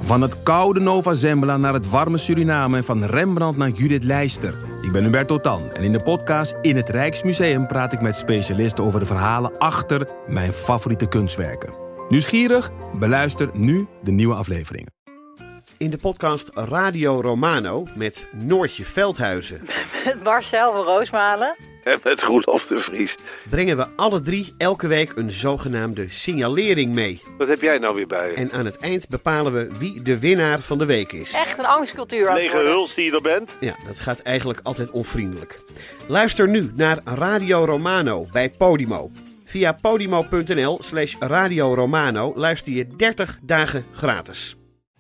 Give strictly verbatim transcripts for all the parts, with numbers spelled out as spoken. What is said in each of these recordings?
Van het koude Nova Zembla naar het warme Suriname en van Rembrandt naar Judith Leister. Ik ben Hubert Totan en in de podcast In het Rijksmuseum praat ik met specialisten over de verhalen achter mijn favoriete kunstwerken. Nieuwsgierig? Beluister nu de nieuwe afleveringen. In de podcast Radio Romano met Noortje Veldhuizen. Met Marcel van Roosmalen. En met Roelof de Vries. Brengen we alle drie elke week een zogenaamde signalering mee. Wat heb jij nou weer bij je? En aan het eind bepalen we wie de winnaar van de week is. Echt een angstcultuur. Lege huls die je er bent? Ja, dat gaat eigenlijk altijd onvriendelijk. Luister nu naar Radio Romano bij Podimo. Via podimo.nl slash Radio Romano luister je dertig dagen gratis.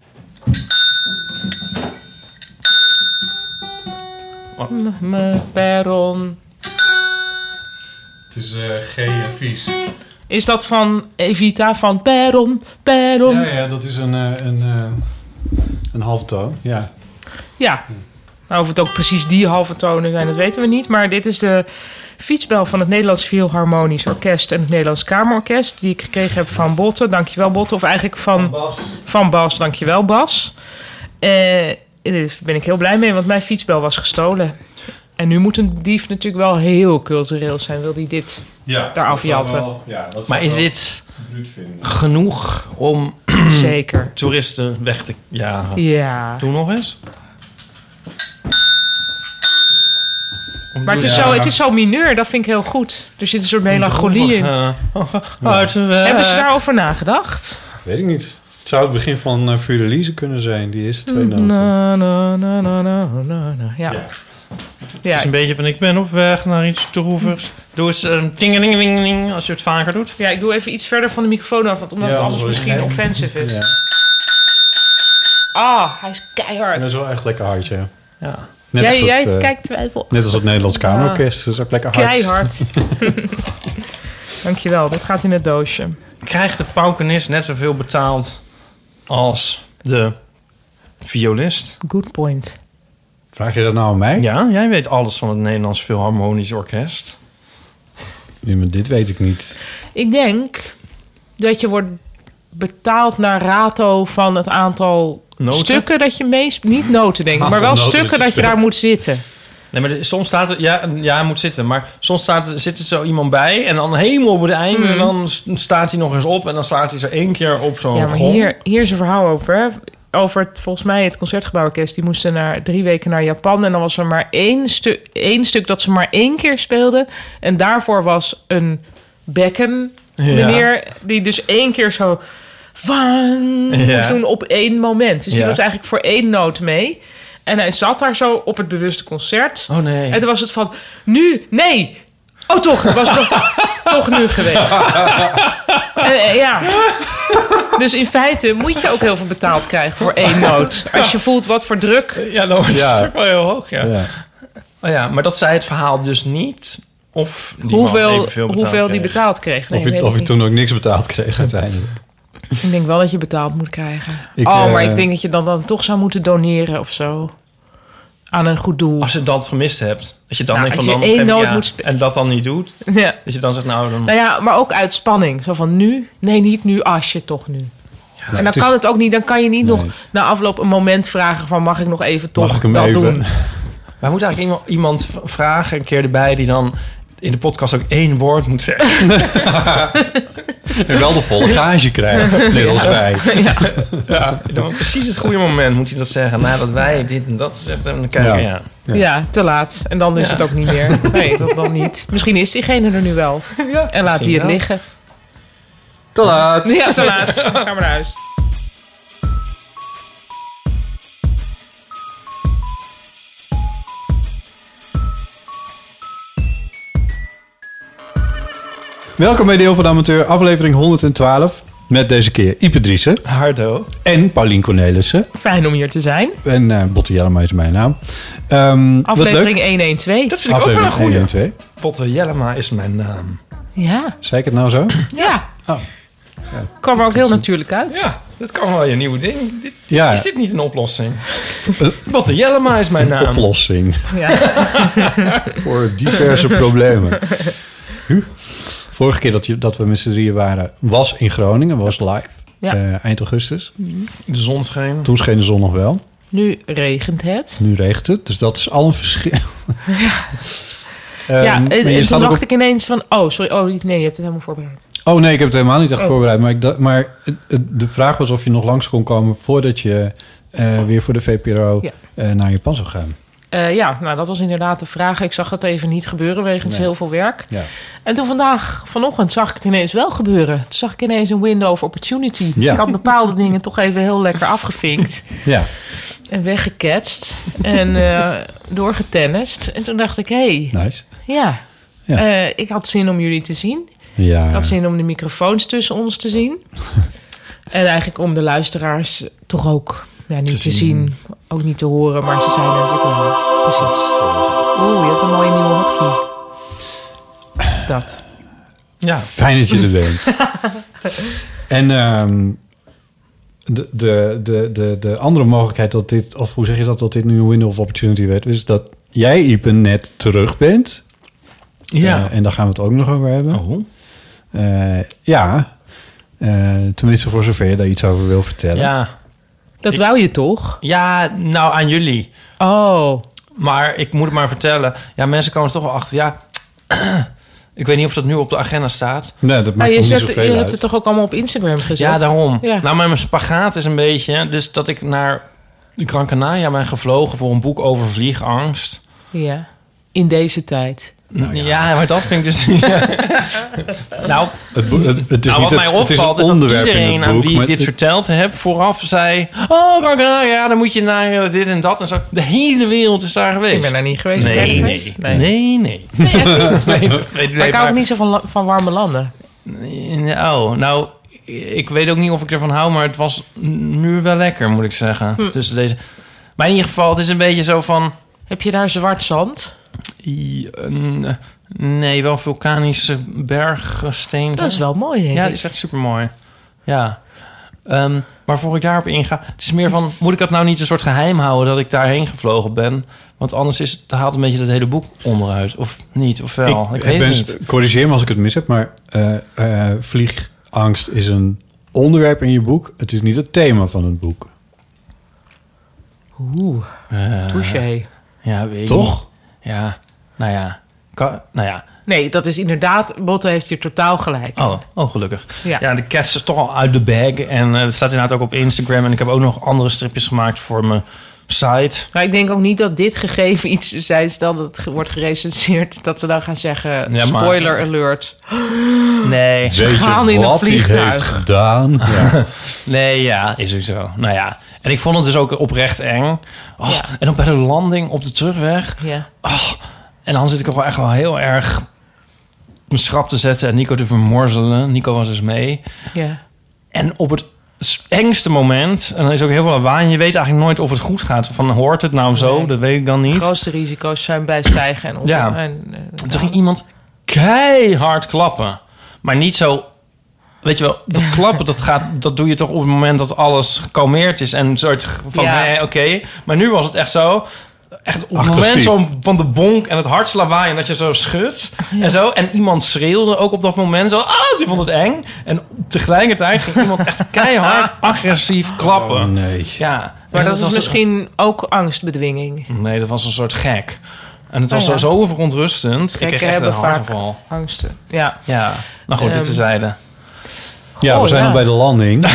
Mijn perron. Het is uh, G en vies. Is dat van Evita van perron, perron? Ja, ja, dat is een, uh, een, uh, een halve toon, ja. Ja, nou, of het ook precies die halve tonen zijn, dat weten we niet. Maar dit is de fietsbel van het Nederlands Philharmonisch Orkest en het Nederlands Kamerorkest, die ik gekregen heb van Botte. Dankjewel, Botte. Of eigenlijk van, van Bas. Van Bas, dankjewel, Bas. Uh, Daar ben ik heel blij mee, want mijn fietsbel was gestolen. En nu moet een dief natuurlijk wel heel cultureel zijn. Wil die dit ja, daar afjatten? Ja, maar is dit genoeg om Zeker. toeristen weg te jagen? Ja. Doe nog eens. Maar het is, ja. zo, het is zo mineur, dat vind ik heel goed. Er zit een soort melancholie in. Uh, uit de weg. Hebben ze daarover nagedacht? Weet ik niet. Het zou het begin van uh, Furelise kunnen zijn. Die is het twee noten. Na, na, na, na, na, na. Ja. Ja. Ja. Het is een beetje van, ik ben op weg naar iets droevigs. Doe eens een uh, tingelingeling als je het vaker doet. Ja, ik doe even iets verder van de microfoon af, want omdat ja, het anders misschien nee. offensive is. Ja. Ah, hij is keihard. Dat is wel echt lekker hard, ja. Ja. Net jij dat, jij uh, kijkt twijfel. Net als het Nederlands Kamerorkest. Dat is ook lekker hard. Keihard. Dankjewel, dit gaat in het doosje. Krijgt de paukenist net zoveel betaald als de violist? Good point. Vraag je dat nou aan mij? Ja, jij weet alles van het Nederlands Philharmonisch Orkest. Ja, maar dit weet ik niet. Ik denk dat je wordt betaald naar rato van het aantal noten? stukken dat je meest... Niet noten, denk ik, maar wel stukken dat je, dat je daar moet zitten. Nee, maar de, soms staat er... Ja, ja, moet zitten. Maar soms staat, zit er zo iemand bij en dan helemaal op het einde... Hmm. En dan staat hij nog eens op en dan slaat hij zo één keer op zo'n Ja, maar gong. hier, hier is een verhaal over, hè? Over het, volgens mij het Concertgebouworkest. Die moesten naar drie weken naar Japan. En dan was er maar één, stu- één stuk dat ze maar één keer speelden. En daarvoor was een bekken meneer... Ja. Die dus één keer zo... Van, ja. moest doen op één moment. Dus die ja. was eigenlijk voor één noot mee. En hij zat daar zo op het bewuste concert. Oh nee. En toen was het van... Nu, nee... Oh, toch. Het was toch, toch nu geweest. En, ja. Dus in feite moet je ook heel veel betaald krijgen voor één noot. Als je voelt wat voor druk. Ja, dan wordt ja. het ook wel heel hoog, ja. ja. Oh ja, maar dat zei het verhaal dus niet. Of die hoeveel, betaald hoeveel kreeg. die betaald kreeg. Nee, of je, of je toen ook niks betaald kreeg uiteindelijk. Ik denk wel dat je betaald moet krijgen. Ik, oh, maar uh, ik denk dat je dan, dan toch zou moeten doneren of zo. Aan een goed doel. Als je dat gemist hebt. Dat je dan nou, denkt van van dan één noot ja, moet spe- en dat dan niet doet. Ja. Dat je dan zegt nou dan... Nou ja, maar ook uit spanning. Zo van nu. Nee, niet nu. Als je toch nu. Ja, en dan het is... kan het ook niet. Dan kan je niet nee. nog na afloop een moment vragen van... mag ik nog even toch mag ik hem dat even? doen? Maar moet eigenlijk iemand, iemand vragen een keer erbij... die dan in de podcast ook één woord moet zeggen. En wel de volle gage krijgen. Net als wij. Ja. Ja, dan precies het goede moment moet je dat zeggen. Nadat wij dit en dat gezegd hebben. Dan kijken, ja. Ja. Ja. ja, te laat. En dan is ja. het ook niet meer. Nee, dat dan niet. Misschien is diegene er nu wel. Ja, en laat hij het wel. liggen. Te laat. Ja, te laat. Ga maar naar huis. Welkom bij Deel van de Amateur, aflevering honderdtwaalf. Met deze keer Ipe Driessen. Hardo. En Paulien Cornelissen. Fijn om hier te zijn. En uh, Botte Jellema is mijn naam. Um, aflevering honderdtwaalf. Dat vind ik aflevering ook wel een goeie. honderdtwaalf. Botte Jellema is mijn naam. Ja. Zei ik het nou zo? Ja. Oh. Ja. Kwam er ook heel natuurlijk uit. Ja, dat kan wel je nieuwe ding. Dit, ja. Is dit niet een oplossing? Botte Jellema is mijn naam. Oplossing. Ja. Voor diverse problemen. Huh? Vorige keer dat, je, dat we met z'n drieën waren, was in Groningen, was live. Ja. Uh, eind augustus. De zon scheen. Toen scheen de zon nog wel. Nu regent het. Nu regent het, dus dat is al een verschil. Ja, um, ja en, en toen dacht op... ik ineens van... Oh, sorry. Oh, nee, je hebt het helemaal voorbereid. Oh nee, ik heb het helemaal niet echt oh. voorbereid. Maar, ik dacht, maar de vraag was of je nog langs kon komen... voordat je uh, weer voor de V P R O ja. uh, naar Japan zou gaan. Uh, ja, nou dat was inderdaad de vraag. Ik zag dat even niet gebeuren wegens nee. heel veel werk. Ja. En toen vandaag, vanochtend, zag ik het ineens wel gebeuren. Toen zag ik ineens een window of opportunity. Ja. Ik had bepaalde dingen toch even heel lekker afgevinkt. Ja. En weggeketst. En uh, doorgetennist. En toen dacht ik, hé. Hey, nice. Ja. ja. Uh, ik had zin om jullie te zien. Ja. Ik had zin om de microfoons tussen ons te zien. En eigenlijk om de luisteraars toch ook... Ja, niet te, te zien. zien, ook niet te horen, maar ze zijn er natuurlijk wel. Precies. Oeh, je hebt een mooie nieuwe hotkey. Dat. Ja. Fijn dat je er bent. En um, de, de, de, de, de andere mogelijkheid dat dit... of hoe zeg je dat, dat dit nu een window of opportunity werd... is dat jij, Ipe, net terug bent. Ja. Uh, en daar gaan we het ook nog over hebben. Oh. Uh, ja. Uh, tenminste, voor zover je daar iets over wil vertellen. Ja. Dat ik, wou je toch? Ja, nou aan jullie. Oh. Maar ik moet het maar vertellen. Ja, mensen komen er toch wel achter. Ja, ik weet niet of dat nu op de agenda staat. Nee, dat maakt ah, je niet zet, zoveel Je uit. hebt het toch ook allemaal op Instagram gezet? Ja, daarom. Ja. Nou, mijn spagaat is een beetje... Dus dat ik naar Gran Canaria ben gevlogen voor een boek over vliegangst. Ja, in deze tijd. Nou, ja. ja, maar dat vind ik dus... Ja. nou, het, het, het is nou, wat niet mij het, opvalt het is, is dat iedereen boek, aan wie ik dit het... verteld heb... vooraf zei... Oh, Gran Canaria, dan moet je naar dit en dat en zo. De hele wereld is daar geweest. Ik ben daar niet geweest. Nee, nee, nee. Nee, nee. nee, echt nee, nee, nee maar ik hou ook niet zo van, van warme landen. Oh, nou... Ik weet ook niet of ik ervan hou... maar het was nu wel lekker, moet ik zeggen. Hm. Tussen deze... Maar in ieder geval, het is een beetje zo van... Heb je daar zwart zand? I, uh, nee, wel vulkanische berggesteenten. Dat is wel mooi, denk ja, ik. Ja, dat is echt super mooi. Ja. Um, maar voor ik daarop inga... Het is meer van... Moet ik dat nou niet een soort geheim houden... dat ik daarheen gevlogen ben? Want anders is het, haalt een beetje het hele boek onderuit. Of niet, of wel. Ik, ik weet ben, het niet. Corrigeer me als ik het mis heb... maar uh, uh, vliegangst is een onderwerp in je boek. Het is niet het thema van het boek. Oeh, uh, touché. Ja, weet je. Toch? Ja, nou ja. Ka- nou ja. Nee, dat is inderdaad... Botte heeft hier totaal gelijk. Oh, oh gelukkig. Ja. ja, de cats is toch al uit de bag. En uh, het staat inderdaad ook op Instagram. En ik heb ook nog andere stripjes gemaakt voor mijn site. Maar ik denk ook niet dat dit gegeven iets zijn... stel dat het wordt gerecenseerd... dat ze dan gaan zeggen... Ja, spoiler maar... alert. Nee. Ze gaan in een vliegtuig. Heeft gedaan. Ja. Nee, ja, is ook zo. Nou ja. En ik vond het dus ook oprecht eng. Oh, ja. En dan bij de landing op de terugweg. Ja. Oh, en dan zit ik toch wel echt wel heel erg... mijn schrap te zetten en Nico te vermorzelen. Nico was dus mee. Ja. En op het engste moment... en dan is ook heel veel lawaai... je weet eigenlijk nooit of het goed gaat. Van hoort het nou zo? Nee. Dat weet ik dan niet. De grootste risico's zijn bij stijgen en op. Ja. En, uh, en toen ging iemand keihard klappen. Maar niet zo... Weet je wel, dat klappen, dat, gaat, dat doe je toch op het moment dat alles gekalmeerd is. En een soort van, ja. nee, oké. Okay. Maar nu was het echt zo... Echt op het moment zo van de bonk en het hardste lawaai... en dat je zo schudt ja. en zo. En iemand schreeuwde ook op dat moment zo... Ah, die vond het eng. En tegelijkertijd ging iemand echt keihard agressief klappen. Oh, nee. Ja. Maar dat, dat is misschien ook angstbedwinging. Nee, dat was een soort gek. En het was oh, ja. zo, zo verontrustend. Kijk, ik kreeg echt een hartaanval. Angsten, ja. Ja, nou goed, um, dit terzijde. Ja, we oh, zijn ja. al bij de landing.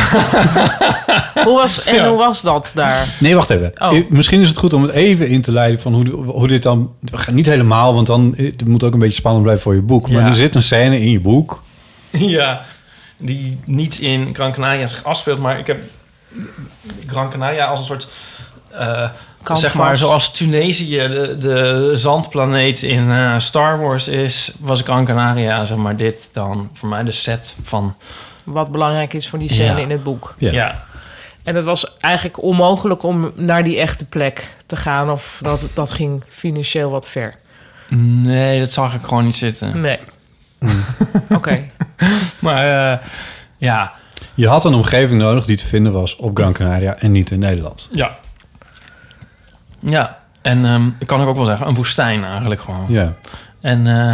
hoe was, en ja. hoe was dat daar? Nee, wacht even. Oh. Misschien is het goed om het even in te leiden van hoe, hoe dit dan... Niet helemaal, want dan het moet ook een beetje spannend blijven voor je boek. Maar ja. er zit een scène in je boek. Ja, die niet in Gran Canaria zich afspeelt. Maar ik heb Gran Canaria als een soort... Uh, zeg maar, zoals Tunesië de, de zandplaneet in uh, Star Wars is... was Gran Canaria, zeg maar, dit dan voor mij de set van... Wat belangrijk is voor die scène ja. in het boek. Ja. ja. En het was eigenlijk onmogelijk om naar die echte plek te gaan... of dat, dat ging financieel wat ver. Nee, dat zag ik gewoon niet zitten. Nee. Mm. Oké. Okay. Maar uh, ja... Je had een omgeving nodig die te vinden was op Gran Canaria en niet in Nederland. Ja. Ja, en um, ik kan ook wel zeggen, een woestijn eigenlijk gewoon. Ja. En uh...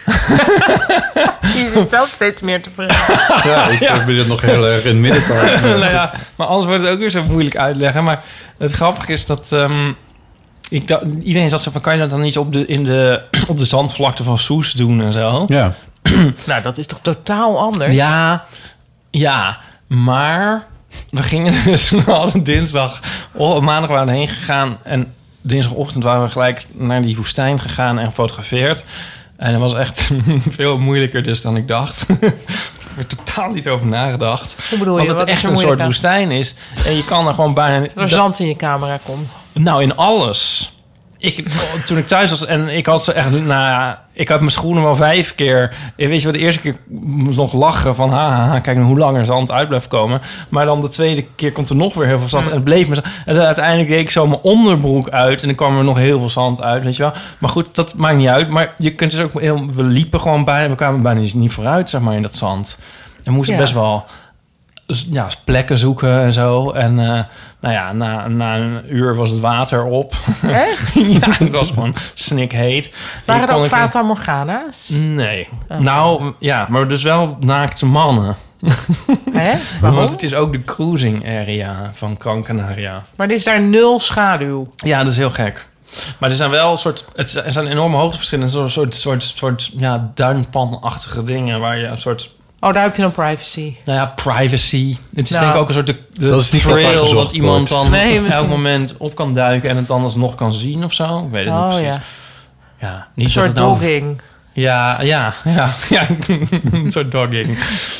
je zit zelf steeds meer te vragen. Ja, ik ja. probeer het nog heel erg in het midden te houden. Nou ja, maar anders wordt het ook weer zo moeilijk uitleggen. Maar het grappige is dat um, ik da- iedereen zat zo van, kan je dat dan niet op de in de op de zandvlakte van Soes doen en zo? Ja. Nou, dat is toch totaal anders? Ja, ja, maar we gingen dus we hadden dinsdag, oh, maandag waren we heen gegaan en dinsdagochtend waren we gelijk naar die woestijn gegaan en gefotografeerd. En dat was echt veel moeilijker dus dan ik dacht. Ik heb er totaal niet over nagedacht. Hoe bedoel je? Want het Wat echt is een soort aan? woestijn is. En je kan er gewoon bijna... Dat er zand in je camera komt. Nou, in alles. Ik, toen ik thuis was en ik had ze echt... Nou ja, ik had mijn schoenen wel vijf keer... Weet je wat, de eerste keer nog lachen van... Ha, ha, ha, kijk nou hoe lang er zand uit blijft komen. Maar dan de tweede keer komt er nog weer heel veel zand. Mm. En het bleef me... En uiteindelijk deed ik zo mijn onderbroek uit... En dan kwam er nog heel veel zand uit, weet je wel. Maar goed, dat maakt niet uit. Maar je kunt dus ook... Heel, we liepen gewoon bijna... We kwamen bijna niet vooruit, zeg maar, in dat zand. En moesten ja. best wel... Ja, plekken zoeken en zo. En uh, nou ja, na, na een uur was het water op. Echt? Ja, het was gewoon snikheet. Waren er ook Fata Morgana's? Nee. Oh. Nou, ja, maar dus wel naakte mannen. Hè? Waarom? Want het is ook de cruising area van Gran Canaria. Maar er is daar nul schaduw. Ja, dat is heel gek. Maar er zijn wel een soort... Het, er zijn enorme hoogteverschillen. Een soort, soort, soort ja, duinpanachtige dingen waar je een soort... Oh, daar heb je dan privacy. Nou ja, privacy. Het is nou, denk ik ook een soort... De, de dat is niet trail dat iemand dan nee, op elk moment op kan duiken... en het dan alsnog kan zien of zo. Ik weet het oh, niet precies. Ja. Ja, niet een soort nou, dogging. Ja, ja, ja. ja een soort dogging.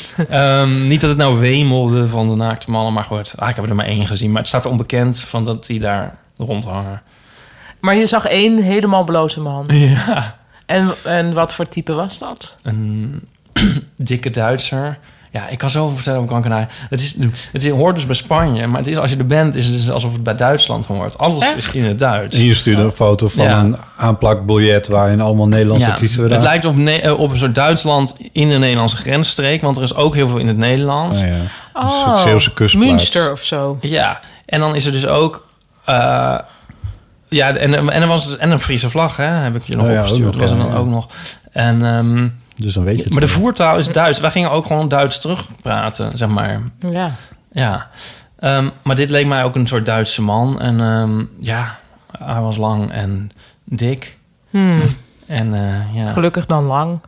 um, niet dat het nou wemelde van de naakte mannen... maar goed, ah, ik heb er maar één gezien. Maar het staat er onbekend van dat die daar rondhangen. Maar je zag één helemaal blote man. Ja. En, en wat voor type was dat? Een dikke Duitser. Ja, ik kan zoveel vertellen over Gran Canaria. Het, is, het is, hoort dus bij Spanje, maar het is, als je er bent, is het dus alsof het bij Duitsland hoort. Alles Echt? is in het Duits. En je stuurde een foto van ja. een aanplakbiljet waarin allemaal Nederlandse ja, artiesten werden. Het lijkt op, ne- op een soort Duitsland in de Nederlandse grensstreek, want er is ook heel veel in het Nederlands. Oh, ja. Oh, een soort Zeeuwse kustplaats. Münster of zo. Ja, en dan is er dus ook... Uh, ja, en, en er was en een Friese vlag, hè, heb ik je nog oh, opgestuurd. Ja, ook, was er dan ja. ook nog. En... Um, Dus dan weet je het maar wel. de voertaal is Duits. Wij gingen ook gewoon Duits terugpraten, zeg maar. Ja. Ja. Um, maar dit leek mij ook een soort Duitse man. En um, ja, hij was lang en dik. Hmm. En uh, ja. Gelukkig dan lang.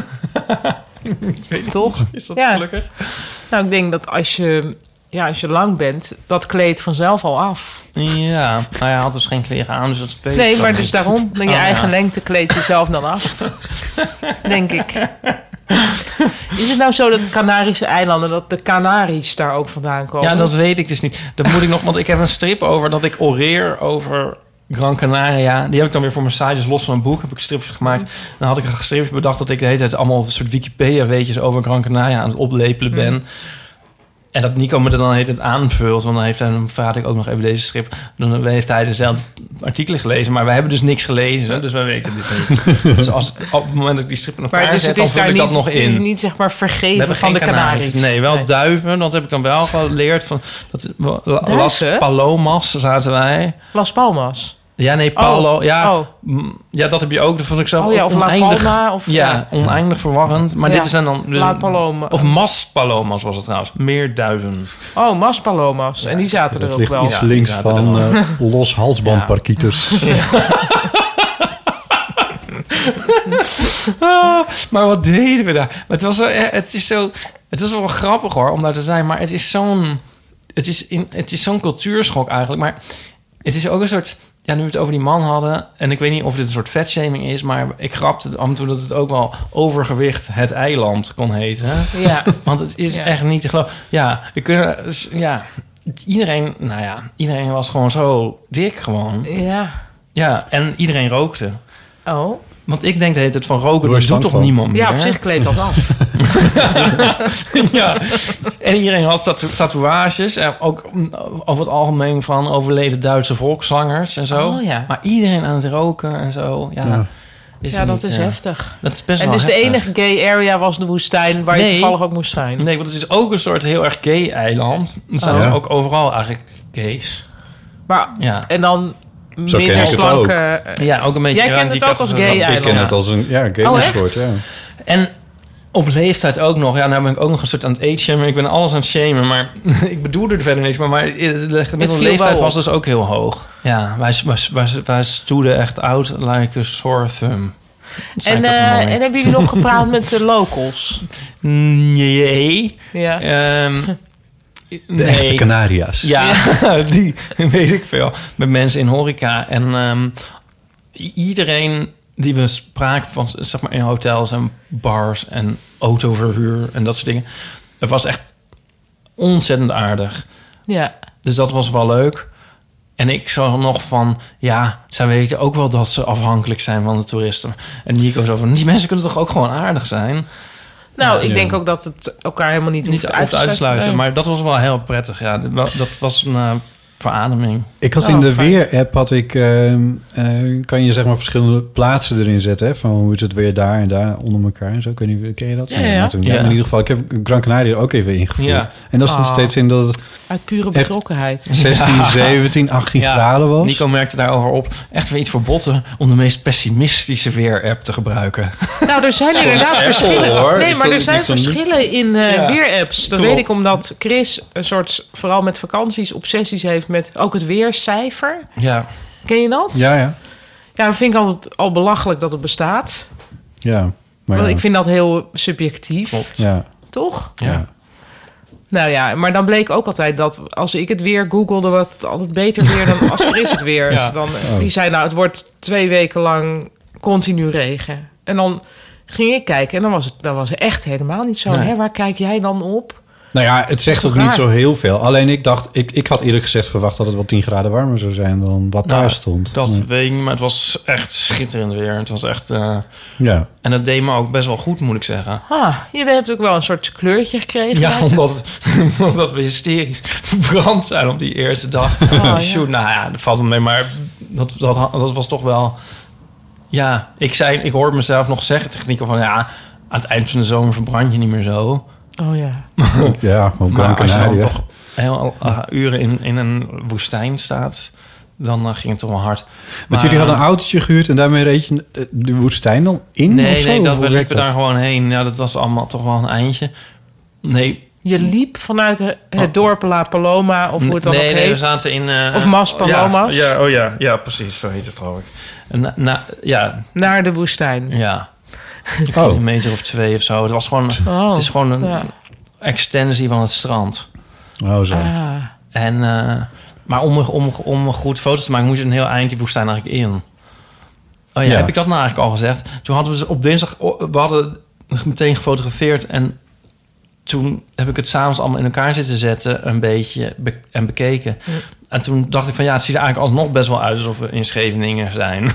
Toch? Is dat ja. gelukkig? Nou, ik denk dat als je, ja, als je lang bent, dat kleedt vanzelf al af. Ja, nou ja, hij had dus geen kleren aan, dus dat speelt. Nee, maar niet. dus daarom, dan je oh, eigen ja. lengte kleedt jezelf dan af. Denk ik. Is het nou zo dat de Canarische eilanden, dat de Canaries daar ook vandaan komen? Ja, dat weet ik dus niet. Dat moet ik nog, want ik heb een strip over dat ik oreer over Gran Canaria. Die heb ik dan weer voor mijn site, dus los van een boek, heb ik stripjes gemaakt. Mm. Dan had ik een stripje bedacht dat ik de hele tijd allemaal een soort Wikipedia-weetjes over Gran Canaria aan het oplepelen ben. Mm. En dat Nico me er dan heet het aanvult, want dan heeft hij, dan verraad ik ook nog even deze strip. Dan heeft hij dezelfde artikelen gelezen, maar wij hebben dus niks gelezen, dus wij weten dit niet. Dus als op het moment dat ik die strip in elkaar dus zet, dan vul ik niet, dat nog in. Het is niet zeg maar vergeven van de Canaries. Nee, wel nee. duiven, dat heb ik dan wel geleerd. Van, dat, Las Palomas zaten wij. Las Palmas? Ja, nee, Paulo. Oh, ja, oh. ja, dat heb je ook. Dat vond ik zelf oh, ja, of oneindig. La Palma, of, ja, ja, oneindig verwarrend. Maar ja. dit zijn dan... Dus La Paloma. Of Mas Palomas was het trouwens. Meer duiven. Oh, Mas Palomas. Ja. En die zaten dat er ook ligt wel. iets ja, links van uh, los halsbandparkieters. Ja. ah, maar wat deden we daar? Maar het was zo, het is zo... Het was wel grappig hoor, om daar te zijn. Maar het is zo'n... Het is, in, het is zo'n cultuurschok eigenlijk. Maar het is ook een soort... Ja, nu we het over die man hadden... en ik weet niet of dit een soort vetshaming is... maar ik grapte af en toe dat het ook wel overgewicht het eiland kon heten. Ja. Want het is ja. echt niet te geloven. Ja, we kunnen... Ja, iedereen... Nou ja, iedereen was gewoon zo dik gewoon. Ja. Ja, en iedereen rookte. Oh. Want ik denk de hele tijd van roken, dat doet toch van. niemand meer? Ja, op zich kleedt dat af. ja. En iedereen had tatoe- tatoeages. En ook over het algemeen van overleden Duitse volkszangers en zo. Oh, ja. Maar iedereen aan het roken en zo. Ja, ja. is, ja, dat niet, is uh, heftig. Dat is best en wel dus heftig. de enige gay area was de woestijn... waar nee, je toevallig ook moest zijn? Nee, want het is ook een soort heel erg gay eiland. Er zijn oh. dus ook overal eigenlijk gays. Maar, ja. En dan... Zo ken ik minder het slanke... Ja, ook een beetje... Jij kent die het ook als categorie. gay Ik ken het als een ja, gay Oh, echt? soort, ja. En op leeftijd ook nog. Ja, nou ben ik ook nog een soort aan het age-shamen. Ik ben alles aan het shamen, maar ik bedoel er verder niks. Maar, maar de gemiddelde viel leeftijd wel was op. dus ook heel hoog. Ja, wij, wij, wij, wij stoeden echt out like a sore thumb. Zei En, ik dat uh, mooi? en hebben jullie nog gepraat met de locals? Nee. Ja. Ehm, De nee. echte Canaria's. Ja, die weet ik veel. Met mensen in horeca. En um, iedereen die we spraken van, zeg maar, in hotels en bars en autoverhuur en dat soort dingen. Het was echt ontzettend aardig. Ja. Dus dat was wel leuk. En ik zag nog van, ja, zij weten ook wel dat ze afhankelijk zijn van de toeristen. En Nico zo van, die mensen kunnen toch ook gewoon aardig zijn? Nou, ik Ja. denk ook dat het elkaar helemaal niet hoeft Niet uit te sluiten. maar dat was wel heel prettig. Ja, dat was een uh, verademing. Ik had Oh, in de fijn. weer-app had ik, uh, uh, kan je zeg maar verschillende plaatsen erin zetten. Hè? Van hoe is het weer daar en daar onder elkaar en zo. Ik weet niet, ken je dat? Ja, ja. maar toen- Ja. maar in ieder geval, ik heb Gran Canaria er ook even ingevoerd. Ja. En dat is nog Oh. steeds in dat het Uit pure betrokkenheid. zestien, zeventien, achttien Ja. graden was. Nico merkte daarover op. Echt weer iets verbotten om de meest pessimistische weer-app te gebruiken. Nou, er zijn inderdaad verschillen. hoor. Nee, Ik maar wil er zijn niks aan doen. verschillen in uh, Ja. weerapps. Dat Klopt. weet ik omdat Chris een soort, vooral met vakanties, obsessies heeft met ook het weercijfer. Ja. Ken je dat? Ja, ja. Ja, dat vind ik altijd al belachelijk dat het bestaat. Ja, maar Want ja. ik vind dat heel subjectief. Klopt. Ja, Toch? Ja. ja. Nou ja, maar dan bleek ook altijd dat als ik het weer googelde, was het altijd beter weer dan als Chris het weer. Ja. Dan, Oh. Die zei, nou, het wordt twee weken lang continu regen. En dan ging ik kijken en dan was het, dan was het echt helemaal niet zo. Nee. Hè, waar kijk jij dan op? Nou ja, het zegt toch ook niet raar? zo heel veel. Alleen ik dacht, ik, ik had eerlijk gezegd verwacht dat het wel tien graden warmer zou zijn dan wat Nou, daar stond. Dat Ja. weet ik niet, maar het was echt schitterend weer. Het was echt... Uh, Ja. en dat deed me ook best wel goed, moet ik zeggen. Ah, je hebt ook wel een soort kleurtje gekregen. Ja, lijkt het. omdat, omdat we hysterisch verbrand zijn op die eerste dag. Oh, te ja. shoot. Nou ja, dat valt me mee, maar dat, dat, dat was toch wel... Ja, ik, zei, ik hoorde mezelf nog zeggen tegen Nico van... Ja, aan het eind van de zomer verbrand je niet meer zo. Oh ja. Ja, op Maar Gran als je dan Canaria. toch heel uh, uren in, in een woestijn staat... dan uh, ging het toch wel hard. Want jullie hadden een autootje gehuurd en daarmee reed je de- de woestijn dan in? Nee, of zo? nee, dat, Hoe we werkt liepen daar gewoon heen. Ja, dat was allemaal toch wel een eindje. Nee, Je liep vanuit het Oh. dorp La Paloma, of hoe het dan nee, ook nee, heet. we zaten in... uh, Of Mas Palomas. Ja, ja, oh ja, ja, precies, zo heet het geloof ik. En Na, na, ja, Naar de woestijn. ja. Oh. Een meter of twee of zo. Het was gewoon... Oh, Het is gewoon een ja. extensie van het strand. Oh, zo. Ah. En, uh, maar om, om, om goed foto's te maken... moet je een heel eind die woestijn eigenlijk in. Oh ja, Ja. heb ik dat nou eigenlijk al gezegd? Toen hadden we dus op dinsdag... We hadden meteen gefotografeerd... en toen heb ik het s'avonds allemaal in elkaar zitten zetten... een beetje be- en bekeken. Ja. En toen dacht ik van... ja, het ziet er eigenlijk alsnog best wel uit... alsof we in Scheveningen zijn.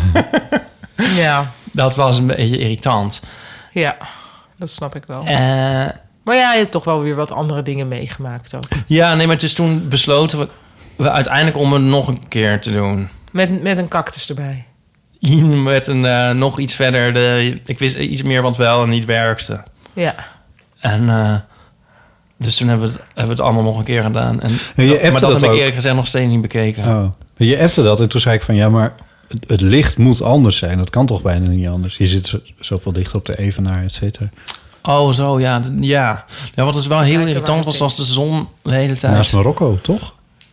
Ja. Dat was een beetje irritant. Ja, dat snap ik wel. Uh, Maar ja, je hebt toch wel weer wat andere dingen meegemaakt ook. ja, nee, maar dus toen besloten we, we uiteindelijk om het nog een keer te doen. Met, met een cactus erbij. Met een uh, nog iets verder... De, ik wist iets meer wat wel en niet werkte. Ja. En uh, dus toen hebben we, het, hebben we het allemaal nog een keer gedaan. En, Ja, je appte maar dat, dat heb ik ook. eerlijk gezegd nog steeds niet bekeken. Oh. Je appte dat en toen zei ik van ja, maar het, het licht moet anders zijn. Dat kan toch bijna niet anders. Je zit zo, zoveel dichter op de evenaar, et cetera. Oh, zo, ja. d- Ja, ja wat dus wel heel Kijken irritant waar was... het was de zon de hele tijd. Naast Marokko, toch?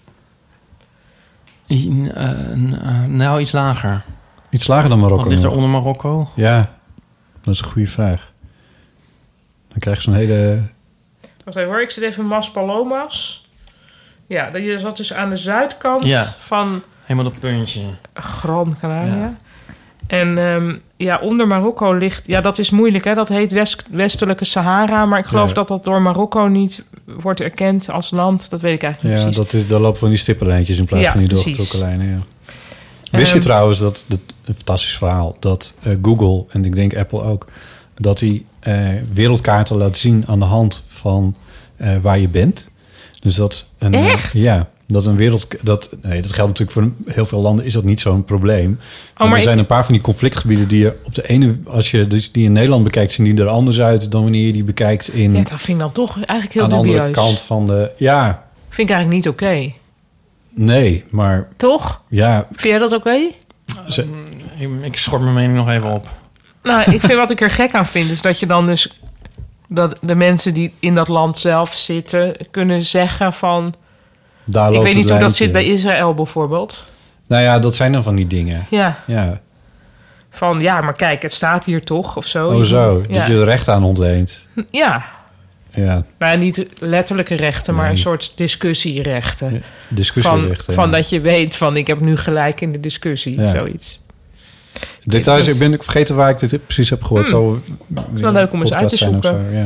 In, uh, uh, nou, iets lager. Iets lager dan Marokko Wat ligt er nog. onder Marokko? Ja, dat is een goede vraag. Dan krijg je zo'n hele... Wacht even hoor, ik zit even in Mas Palomas. Ja, dat je zat dus aan de zuidkant Ja. van Helemaal dat puntje. Gran Canaria. Ja. En um, ja, onder Marokko ligt... Ja, dat is moeilijk, hè. Dat heet West, Westelijke Sahara. Maar ik geloof Ja. dat dat door Marokko niet wordt erkend als land. Dat weet ik eigenlijk Ja, niet precies. dat is, daar lopen van die stippenlijntjes in plaats Ja, van die precies. doorgetrokken lijnen. Ja. Wist je Ehm, trouwens dat, dat een fantastisch verhaal, dat uh, Google, en ik denk Apple ook, dat die uh, wereldkaarten laat zien aan de hand van uh, waar je bent. Dus dat een, Echt? ja, dat een wereld, dat nee, dat geldt natuurlijk voor heel veel landen is dat niet zo'n probleem. Maar maar er zijn ik- een paar van die conflictgebieden die je op de ene, als je dus die in Nederland bekijkt, zien die er anders uit dan wanneer je die bekijkt in Ja, dat vind ik dan toch eigenlijk heel aan de andere dubieus. kant van de, ja. Vind ik eigenlijk niet oké. Nee, maar Toch? ja... Vind jij dat oké? Ze- Ik, ik schort mijn mening nog even op. Nou, ik vind wat ik er gek aan vind... is dat je dan dus... dat de mensen die in dat land zelf zitten... kunnen zeggen van... Daar ik loopt weet het niet hoe dat lijntje. zit bij Israël bijvoorbeeld. Nou ja, dat zijn dan van die dingen. Ja, Ja. van ja, maar kijk, het staat hier toch of zo. Oh zo, Ja, dat je er recht aan ontleent. ja. Ja, Nou, niet letterlijke rechten, maar Nee. een soort discussierechten. discussierechten. Van, van ja. dat je weet van ik heb nu gelijk in de discussie, Ja. zoiets. Details, niet. ik ben ik vergeten waar ik dit precies heb gehoord. Hmm. Zo, is wel leuk om eens uit te podcast zijn of zoeken. zo, ja.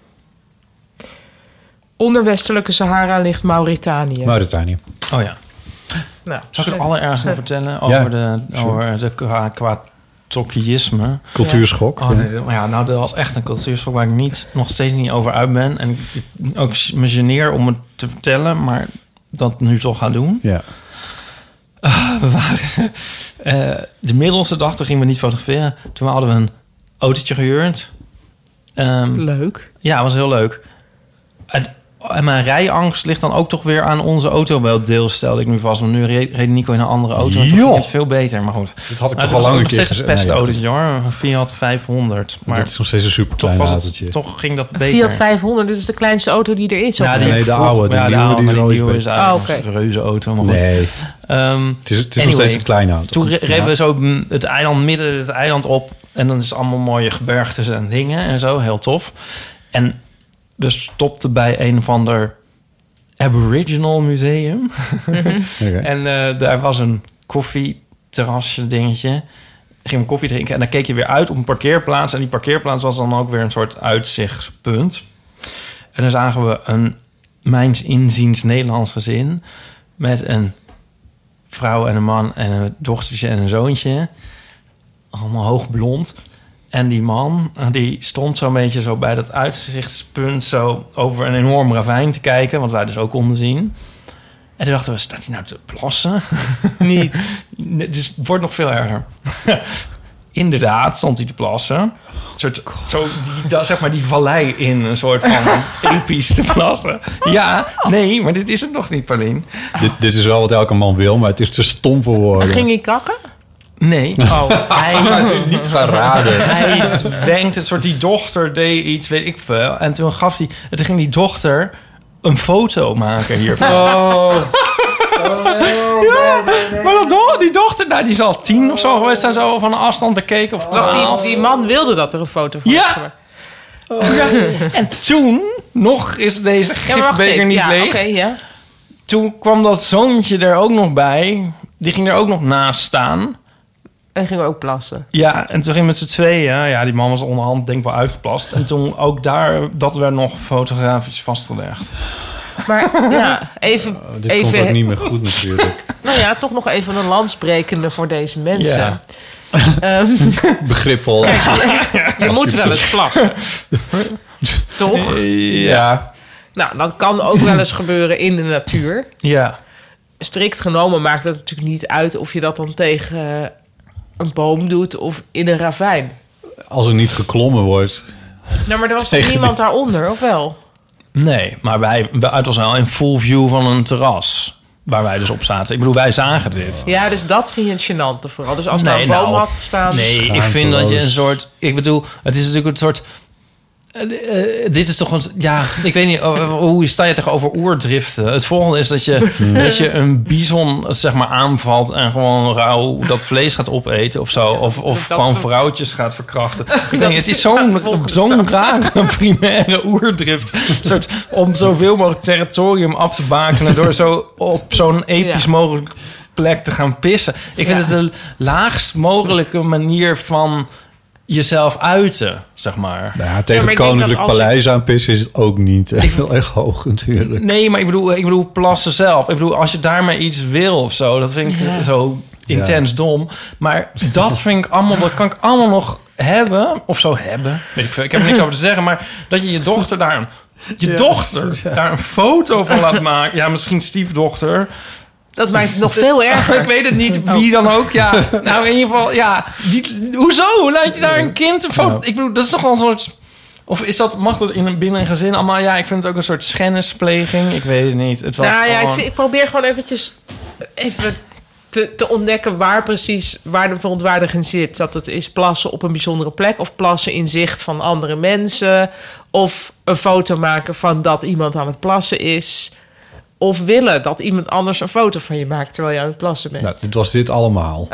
Onder westelijke Sahara ligt Mauritanië. Mauritanië. Oh ja. Nou, Zal ik het allerergste nog vertellen Ja, over de, sure. over de qua, qua Tokiyisme? Cultuurschok. Oh nee, dat- ja, nou, dat was echt een cultuurschok waar ik niet, nog steeds niet over uit ben. En ik ook me geneer om het te vertellen, maar dat nu toch gaan doen. Ja. We waren eh, de middelste dag, toen gingen we niet fotograferen. Toen hadden we een autootje gehuurd. Ehm, leuk. ja, was heel leuk. En, en mijn rijangst ligt dan ook toch weer aan onze auto wel deels, stelde ik nu vast. Want nu reed, reed Nico in een andere auto. En toen Joh. ging het veel beter, maar goed. Dat had ik Nou, toch al het was lang ook een nog keer steeds een gezegd. pestautootje hoor. Een Fiat vijfhonderd. Maar dat is nog steeds een super toch, klein was autootje. het, toch ging dat Een beter. Fiat vijfhonderd, dat is de kleinste auto die er is. Ja, of die niet? Nee, de vroeg- oude, de ja, de nieuwe, oude, die is maar wel die nieuwe iets is beter. eigenlijk Ah, een reuze auto, maar goed. Nee, Ehm, het is, het is Anyway, nog steeds een kleine auto. Toen re- reden Ja. we zo mm, het eiland, midden het eiland op. En dan is het allemaal mooie gebergtes en dingen en zo. Heel tof. En we stopten bij een of ander Aboriginal museum. Oké. En eh, daar was een koffieterrasje dingetje. Gingen we koffie drinken en dan keek je weer uit op een parkeerplaats. En die parkeerplaats was dan ook weer een soort uitzichtspunt. En dan zagen we een mijns inziens Nederlands gezin... met een vrouw en een man en een dochtertje en een zoontje. Allemaal hoogblond. En die man, die stond zo'n beetje zo bij dat uitzichtspunt... zo over een enorm ravijn te kijken, wat wij dus ook konden zien. En toen dachten we, staat hij nou te plassen? Niet. Nee, dus het wordt nog veel erger. Inderdaad, stond hij te plassen. Een soort, zo die, da- zeg maar die vallei in, een soort van episch te plassen. Ja, nee, maar dit is het nog niet, Paulien. Dit, dit is wel wat elke man wil, maar het is te stom voor woorden. Ging hij kakken? Nee. Oh, hij, niet geraden. hij wenkt het soort, die dochter deed iets, weet ik veel. En toen gaf hij, en toen ging die dochter een foto maken hiervan. Oh. Maar dat, do- die dochter, nou, die is al tien of zo geweest en zo van een afstand bekeken. Of Toch, twaalf. die, die man wilde dat er een foto van Ja. was. Ja. En toen, nog is deze Ja, maar wacht gifbeker even. niet Ja, leeg. oké, ja. Toen kwam dat zoontje er ook nog bij. Die ging er ook nog naast staan. En gingen we ook plassen. Ja, en toen ging met z'n tweeën. Ja, die man was onderhand denk ik wel uitgeplast. En toen ook daar, dat werd nog fotografisch vastgelegd. Maar ja, even... Oh, dit even komt ook niet meer goed natuurlijk. Nou ja, toch nog even een lansbrekende voor deze mensen. Ja. Ehm, Begripvol. je moet wel eens plassen. Toch? Ja. Nou, dat kan ook wel eens gebeuren in de natuur. Ja. Strikt genomen maakt het natuurlijk niet uit of je dat dan tegen een boom doet of in een ravijn. Als er niet geklommen wordt. Nou, maar er was toch Tegen niemand daaronder, of wel? Nee, maar wij, wij- het was wel in full view van een terras. Waar wij dus op zaten. Ik bedoel, wij zagen dit. Ja, dus dat vind je het gênante vooral. Dus als daar Nee, een boom nou, had gestaan... Nee, ik Schaamteloos. vind dat je een soort... Ik bedoel, het is natuurlijk een soort... eh, eh, dit is toch een... Ja, ik weet niet, oh, hoe sta je tegenover oerdriften? Het volgende is dat je, dat je een bison zeg maar aanvalt... en gewoon rauw dat vlees gaat opeten of zo. Of, of dat gewoon is- vrouwtjes gaat verkrachten. Ik weet Dat niet, het is is de zo'n volgende zo'n rare primaire oerdrift. Een soort om zoveel mogelijk territorium af te bakenen... door zo op zo'n episch Ja. mogelijk plek te gaan pissen. Ik vind Ja. het de laagst mogelijke manier van jezelf uiten, zeg maar. Nou, Ja, tegen maar het ik denk Koninklijk dat als Paleis aanpissen is het ook niet. Ik wil echt hoog natuurlijk. Nee, maar ik bedoel, ik bedoel plassen zelf. Ik bedoel, als je daarmee iets wil of zo, dat vind ik Ja. zo intens dom. Maar dat vind ik allemaal, dat kan ik allemaal nog hebben, of zo hebben. Weet ik veel, ik heb er niks over te zeggen, maar dat je je dochter daar, een, je Ja, dochter precies, ja. daar een foto van laat maken. Ja, misschien stiefdochter. Dat maakt het nog veel erger. Ik weet het niet, wie dan ook. Ja, nou in ieder geval, ja. Die, hoezo? Laat je daar een kind een foto... Ja. Ik bedoel, dat is toch wel een soort... Of is dat, mag dat in een, binnen een gezin allemaal? Ja, ik vind het ook een soort schennispleging. Ik weet het niet. Het was nou ja, gewoon... ik, ik probeer gewoon eventjes even te, te ontdekken waar precies waar de verontwaardiging zit. Dat het is plassen op een bijzondere plek of plassen in zicht van andere mensen. Of een foto maken van dat iemand aan het plassen is. Of willen dat iemand anders een foto van je maakt terwijl je aan het plassen bent. Nou, dit was dit allemaal.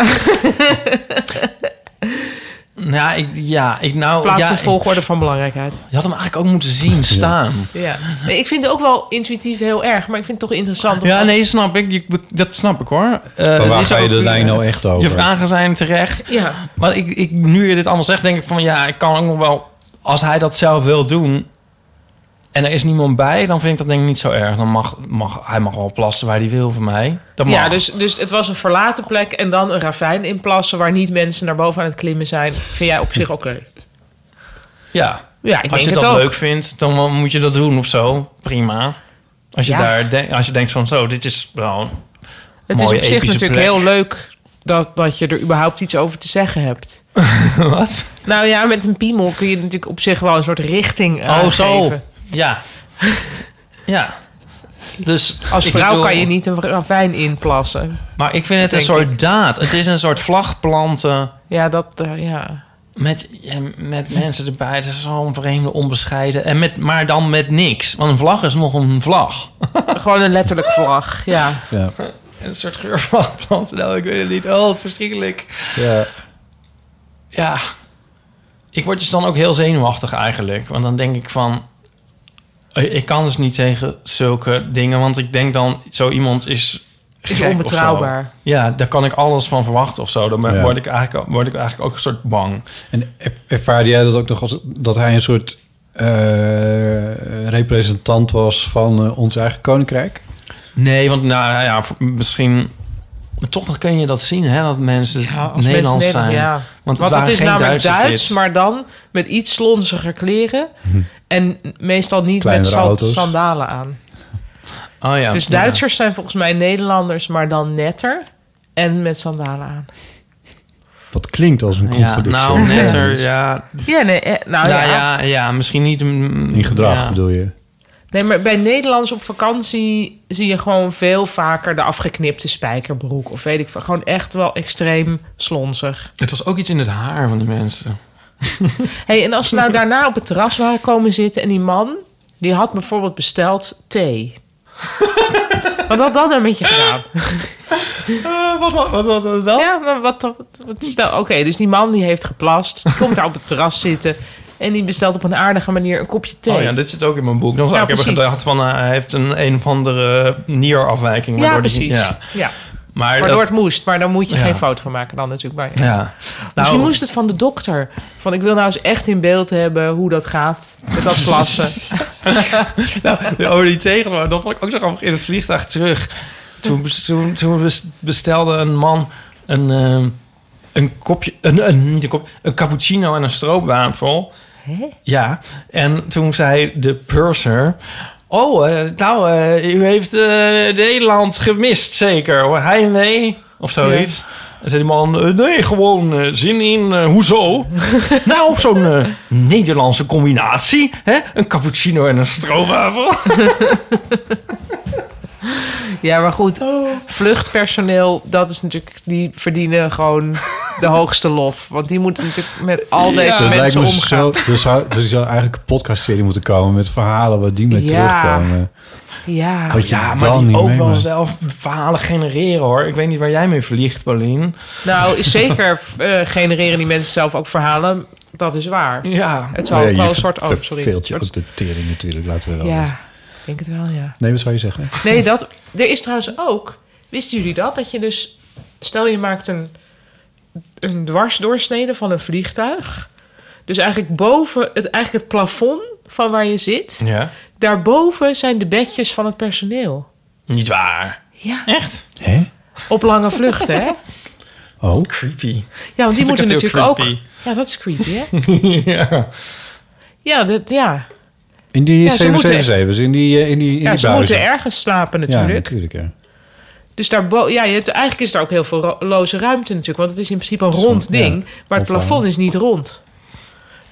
Nou, ik, ja, ik nou... Plaats ja, in volgorde van belangrijkheid. Je had hem eigenlijk ook moeten zien staan. Ja. Nee, ik vind het ook wel intuïtief heel erg, maar ik vind het toch interessant. Ja, nee, snap ik. Ik- Dat snap ik, hoor. Uh, Van waar is ga je ook- de lijn nou echt over? Je vragen zijn terecht. Ja. Maar ik, ik, nu je dit allemaal zegt, denk ik van... Ja, ik kan ook nog wel... Als hij dat zelf wil doen... en er is niemand bij, dan vind ik dat denk ik niet zo erg. Dan mag, mag hij mag wel plassen waar hij wil voor mij. Dat mag. Ja, dus, dus het was een verlaten plek en dan een ravijn inplassen waar niet mensen naar boven aan het klimmen zijn. Vind jij op zich oké? Okay? Ja, Ja, ik als je denk dat het ook. leuk vindt, dan moet je dat doen of zo. Prima. Als je, Ja. daar de- als je denkt van zo, dit is wel een Het is mooie, op zich epische natuurlijk plek. heel leuk dat, dat je er überhaupt iets over te zeggen hebt. Wat? Nou ja, met een piemel kun je natuurlijk op zich wel een soort richting Oh, aangeven. zo. Ja. Ja. Dus Als ik vrouw bedoel- kan je niet een ravijn inplassen. Maar ik vind het een Denk soort ik. daad. Het is een soort vlagplanten Ja, dat, uh, ja. met, ja, met mensen erbij. Het is zo'n vreemde, onbescheiden. En met, maar dan met niks. Want een vlag is nog een vlag. Gewoon een letterlijk vlag, ja. Ja. Een soort geurvlagplanten. Nou, ik weet het niet. Oh, het is verschrikkelijk. Ja. Ja. Ik word dus dan ook heel zenuwachtig eigenlijk. Want dan denk ik van... Ik kan dus niet tegen zulke dingen. Want ik denk dan, zo iemand is... Is gek of onbetrouwbaar. zo. Ja, daar kan ik alles van verwachten of zo. Dan ben- Ja. word, ik eigenlijk, word ik eigenlijk ook een soort bang. En er- ervaarde jij dat ook nog als dat hij een soort eh, representant was van eh, ons eigen koninkrijk? Nee, want nou ja, v- misschien... Toch kun je dat zien, hè? Dat mensen Ja, als Nederlands mensen zijn. Nederland- ja. Want, Want het het is waren geen namelijk Duitsers Duits, dit. maar dan met iets slonziger kleren. En meestal niet Kleinere met sand- auto's. sandalen aan. Oh ja. Dus ja. Duitsers zijn volgens mij Nederlanders, maar dan netter. En met sandalen aan. Wat klinkt als een Ja, contradictie. nou, netter, ja. Ja, nee, eh, nou, Nou ja. ja, ja, misschien niet... mm, In gedrag ja. bedoel je? Nee, maar bij Nederlands op vakantie zie je gewoon veel vaker de afgeknipte spijkerbroek. Of weet ik veel. Gewoon echt wel extreem slonzig. Het was ook iets in het haar van die mensen. Hey, en als ze nou daarna op het terras waren komen zitten en die man, die had bijvoorbeeld besteld thee. Wat had dat dan met je gedaan? Uh, wat wat wat wat dan? Ja, maar wat, wat, wat stel. Oké, dus die man die heeft geplast, die komt daar op het terras zitten en die bestelt op een aardige manier een kopje thee. Oh ja, dit zit ook in mijn boek. Dan zou Ja, ik hebben precies. gedacht van... uh, hij heeft een een of andere nierafwijking. Ja, waardoor die- precies. ja. Ja. Maar Waardoor dat- het moest, maar daar moet je Ja. geen foto van maken dan natuurlijk. Maar, Ja. Misschien Nou, moest het van de dokter. Van ik wil nou eens echt in beeld hebben hoe dat gaat met dat plassen. nou, over die tegen, dat vond ik ook zo grappig in het vliegtuig terug. Toen, bes- toen, toen bestelde een man een, uh, een kopje... Een, een, niet een kop, een cappuccino en een stroopwafel. Hè? Ja, en toen zei de purser... Oh, uh, nou, uh, u heeft uh, Nederland gemist, zeker. Hij nee, of zoiets. Ja. En zei die man, uh, nee, gewoon uh, zin in, uh, hoezo? Nou, zo'n uh, Nederlandse combinatie, hè? Een cappuccino en een stroopwafel. Ja, maar goed, vluchtpersoneel, dat is natuurlijk, die verdienen gewoon de hoogste lof. Want die moeten natuurlijk met al deze Ja. Dat lijkt mensen me omgaan. zo... Er zou, er zou eigenlijk een podcastserie moeten komen met verhalen waar die mee Ja. terugkomen. Ja, Wat je Ja, maar dan die niet ook mee wel maakt. zelf verhalen genereren, hoor. Ik weet niet waar jij mee vliegt, Paulien. nou zeker uh, genereren die mensen zelf ook verhalen. Dat is waar. Ja. Het zal Oh ja, ook je wel een ver- soort... Oh, sorry. verveelt je Soort- ook de tering natuurlijk, laten we wel. Ja, ik denk het wel, ja. Nee, wat zou je zeggen? Nee, dat, er is trouwens ook... Wisten jullie dat? Dat je dus... Stel je maakt een, een dwarsdoorsnede van een vliegtuig. Dus eigenlijk boven... Het, eigenlijk het plafond van waar je zit... Ja. Daarboven zijn de bedjes van het personeel. Niet waar. Ja. Echt? Hè? Op lange vluchten, hè? Oh? Creepy. Ja, want die Vind moeten ik het heel natuurlijk ook... creepy. Ja, dat is creepy, hè? Ja. Ja, dat, ja. In die Ja, ze zeven zeven moeten- zeven's, in die, eh, in die, in ja die ze buizen. moeten ergens slapen Ja, natuurlijk. natuurlijk, ja. Dus daarbo- ja, je hebt, eigenlijk is er ook heel veel ro- loze ruimte natuurlijk. Want het is in principe een Zo'n- rond ja, ding. Maar het opvang. plafond is niet rond.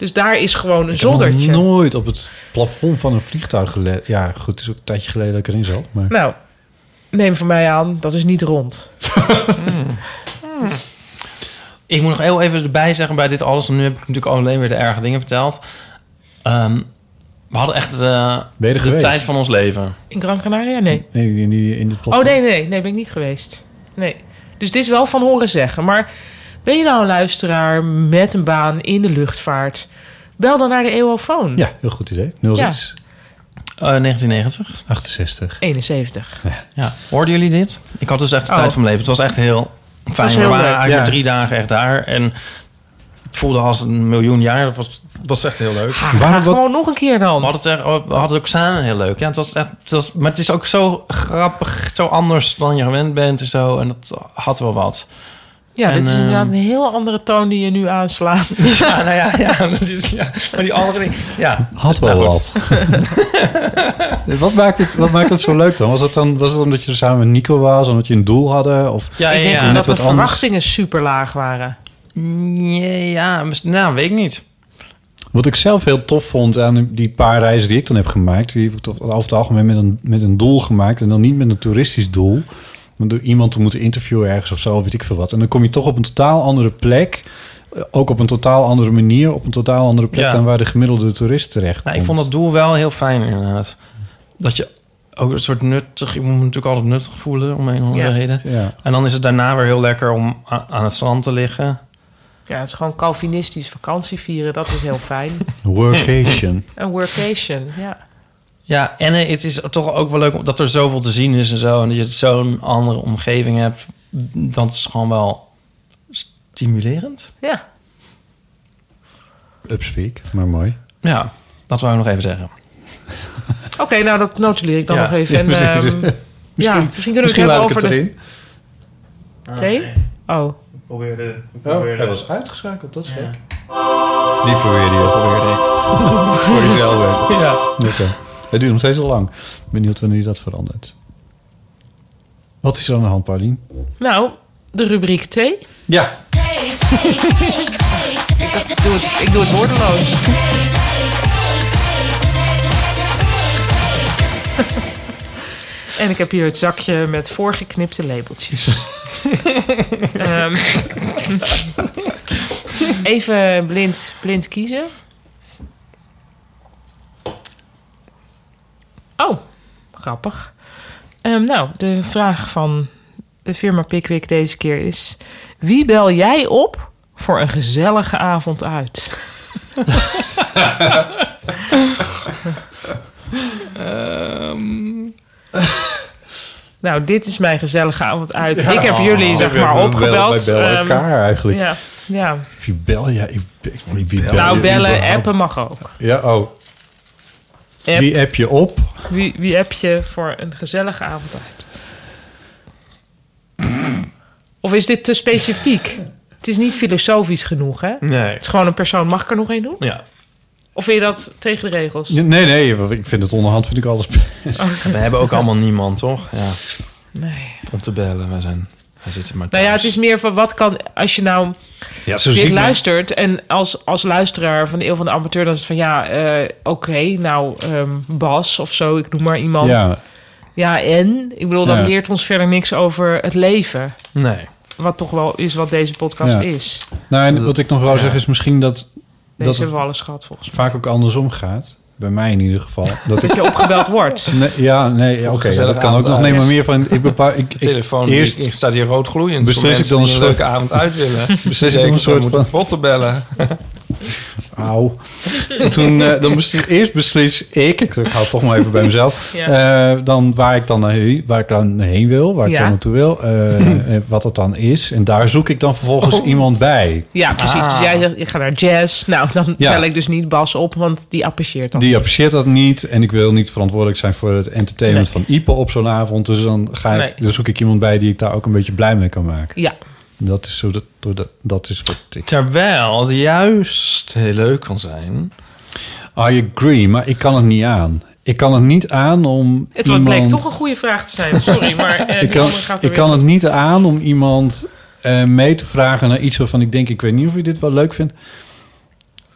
Dus daar is gewoon een Ik heb nog zoldertje. nooit op het plafond van een vliegtuig gelet. Ja, goed, het is ook een tijdje geleden dat ik erin zat. Maar... Nou, neem van mij aan, dat is niet rond. Mm. Mm. Ik moet nog heel even erbij zeggen bij dit alles. En nu heb ik natuurlijk alleen weer de erge dingen verteld. Um, we hadden echt uh, de geweest? tijd van ons leven. In Gran Canaria? Nee. Nee, in, die, in dit plafond. Oh, nee, nee. Nee, ben ik niet geweest. Nee. Dus dit is wel van horen zeggen. Maar ben je nou een luisteraar met een baan in de luchtvaart? Bel dan naar de Eeuwofoon. Ja, heel goed idee. nul zes. Ja. Uh, negentien negentig. achtenzestig. eenenzeventig. Ja. Ja. Hoorden jullie dit? Ik had dus echt de Oh. tijd van mijn leven. Het was echt heel fijn. was heel we waren leuk. eigenlijk Ja. drie dagen echt daar. En het voelde als een miljoen jaar. Dat was, dat was echt heel leuk. Ha, Waarom- ga wat- gewoon nog een keer dan. We hadden, het, er, we hadden het ook samen heel leuk. Ja, het was echt, het was, maar het is ook zo grappig, zo anders dan je gewend bent en zo. En dat had wel wat. Ja, En, dit is ehm, inderdaad een heel andere toon die je nu aanslaat. Ja, nou ja, ja, dat is, ja. Maar die andere ding, ja. Had wel Nou, wat. wat, maakt het, wat maakt het zo leuk dan? Was het dan was het omdat je er samen met Nico was, omdat je een doel hadden? Of... Ja, ik ja, denk ja. dat net de wat anders. verwachtingen super laag waren. Ja, ja, mis- nou, weet ik niet. Wat ik zelf heel tof vond aan die paar reizen die ik dan heb gemaakt... die heb ik toch over het algemeen met een, met een doel gemaakt... en dan niet met een toeristisch doel... maar door iemand te moeten interviewen ergens of zo, weet ik veel wat. En dan kom je toch op een totaal andere plek... ook op een totaal andere manier... op een totaal andere plek Ja. dan waar de gemiddelde toerist terecht Nou, ik vond dat doel wel heel fijn inderdaad. Dat je ook een soort nuttig... Je moet me natuurlijk altijd nuttig voelen om een of andere Ja. reden. Ja. En dan is het daarna weer heel lekker om a- aan het strand te liggen. Ja, het is gewoon Calvinistisch vakantie vieren. Dat is heel fijn. Workation. Een workation, ja. Ja, en eh, het is toch ook wel leuk dat er zoveel te zien is en zo. En dat je zo'n andere omgeving hebt. Dat is gewoon wel stimulerend. Ja. Upspeak, maar mooi. Ja, dat wou ik nog even zeggen. Oké, nou dat notuleer ik dan Ja. nog even. En, Ja, precies. ehm, Misschien- ja, misschien kunnen we het Misschien hebben laat ik over het de... erin. Thee? Oh. Ik probeerde... Ik Oh, hij was uitgeschakeld, dat is Ja. gek. Die probeerde je. probeerde ik. Voor jezelf. hè? Ja. Oké. Het duurt nog steeds al lang. Benieuwd wanneer dat verandert. Wat is er aan de hand, Paulien? Nou, de rubriek thee. Ja. Ik doe het, ik doe het woordeloos. En ik heb hier het zakje met voorgeknipte labeltjes. Ehm, even blind, blind kiezen. Oh, grappig. Ehm, nou, de vraag van de firma Pickwick deze keer is... Wie bel jij op voor een gezellige avond uit? Um, Nou, dit is mijn gezellige avond uit. Ja. Ik heb jullie, zeg We maar, bellen- opgebeld. Wij bellen Ehm, elkaar eigenlijk. Ja, ja. Wie bel je? Ik, ik, wie, wie bel Nou, je bellen, überhaupt? appen mag ook. Ja, oh. App. Wie app je op? Wie, wie app je voor een gezellige avond uit? Of is dit te specifiek? Het is niet filosofisch genoeg, hè? nee. Het is gewoon een persoon. Mag ik er nog één doen? Ja. Of vind je dat tegen de regels? Nee, nee, ik vind het onderhand vind ik alles... We hebben ook allemaal niemand, toch? Ja. Nee. Om te bellen. Wij zijn... Wij zitten maar Nou thuis. ja, het is meer van wat kan... Als je nou Ja, zo dit ziek. luistert en als, als luisteraar van de Eeuw van de Amateur... dan is het van ja, eh, oké, nou ehm, Bas of zo, ik noem maar iemand. Ja, Ja, en? Ik bedoel, dat Ja. leert ons verder niks over het leven. Nee. Wat toch wel is wat deze podcast Ja. is. nou en wat ik nog wou Ja. zeggen is misschien dat, Deze dat het hebben we alles gehad volgens mij. vaak ook andersom gaat. Bij mij in ieder geval. Dat ik, Dat je opgebeld wordt. nee, ja, nee, ja, Voor oké, ja, gezellige dat kan ook avond nog. uit. Nee, maar meer van, ik bepaal, ik, De ik, telefoon eerst- die, staat hier rood gloeiend. Beslis voor ik mensen dan die een een soort- leuke avond uit willen. Beslis ik Zeker, dan een soort moet van- ik botten bellen. Auw. En toen, eh, dan beslis, eerst beslis ik, ik hou het toch maar even bij mezelf, Ja. eh, dan waar ik dan naar heen, waar ik dan heen wil, waar ik Ja. dan naartoe wil, eh, eh, wat het dan is. En daar zoek ik dan vervolgens Oh. iemand bij. Ja, precies. Ah. Dus jij zegt, je gaat naar jazz. Nou, dan Ja. bel ik dus niet Bas op, want die apprecieert dan. Die apprecieert dat niet en ik wil niet verantwoordelijk zijn voor het entertainment Nee. van Ipe op zo'n avond. Dus dan, ga ik, Nee. dan zoek ik iemand bij die ik daar ook een beetje blij mee kan maken. Ja, Dat is, zo, dat, dat, dat is wat ik... Terwijl het juist heel leuk kan zijn. I agree, maar ik kan het niet aan. Ik kan het niet aan om het iemand... bleek toch een goede vraag te zijn. Sorry, maar eh, Ik die kan, andere gaat er ik weer- kan het niet aan om iemand eh, mee te vragen naar iets waarvan ik denk... ik weet niet of je dit wel leuk vindt.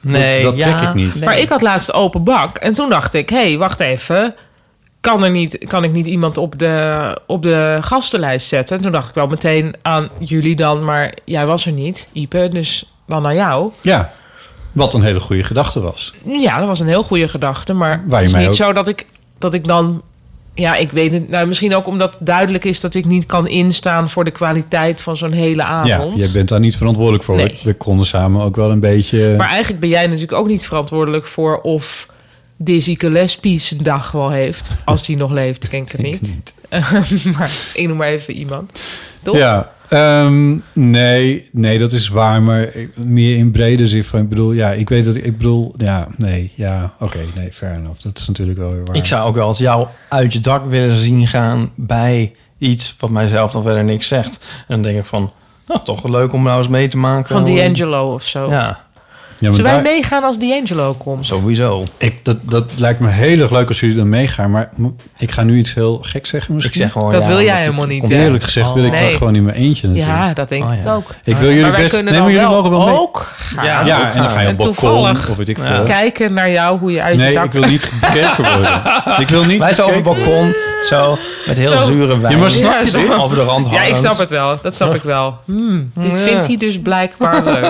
Nee, dat dat ja, trek ik niet. nee. Maar ik had laatst open bak. En toen dacht ik, hé, hey, wacht even. Kan, er niet, kan ik niet iemand op de, op de gastenlijst zetten? En toen dacht ik wel meteen aan jullie dan. Maar jij was er niet, Ipe. Dus dan aan jou. Ja, wat een hele goede gedachte was. Ja, dat was een heel goede gedachte. Maar Waar het je is mij niet ook- zo dat ik, dat ik dan... Ja, ik weet het. Nou, misschien ook omdat het duidelijk is dat ik niet kan instaan voor de kwaliteit van zo'n hele avond. Ja, je bent daar niet verantwoordelijk voor. Nee. We, we konden samen ook wel een beetje... Maar eigenlijk ben jij natuurlijk ook niet verantwoordelijk voor of Dizzy Gillespie zijn dag wel heeft. Als die nog leeft, ik denk het Denk niet. Maar ik noem maar even iemand. Toch? Ja, um, nee, nee, dat is waar. Maar ik- meer in brede zin van... Ik bedoel, ja, ik weet dat... Ik bedoel, ja, nee, ja, oké, okay, nee, fair enough. Dat is natuurlijk wel weer waar. Ik zou ook wel eens jou uit je dak willen zien gaan bij iets wat mijzelf dan verder niks zegt. En dan denk ik van, nou, toch wel leuk om nou eens mee te maken. Van D'Angelo of zo. Ja, Ja, maar Zullen wij daar- meegaan als D'Angelo komt? sowieso. ik, dat, dat lijkt me heel erg leuk als jullie dan meegaan. Maar mo- ik ga nu iets heel gek zeggen misschien. Ik zeg gewoon Dat ja, wil jij omdat helemaal het- niet, Want hè? eerlijk gezegd wil ik Oh, dat nee. gewoon in mijn eentje natuurlijk. Ja, dat denk Oh, ik ja. ook. Ik wil jullie maar wij best... kunnen Nee, dan maar jullie wel mogen wel mee. ook gaan. Ja, Ja, ook en dan ga je En op balkon toevallig- of weet ik Ja. veel. Kijken naar jou, hoe je uit je Nee, dak... ik wil niet bekeken worden. Ik wil niet Wij zo op het bekeken balkon, zo, met heel Zo. zure wijn. Ja, maar snap je Ja, dit? Over de rand Ja, ik hangend. snap het wel. Dat snap ik wel. Hmm, dit Ja. vindt hij dus blijkbaar leuk.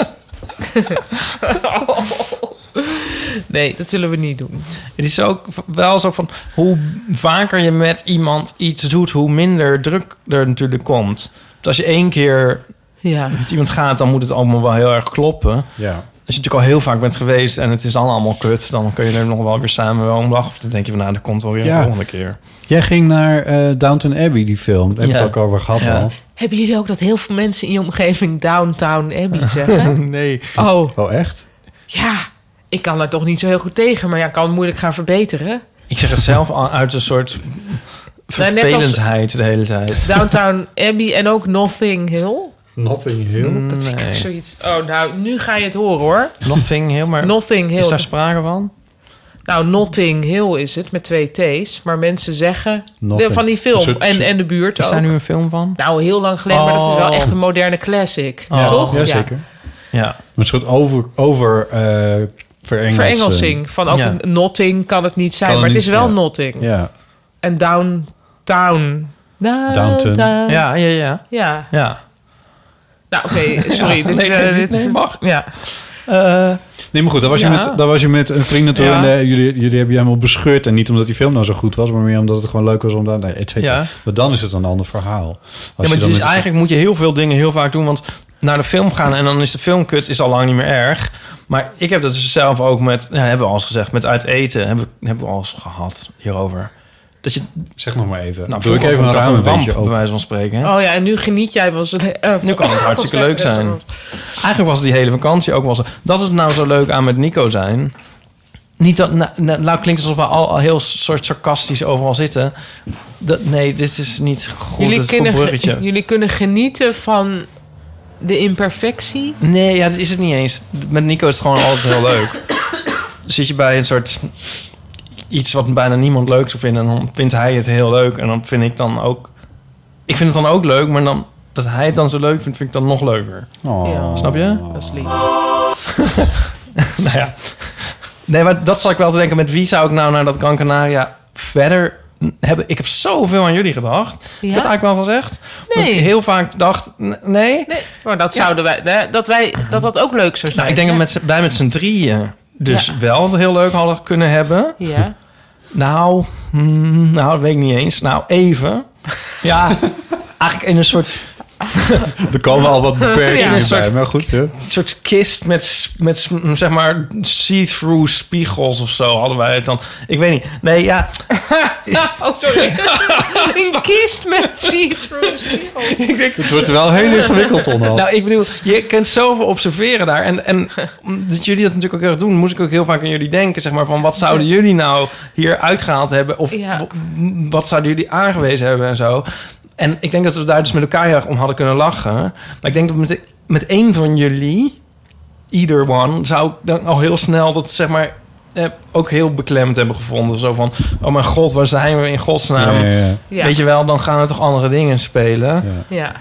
Nee, dat zullen we niet doen. Het is ook wel zo van, hoe vaker je met iemand iets doet, hoe minder druk er natuurlijk komt. Dus als je één keer Ja. met iemand gaat, dan moet het allemaal wel heel erg kloppen. Ja. Als je natuurlijk al heel vaak bent geweest en het is dan allemaal kut, dan kun je er nog wel weer samen wel om lachen. Of dan denk je van, nou, dat komt wel weer Ja. een volgende keer. Jij ging naar eh, Downton Abbey, die film. Daar heb je Ja. het ook over gehad Ja. al. Hebben jullie ook dat heel veel mensen in je omgeving Downtown Abbey zeggen? Nee. Oh, Oh, echt? ja. Ik kan daar toch niet zo heel goed tegen, maar ja, kan het moeilijk gaan verbeteren. Ik zeg het zelf al uit een soort Nou, net als- vervelendheid de hele tijd. Downtown Abbey en ook Notting Hill. Nothing Hill. Dat vind ik Nee. ook zoiets. Oh, nou, nu ga je het horen hoor. Nothing heel, maar Notting Hill. is daar sprake van? Nou, Notting Hill is het, met twee T's. Maar mensen zeggen... Nothing. De, van die film Een soort- en, soort- en de buurt Is ook. daar nu een film van? Nou, heel lang geleden, maar dat is wel Oh. echt een moderne classic. Oh. Toch? Ja, zeker. Ja. Een soort over, over uh, verengels, Verengelsing. Van ook Ja. een Notting kan het niet zijn, Kan maar het het is niet, wel ja. Notting. Ja. En Downtown. Downton. Downtown. Ja, ja, ja. Ja. Ja. Nou, oké, sorry. Ja, dit, nee, eh, nee, dit, nee, mag. Ja. Uh, Nee, maar goed, daar was, Ja. je met, daar was je met een vriend naartoe. Ja. En uh, jullie, jullie hebben je helemaal bescheurd. En niet omdat die film nou zo goed was, maar meer omdat het gewoon leuk was om daar... Nee, et cetera. Ja. Maar dan is het een ander verhaal. Als ja, je maar dan dus met- eigenlijk moet je heel veel dingen heel vaak doen. Want naar de film gaan en dan is de film kut, is al lang niet meer erg. Maar ik heb dat dus zelf ook met... Ja, hebben we al eens gezegd, met uit eten. Hebben, we- hebben we al eens gehad hierover. Dat je... Zeg nog maar even. Nou, Doe ik vroeger even een vond raam een ramp, beetje bij open. wijze van spreken. Oh ja, en nu geniet jij van zo'n... Uh, Nu kan het hartstikke leuk zijn. Eigenlijk was die hele vakantie ook wel zo... Dat is het nou zo leuk aan met Nico zijn. Niet dat... Nou, nou, nou klinkt alsof we al, al heel soort sarcastisch overal zitten. Dat, nee, dit is niet goed. Jullie dat is een kunnen, goed bruggetje. ge- jullie kunnen genieten van de imperfectie. Nee, ja, dat is het niet eens. Met Nico is het gewoon altijd heel leuk. Dan zit je bij een soort... iets wat bijna niemand leuk zou vinden... en dan vindt hij het heel leuk. En dan vind ik dan ook... Ik vind het dan ook leuk, maar dan... dat hij het dan zo leuk vindt, vind ik dan nog leuker. Oh. Ja. Snap je? Dat is lief. Nou ja. Nee, maar dat zal ik wel te denken. Met wie zou ik nou naar dat Gran Canaria verder hebben? Ik heb zoveel aan jullie gedacht. Ik Ja? heb het eigenlijk wel gezegd. Dat Nee. ik heel vaak dacht... n- Nee? Nee, maar dat Ja. zouden wij... hè, Dat, wij dat dat ook leuk zou zijn. Nou, ik denk ja. dat met, z'n- wij met z'n drieën dus Ja. wel heel leuk hadden kunnen hebben. Ja. Nou, hmm, nou, dat weet ik niet eens. Nou, even. Ja, eigenlijk in een soort, Er komen al wat beperkingen Ja, bij, een soort- maar goed. Ja. soort kist met, met, zeg maar, see-through spiegels of zo hadden wij het dan. Ik weet niet. Nee, ja. Oh, sorry. Een kist met see-through spiegels. Het wordt wel heel ingewikkeld onderhand. Nou, ik bedoel, je kunt zoveel observeren daar. En, en dat jullie dat natuurlijk ook erg doen, moest ik ook heel vaak aan jullie denken. Zeg maar, van wat zouden jullie nou hier uitgehaald hebben? Of Ja. w- wat zouden jullie aangewezen hebben en zo? En ik denk dat we daar dus met elkaar heel erg om hadden kunnen lachen. Maar ik denk dat met, met één van jullie, either one, zou ik dan al heel snel dat, zeg maar, eh, ook heel beklemd hebben gevonden. Zo van, oh mijn god, waar zijn we in godsnaam? Ja, ja, ja. Ja. Weet je wel, dan gaan er toch andere dingen spelen. Ja. Ja.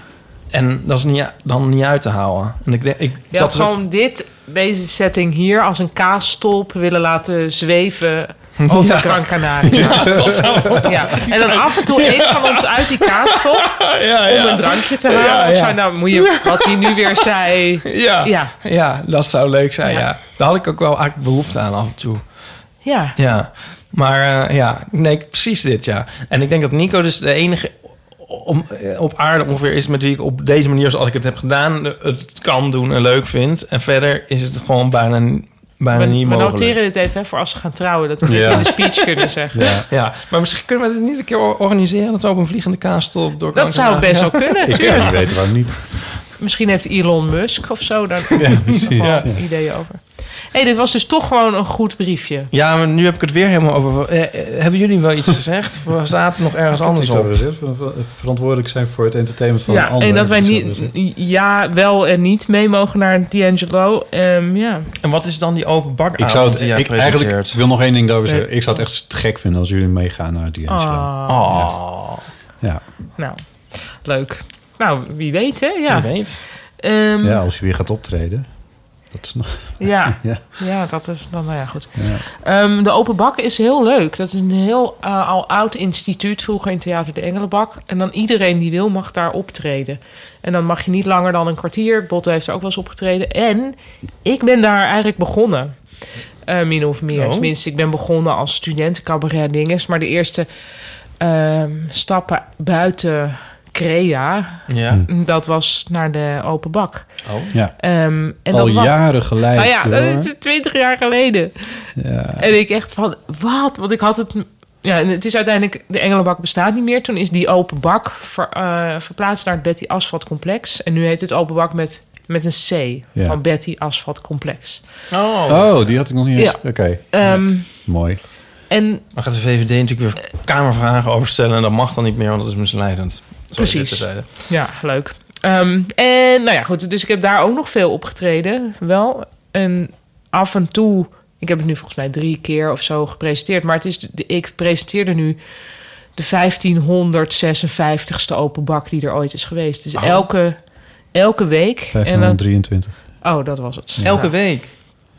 En dat is niet, dan niet uit te houden. En ik, ik Je zat had dus ook- gewoon dit, deze setting hier als een kaasstolp willen laten zweven over Ja. Gran Canaria. Ja, dat zou fantastisch Ja. En dan af en toe één van ons uit die kaasstolp ja, om ja. een drankje te halen. Ja, Of ja. zo. Nou, moet je, wat hij nu weer zei. Ja. Ja. Ja, dat zou leuk zijn, ja. Ja. Daar had ik ook wel eigenlijk behoefte aan af en toe. Ja. Ja, maar uh, ja, nee, precies dit, ja. En ik denk dat Nico dus de enige om, op aarde ongeveer is met wie ik op deze manier, zoals ik het heb gedaan, het kan doen en leuk vind. En verder is het gewoon bijna, bijna We, niet we mogelijk. noteren dit even hè, voor als ze gaan trouwen. Dat we dit Ja. in de speech kunnen zeggen. Ja. Ja, maar misschien kunnen we het niet een keer organiseren dat we op een vliegende kaasstolp door Dat zou best wel kunnen. Ik zou tuurlijk. niet weten waarom niet. Misschien heeft Elon Musk of zo daar Ja, precies. nog wel Ja. ideeën over. Hé, hey, dit was dus toch gewoon een goed briefje. Ja, maar nu heb ik het weer helemaal over. Eh, eh, hebben jullie wel iets gezegd? We zaten nog ergens anders op. Verantwoordelijk zijn voor het entertainment van Ja, anderen. en dat wij Iets niet, over gezegd. ja, wel en niet mee mogen naar D'Angelo. Um, ja. En wat is dan die open bakavond Ik zou het, die jij ik, eigenlijk presenteert? ik wil nog één ding daarover Nee. zeggen. Ik zou het echt te gek vinden als jullie meegaan naar die Angelo. Ah, Oh, Ja. Nou, leuk. Nou, wie weet, hè? Ja. wie weet. Ehm, ja, als je weer gaat optreden. Dat is nog... ja. Ja. ja, dat is dan, nou ja, goed. Ja. Ehm, de Open Bak is heel leuk. Dat is een heel uh, al oud instituut, vroeger in Theater de Engelenbak. En dan iedereen die wil mag daar optreden. En dan mag je niet langer dan een kwartier. Botte heeft er ook wel eens opgetreden. En ik ben daar eigenlijk begonnen. Uh, min of meer. Oh. Tenminste, ik ben begonnen als studentencabaret dinges. Maar de eerste ehm, stappen buiten Crea, Ja. dat was naar de Open Bak. Oh. Ja. Ehm, en Al dat wa- jaren geleid. Nou ja, door- dat is twintig jaar geleden. ja. En ik echt van, wat? Want ik had het... Ja, en het is uiteindelijk... De Engelenbak bestaat niet meer. Toen is die Open Bak ver, uh, verplaatst naar het Betty Asphalt Complex. En nu heet het Open Bak met, met een C Ja. van Betty Asphalt Complex. Oh. Oh, die had ik nog niet eens. Ja. Oké, Ehm, mooi. En Dan gaat de V V D natuurlijk weer kamervragen over stellen. En dat mag dan niet meer, want dat is misleidend. Sorry, Precies. dit terzijde. ja, leuk. Um, en nou ja, goed. Dus ik heb daar ook nog veel opgetreden. Wel. En af en toe... Ik heb het nu volgens mij drie keer of zo gepresenteerd. Maar het is, de- ik presenteerde nu de vijftienhonderdzesenvijftigste Open Bak die er ooit is geweest. Dus Oh. elke, elke week. En dan, vijftienhonderddrieëntwintig. oh, dat was het. Elke Ja, week.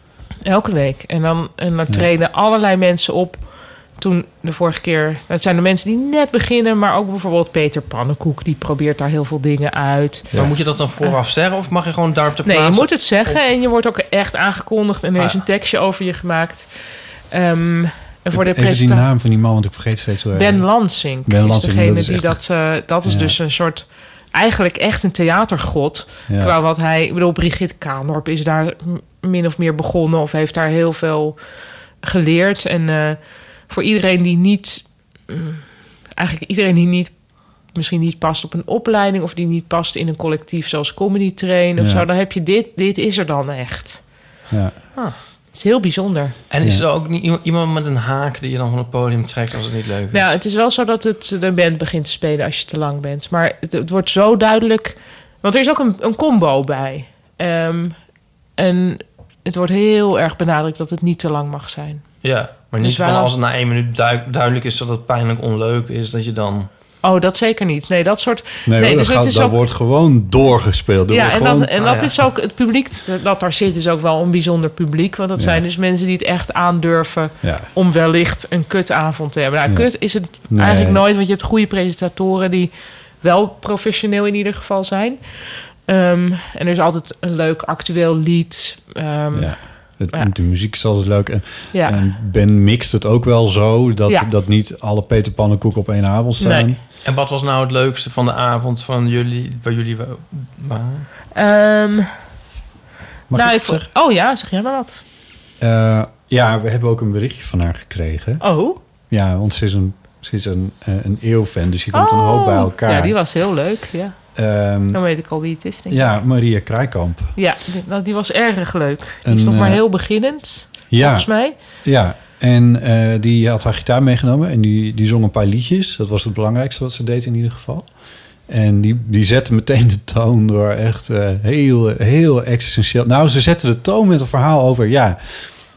elke week. En dan, en dan Ja. treden allerlei mensen op. Toen de vorige keer... Dat zijn de mensen die net beginnen. Maar ook bijvoorbeeld Peter Pannenkoek. Die probeert daar heel veel dingen uit. Ja. Maar moet je dat dan vooraf zeggen? Of mag je gewoon daar op de Nee, plaats... je moet het zeggen en je wordt ook echt aangekondigd en er Ah, is ja. een tekstje over je gemaakt. Ehm, en voor de Even die presentatie... naam van die man, want ik vergeet steeds zo erg. Ben Lansing Ben is Lansing, degene dat is die echt- dat... eh, dat is Ja. dus een soort... Eigenlijk echt een theatergod. Ja. Qua wat hij... Ik bedoel, Brigitte Kaandorp is daar m- min of meer begonnen... of heeft daar heel veel geleerd. En eh, voor iedereen die niet... mm, eigenlijk iedereen die niet... misschien niet past op een opleiding... of die niet past in een collectief zoals Comedy Train of Ja. zo... dan heb je dit... Dit is er dan echt. Ja. Het is heel bijzonder. En is Ja. er ook niet iemand- iemand met een haak die je dan van het podium trekt als het niet leuk is? Nou, het is wel zo dat het de band begint te spelen als je te lang bent. Maar het, het wordt zo duidelijk... Want er is ook een, een combo bij. Ehm, en het wordt heel erg benadrukt dat het niet te lang mag zijn. Ja, maar niet Dus van waarom- als het na één minuut du- duidelijk is dat het pijnlijk onleuk is, dat je dan... Oh, dat zeker niet. Nee, dat soort... Nee, Nee, hoor, dus dat, het gaat, is dat ook- wordt gewoon doorgespeeld. Er Ja, wordt en gewoon... dat, en Ah, dat ja. is ook het publiek dat daar zit, is ook wel een bijzonder publiek. Want dat Ja. zijn dus mensen die het echt aandurven Ja. om wellicht een kutavond te hebben. Nou, Ja. kut is het Nee. eigenlijk nooit, want je hebt goede presentatoren die wel professioneel in ieder geval zijn. Ehm, en er is altijd een leuk actueel lied. Ehm, Ja. Het, Ja. De muziek is altijd leuk. En, ja. en Ben mixt het ook wel zo... dat, Ja. dat niet alle Peter Pannenkoeken op één avond staan. Nee. En wat was nou het leukste van de avond van jullie, waar jullie wa- waren? Ehm, Mag nou, ik ik het vo- zeggen? oh ja, zeg jij maar wat. Eh, ja, we hebben ook een berichtje van haar gekregen. Oh, Ja, want ze is een, ze is een, eh, een eeuwfan, dus je komt een hoop bij elkaar. Oh. Ja, die was heel leuk. Ja. Ehm, Dan weet ik al wie het is, denk ik. ja, Maria Kraaikamp. Ja, die, nou, die was erg leuk. Die is Een, nog maar eh, heel beginnend, Ja, volgens mij. ja. En eh, die had haar gitaar meegenomen en die, die zong een paar liedjes. Dat was het belangrijkste wat ze deed in ieder geval. En die, die zette meteen de toon door echt eh, heel, heel existentieel... Nou, ze zette de toon met een verhaal over... ja,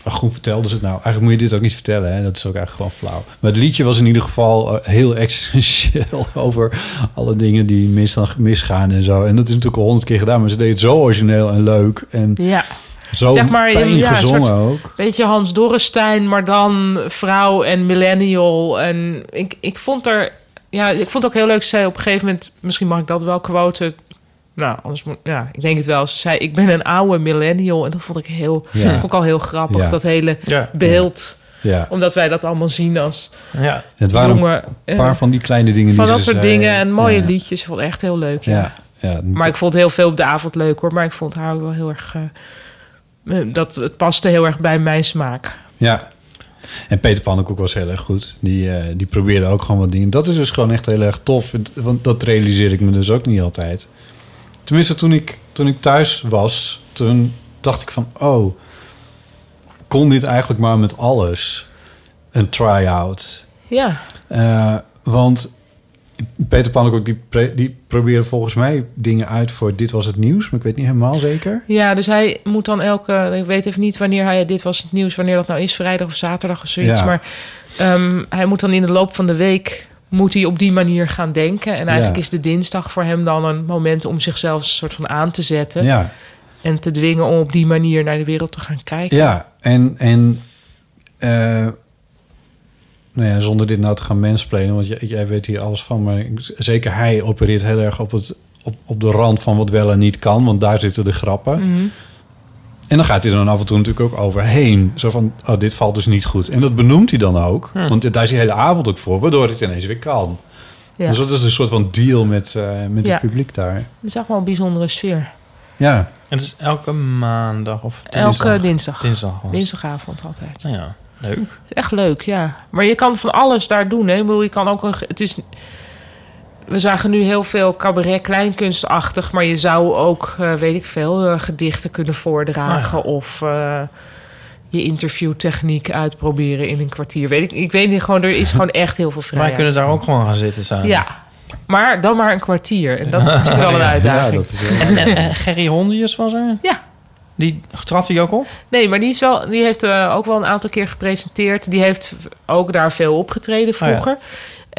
goed vertelden ze het nou? Eigenlijk moet je dit ook niet vertellen. Hè? Dat is ook eigenlijk gewoon flauw. Maar het liedje was in ieder geval uh, heel existentieel over alle dingen die mis, misgaan en zo. En dat is natuurlijk al honderd keer gedaan, maar ze deed het zo origineel en leuk. En Ja. zo Zeg maar, fijn ja, gezongen soort- ook. Beetje Hans Dorrestein, maar dan vrouw en millennial. En ik, ik vond er... Ja, ik vond het ook heel leuk. Ze zei op een gegeven moment... Misschien mag ik dat wel quoten. Nou, anders moet... Ja, ik denk het wel. Ze zei, ik ben een oude millennial. En dat vond ik heel... Ja. Vond ik al heel grappig. Ja. Dat hele Ja. beeld. Ja. Omdat wij dat allemaal zien als Ja. Het waren jonge... een paar van die kleine dingen. van die dat ze soort zei. dingen en mooie Ja. liedjes. Ik vond het echt heel leuk, ja. Ja. Ja. Maar ik vond heel veel op de avond leuk, hoor. Maar ik vond haar ook wel heel erg... Uh, dat het paste heel erg bij mijn smaak. Ja. En Peter Pannenkoek was heel erg goed. Die, uh, die probeerde ook gewoon wat dingen. Dat is dus gewoon echt heel erg tof. Want dat realiseer ik me dus ook niet altijd. Tenminste, toen ik, toen ik thuis was... toen dacht ik van... oh, kon dit eigenlijk maar met alles? Een try-out. Ja. Uh, want Peter Pannenkoek die, pre- die probeerde volgens mij dingen uit voor Dit Was Het Nieuws. Maar ik weet niet helemaal zeker. Ja, dus hij moet dan elke... Ik weet even niet wanneer hij... Dit was het nieuws, wanneer dat nou is. Vrijdag of zaterdag of zoiets. Ja. Maar um, hij moet dan in de loop van de week... moet hij op die manier gaan denken. En eigenlijk Ja. is de dinsdag voor hem dan een moment... om zichzelf een soort van aan te zetten. Ja. En te dwingen om op die manier naar de wereld te gaan kijken. Ja, en... en uh, nou ja, zonder dit nou te gaan mansplainen, want jij, jij weet hier alles van, maar ik, zeker hij opereert heel erg op, het, op, op de rand van wat wel en niet kan, want daar zitten de grappen. Mm-hmm. En dan gaat hij er dan af en toe natuurlijk ook overheen. Zo van, oh, dit valt dus niet goed. En dat benoemt hij dan ook, Hm. want daar is die hele avond ook voor, waardoor het ineens weer kan. Ja. Dus dat is een soort van deal met, uh, met Ja. het publiek daar. Het is echt wel een bijzondere sfeer. Ja. En het is elke maandag of Elke dinsdag. Dinsdag. was het. Dinsdagavond altijd. Nou ja, leuk. Het is echt leuk, ja. Maar je kan van alles daar doen, hè. Ik bedoel, je kan ook een... Het is... We zagen nu heel veel cabaret kleinkunstachtig... maar je zou ook, uh, weet ik veel, uh, gedichten kunnen voordragen... Ah, ja. of uh, je interviewtechniek uitproberen in een kwartier. Weet ik, ik weet niet, gewoon, er is gewoon echt heel veel Wij vrijheid. kunnen daar ook gewoon gaan zitten samen. Ja, maar dan maar een kwartier. En dat is natuurlijk wel een Ja, uitdaging. dat is wel... En, en, en Gerry Hondius was er? Ja. Die trad hij ook op? Nee, maar die, is wel, die heeft uh, ook wel een aantal keer gepresenteerd. Die heeft ook daar veel opgetreden vroeger. Oh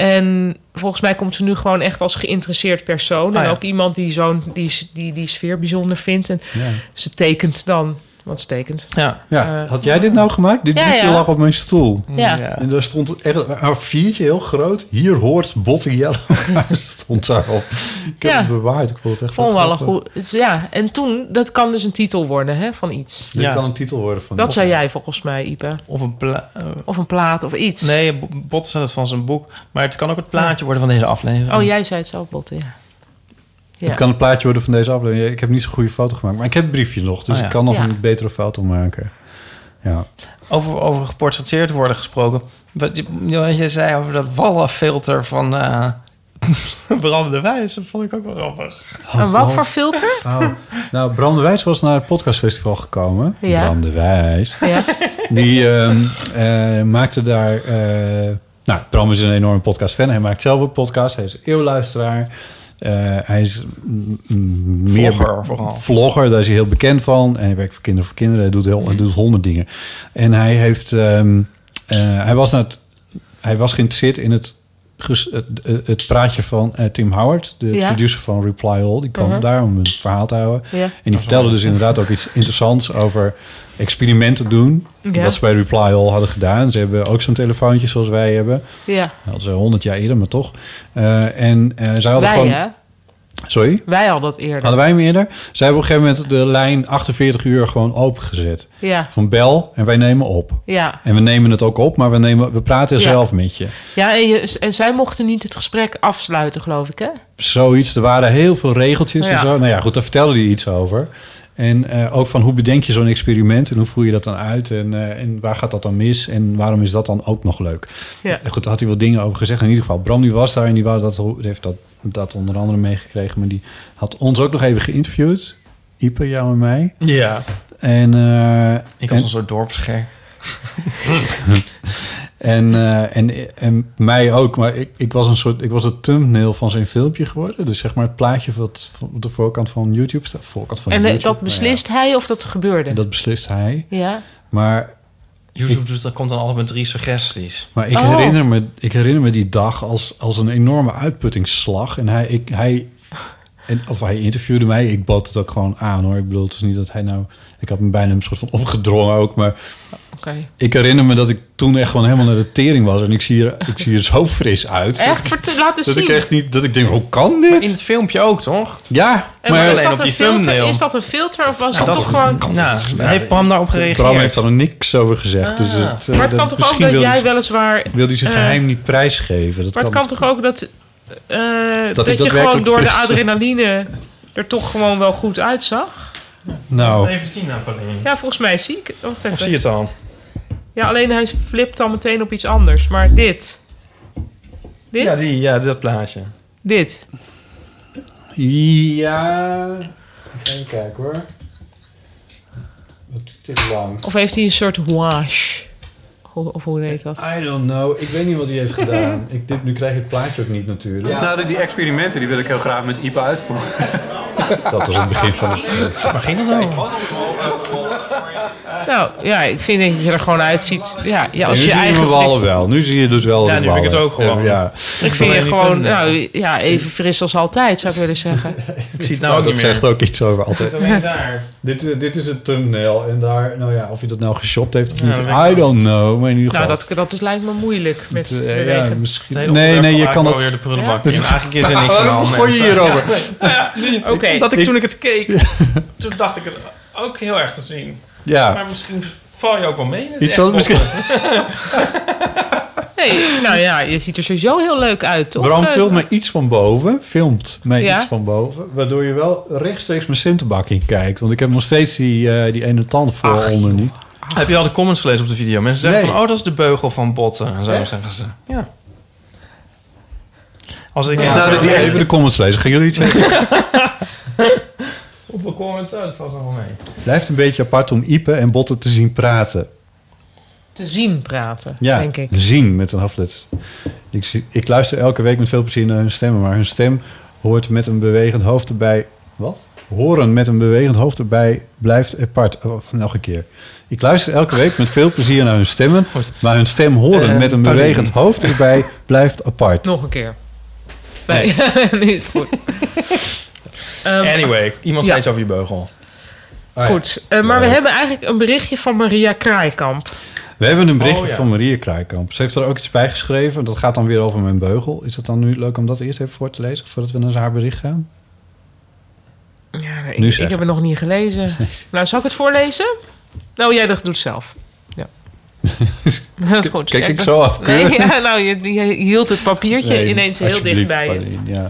En volgens mij komt ze nu gewoon echt als geïnteresseerd persoon. En Oh ja. ook iemand die, zo'n, die, die die sfeer bijzonder vindt. En Ja. ze tekent dan... Wat ze tekent. Ja. Ja, Uh, had jij dit nou gemaakt? Dit ja, briefje ja. lag op mijn stoel. Ja. En daar stond echt een A viertje, heel groot. Hier hoort Botte Jelle. stond daarop. Ik heb Ja. het bewaard. Ik vond het echt Vond wel een grappig. goed... Dus ja, en toen... Dat kan dus een titel worden, hè, van iets. Dit Ja. kan een titel worden van... Dat zei jij volgens mij, Ipe. Of een pla- uh, Of een plaat of iets. Nee, B- Bot zei het van zijn boek. Maar het kan ook het plaatje worden van deze aflevering. Oh, jij zei het zelf, Botte, ja. Ja. Het kan een plaatje worden van deze aflevering. Ik heb niet zo'n goede foto gemaakt. Maar ik heb het briefje nog. Dus Oh ja. ik kan nog Ja. een betere foto maken. Ja. Over, over geportretteerd worden gesproken. Wat je, wat je zei over dat wallenfilter van uh, brandende wijs. Dat vond ik ook wel grappig. En wat voor filter? Oh. Nou, Bram de Wijs was naar het podcastfestival gekomen. Ja. Bram de Wijs. Ja. Die ehm, eh, maakte daar... eh, nou, Bram is een enorme podcastfan. Hij maakt zelf een podcast. Hij is eeuwluisteraar. Uh, hij is mm, mm, meer Vlogger vooral. vlogger, daar is hij heel bekend van. En hij werkt voor Kinderen voor Kinderen. Hij doet, heel, Mm. hij doet honderd dingen. En hij heeft... Um, uh, hij, was naar het, hij was geïnteresseerd in het, ges, het, het, het praatje van uh, Tim Howard, de Ja. producer van Reply All. Die kwam Uh-huh. daar om een verhaal te houden. Ja. En die vertelde dus inderdaad ook iets interessants over experimenten doen. Ja. Wat ze bij Reply All hadden gedaan. Ze hebben ook zo'n telefoontje zoals wij hebben. Ja. Dat hadden ze honderd jaar eerder, maar toch. Uh, en uh, zij hadden Wij, gewoon... hè? Sorry? Wij hadden dat eerder. Hadden wij hem eerder? Zij hebben op een gegeven moment de lijn achtenveertig uur gewoon opengezet. Ja. Van bel en wij nemen op. Ja. En we nemen het ook op, maar we, nemen, we praten Ja. zelf met je. Ja, en, je, en zij mochten niet het gesprek afsluiten, geloof ik, hè? Zoiets, er waren heel veel regeltjes en Ja. zo. Nou ja, goed, daar vertelde hij iets over. En uh, ook van hoe bedenk je zo'n experiment en hoe voer je dat dan uit en, uh, en waar gaat dat dan mis en waarom is dat dan ook nog leuk? Ja. En goed, daar had hij wat dingen over gezegd. In ieder geval, Bram die was daar en die wou dat, heeft dat, dat onder andere meegekregen. Maar die had ons ook nog even geïnterviewd. Ipe, jou en mij. Ja. En, uh, Ik was en, een soort dorpsgek. en, uh, en, en mij ook, maar ik, ik was een soort, ik was het thumbnail van zijn filmpje geworden. Dus zeg maar het plaatje wat op de voorkant van YouTube staat. Voorkant van En YouTube, dat beslist hij of dat gebeurde? ja, dat beslist hij. Ja. Maar YouTube doet, dat komt dan altijd met drie suggesties. Maar ik, Oh. herinner me, ik herinner me die dag als, als een enorme uitputtingsslag. En hij, ik, hij, en, of hij interviewde mij. Ik bood het ook gewoon aan, hoor. Ik bedoel, het is niet dat hij nou... Ik had me bijna een soort van opgedrongen ook, maar... Okay. Ik herinner me dat ik toen echt gewoon helemaal naar de tering was. En ik zie er, ik zie er zo fris uit. Echt? Verte- laat eens Dat zien. ik echt niet... Dat ik denk, hoe kan dit? Maar in het filmpje ook, toch? Ja, En maar... is alleen dat op een die filter? thumbnail. Is dat een filter of was Ja, dat, dat toch is- gewoon... Nou, heeft Bram daarop gereageerd? Bram heeft er niks over gezegd. Ah. Dus het, Maar het kan toch ook dat jij weliswaar... Wil hij zijn eh, geheim niet prijsgeven? Dat Maar het kan toch ook dat, uh, dat, ik je gewoon daadwerkelijk door de fris- adrenaline er toch gewoon wel goed uitzag? Nou, Even zien, Napoleon. Ja, volgens mij zie ik... Wacht even. Of zie je het al? Ja, alleen hij flipt dan meteen op iets anders. Maar dit. Dit? Ja, die, ja, dat plaatje. Dit. ja... Even kijken, hoor. Wat duurt dit lang? Of heeft hij een soort wash? Of, of hoe heet dat? I don't know. Ik weet niet wat hij heeft gedaan. Ik, dit, nu krijg ik het plaatje ook niet natuurlijk. Ja. Nou, die experimenten die wil ik heel graag met I P A uitvoeren. Dat was het begin van het... Waar ging dat dan? Nou, ja, ik vind dat je er gewoon uitziet. Ja, ja als nu je zie je eigen... mijn wallen wel. Nu zie je dus wel Ja, de nu vind ik het wallen. ook gewoon. Ja. Ik vind je niet gewoon vinden. nou, ja, even fris als altijd, zou ik willen zeggen. Ik zie het nou Nou, ook dat niet meer. zegt ook iets over altijd. Het alleen daar. Dit, eh, dit is het thumbnail. En daar, nou ja, of je dat nou geshopt heeft of Ja, niet, dat weet ik I ook don't know. Maar in ieder geval. Nou, dat, dat is, lijkt me moeilijk met Het, eh, bewegen. ja, misschien... Het hele Nee, nee, je onderwerp kan wel het... weer de prullenbak. Ja? in. Eigenlijk is er niks aan de hand. Gooi je mensen. hierover. Oké. Dat ik Ik- toen ik het keek, toen dacht ik het ook heel erg te zien. Ja. Maar misschien val je ook wel mee. Het is Iets echt wat misschien... Nee, nou ja, je ziet er sowieso heel leuk uit, toch? Bram Eh, filmt mij iets van boven. Filmt mij Ja. iets van boven. Waardoor je wel rechtstreeks mijn centenbak in kijkt. Want ik heb nog steeds die, eh, die ene tand voor Ach, onder niet. Heb je al de comments gelezen op de video? Mensen zeggen Nee. van, oh, dat is de beugel van botten. En zo Echt? zeggen ze. Ja. Als ik... Nou, dat die even de comments lezen. Gaan jullie iets zeggen? Hoeveel comments? Oh, dat valt wel mee. Blijft een beetje apart om Ipe en Botten te zien praten. Te zien praten, Ja, denk ik. zien met een hoofdletter. Ik, zie- ik luister elke week met veel plezier naar hun stemmen. Maar hun stem hoort met een bewegend hoofd erbij... Wat? Horen met een bewegend hoofd erbij blijft apart. Oh, nog een keer. Ik luister elke week met veel plezier naar hun stemmen. Maar hun stem horen Eh, met een pardon. bewegend hoofd erbij blijft apart. Nog een keer. Nee, nu is het goed. Ehm, Anyway, iemand ja. zei iets over je beugel. Goed, Eh, maar we Leuk. hebben eigenlijk een berichtje van Maria Kraaikamp. We hebben een berichtje Oh, ja. van Maria Kraaikamp. Ze heeft er ook iets bij geschreven. Dat gaat dan weer over mijn beugel. Is het dan nu leuk om dat eerst even voor te lezen... voordat we naar haar bericht gaan? Ja, nee, Nu ik, zeg. ik heb het nog niet gelezen. Nou, zal ik het voorlezen? Nou, jij dat doet zelf. Ja. Dat is goed. Kijk ik Ja, zo af? Nee, ja, nou, je, je hield het papiertje Nee, ineens heel alsjeblieft, dicht bij je. Paulien, ja.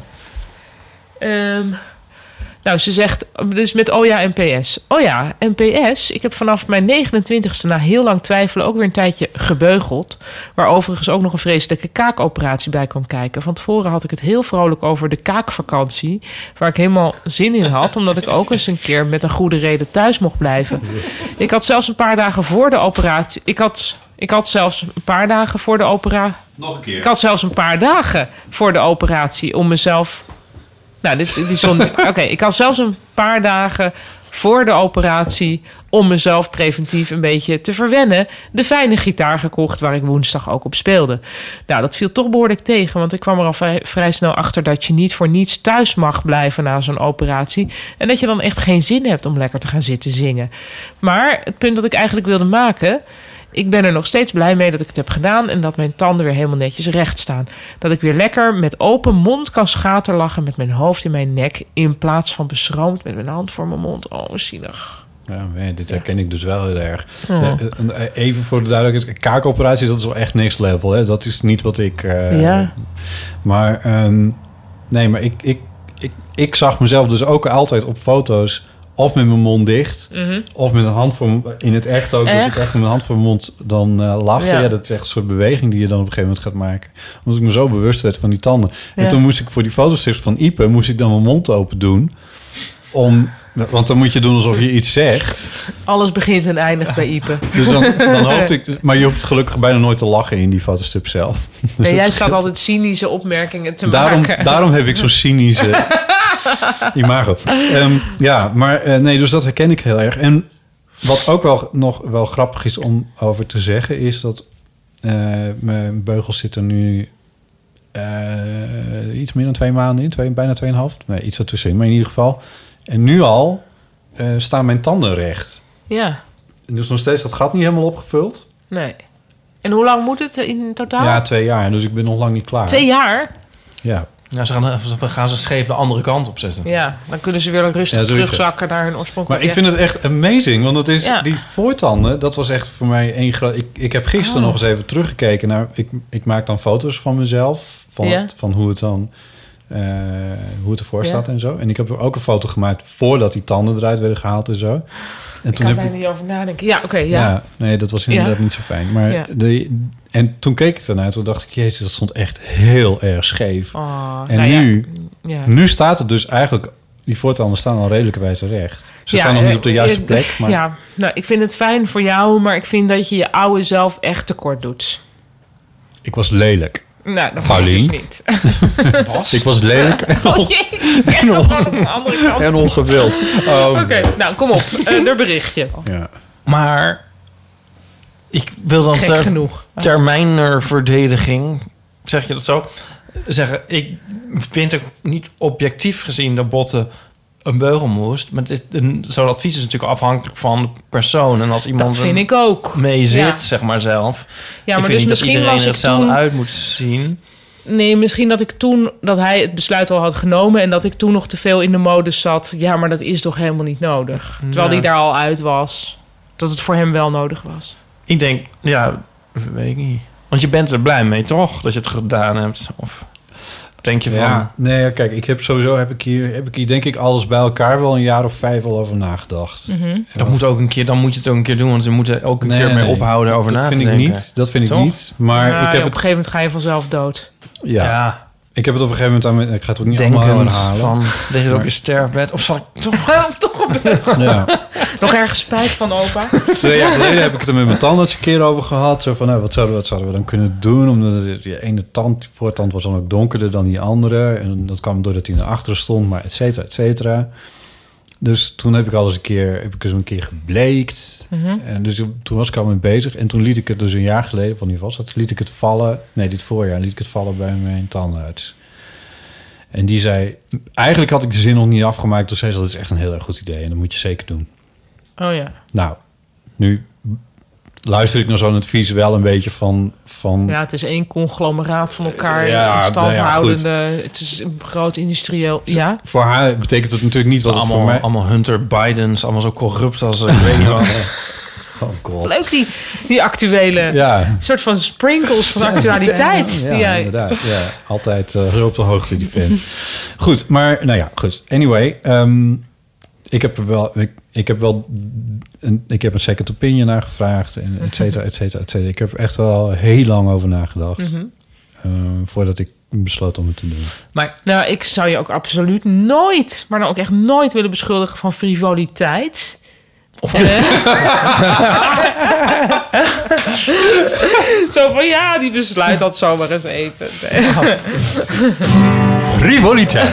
Ehm, nou, ze zegt dus met oh ja en P S. Oh ja, en P S, ik heb vanaf mijn negenentwintigste na heel lang twijfelen ook weer een tijdje gebeugeld. Waar overigens ook nog een vreselijke kaakoperatie bij kwam kijken. Van tevoren had ik het heel vrolijk over de kaakvakantie. Waar ik helemaal zin in had, omdat ik ook eens een keer met een goede reden thuis mocht blijven. Ik had zelfs een paar dagen voor de operatie... Ik had, ik had zelfs een paar dagen voor de operatie... Nog een keer. Ik had zelfs een paar dagen voor de operatie om mezelf... Nou, dit, dit is zo'n... Oké, ik had zelfs een paar dagen voor de operatie... om mezelf preventief een beetje te verwennen... de fijne gitaar gekocht waar ik woensdag ook op speelde. Nou, dat viel toch behoorlijk tegen... want ik kwam er al vrij, vrij snel achter... dat je niet voor niets thuis mag blijven na zo'n operatie... en dat je dan echt geen zin hebt om lekker te gaan zitten zingen. Maar het punt dat ik eigenlijk wilde maken... Ik ben er nog steeds blij mee dat ik het heb gedaan... en dat mijn tanden weer helemaal netjes recht staan. Dat ik weer lekker met open mond kan schaterlachen... met mijn hoofd in mijn nek... in plaats van beschroomd met mijn hand voor mijn mond. Oh, zielig. Ja, nee, dit herken ik dus wel heel erg. Oh. Eh, eh, Even voor de duidelijkheid. Kaakoperatie, dat is wel echt next level. Hè? Dat is niet wat ik... eh, Ja. Maar... ehm, nee, maar ik, ik, ik, ik zag mezelf dus ook altijd op foto's... of met mijn mond dicht... Mhm. of met een hand voor m- in het echt ook... dat Echt? ik echt met mijn hand voor mijn mond dan eh lachte. Ja. Ja. Dat is echt een soort beweging die je dan op een gegeven moment gaat maken. Omdat ik me zo bewust werd van die tanden. Ja. En toen moest ik voor die fotostrips van Ipe... moest ik dan mijn mond open doen... om... Want dan moet je doen alsof je iets zegt. Alles begint en eindigt bij Ipe. Dus dan, dan hoopte ik... Maar je hoeft gelukkig bijna nooit te lachen in die fotostrip zelf. Dus Nee, dat jij scheelt. staat altijd cynische opmerkingen te Daarom, maken. daarom heb ik zo'n cynische imago. Ehm, ja, maar eh, nee, dus dat herken ik heel erg. En wat ook wel nog wel grappig is om over te zeggen... is dat uh, mijn beugels zitten nu uh, iets meer dan twee maanden in. Twee, bijna tweeënhalf. Nee, iets ertussenin. Maar in ieder geval. En nu al uh, staan mijn tanden recht. Ja. En dus nog steeds dat gat niet helemaal opgevuld. Nee. En hoe lang moet het in totaal? Ja, twee jaar. Dus ik ben nog lang niet klaar. Twee jaar? Ja. Ja, ze gaan, we gaan ze scheef de andere kant op zetten. Ja, dan kunnen ze weer rustig Ja, terugzakken naar hun oorspronkelijke... Maar ik vind het echt amazing, want het is Ja. die voortanden, dat was echt voor mij één groot... Ik, ik heb gisteren Oh. nog eens even teruggekeken naar... Ik, ik maak dan foto's van mezelf, van, Ja. het, van hoe het dan... Uh, hoe het ervoor Ja. staat en zo. En ik heb er ook een foto gemaakt voordat die tanden eruit werden gehaald en zo. En Ik kan heb bijna niet over nadenken. Ja, oké, okay, ja. ja. Nee, dat was inderdaad Ja. niet zo fijn. Maar Ja. de, en toen keek ik ernaar en toen dacht ik... Jezus, dat stond echt heel erg scheef. Oh, en nou ja. nu, Ja. nu staat het dus eigenlijk... Die voortanden staan al redelijkerwijs recht. Ze Ja, staan nog niet op de eh, juiste eh, plek. Maar... Ja, nou, ik vind het fijn voor jou, maar ik vind dat je je oude zelf echt tekort doet. Ik was lelijk. Nou, dat Paulien. mag dus niet. Was? Ik was lelijk en, Oh on- jezus, zeg dat gewoon aan de andere kant. en ongewild. Oh, Oké, nee. nou kom op, uh, er berichtje. Ja. Maar ik wil dan Gek ter, genoeg. termijnerverdediging, zeg je dat zo, zeggen... Ik vind ook niet objectief gezien dat Botte een beugel moest. Maar dit, een, zo'n advies is natuurlijk afhankelijk van de persoon. En als iemand Dat vind ik ook. mee zit, Ja. zeg maar zelf. Ja, ik maar vind dus niet misschien dat iedereen was er ik hetzelfde toen... uit moet zien. Nee, misschien dat ik toen... dat hij het besluit al had genomen... en dat ik toen nog te veel in de modus zat. Ja, maar dat is toch helemaal niet nodig. Terwijl Ja. hij daar al uit was. Dat het voor hem wel nodig was. Ik denk, ja, weet ik niet. Want je bent er blij mee, toch? Dat je het gedaan hebt. Of denk je van... Ja, nee, kijk, ik heb sowieso heb ik hier, heb ik hier denk ik alles bij elkaar wel een jaar of vijf al over nagedacht. Mm-hmm. Dat moet ook een keer, dan moet je het ook een keer doen, want ze moeten ook een Nee, keer mee nee, ophouden over dat na te vind ik denken. niet. Dat vind ik Toch? niet. Maar Ja, ik heb op het, een gegeven moment ga je vanzelf dood. ja, Ja, ik heb het op een gegeven moment aan mijn, ik ga het ook niet allemaal denkend herhalen. van, lig je op Maar- je sterfbed? Of zal ik toch... Of toch een beugel. Ja. Nog ergens spijt van opa. Twee jaar geleden heb ik het er met mijn tandarts een keer over gehad. Zo van, nou, wat zouden we, wat zouden we dan kunnen doen? Omdat het- die ene tand, die voortand was dan ook donkerder dan die andere. En dat kwam doordat hij naar achteren stond, maar et cetera, et cetera. Dus toen heb ik alles een keer, heb ik eens een keer gebleekt. Mhm. En dus toen was ik al mee bezig. En toen liet ik het dus een jaar geleden, van die was dat, liet ik het vallen. Nee, dit voorjaar liet ik het vallen bij mijn tandarts. En die zei, eigenlijk had ik de zin nog niet afgemaakt. Toen zei ze, dat is echt een heel erg goed idee. En dat moet je zeker doen. Oh ja. Nou, nu luister ik naar zo'n advies wel een beetje van... van Ja, het is één conglomeraat van elkaar Ja, in stand nou ja, houdende. Het is een groot industrieel... Ja? Voor haar betekent het natuurlijk niet wat het allemaal, voor mij... allemaal Hunter Bidens, allemaal zo corrupt als ik weet niet wat. Oh god. Leuk, die, die actuele... Ja. soort van sprinkles van actualiteit. Ja, die jij- inderdaad. Ja, altijd uh, op de hoogte, die vent. Goed, maar nou ja, goed. Anyway, um, ik heb er wel... Ik, ik heb wel een, ik heb een second opinion naar gevraagd en et cetera, et cetera, et cetera. Ik heb er echt wel heel lang over nagedacht. Mhm. uh, voordat ik besloot om het te doen. Maar Nou, ik zou je ook absoluut nooit, maar dan ook echt nooit willen beschuldigen van frivoliteit. Of zo van ja, die besluit dat zomaar eens even. Nee. Rivaliteit.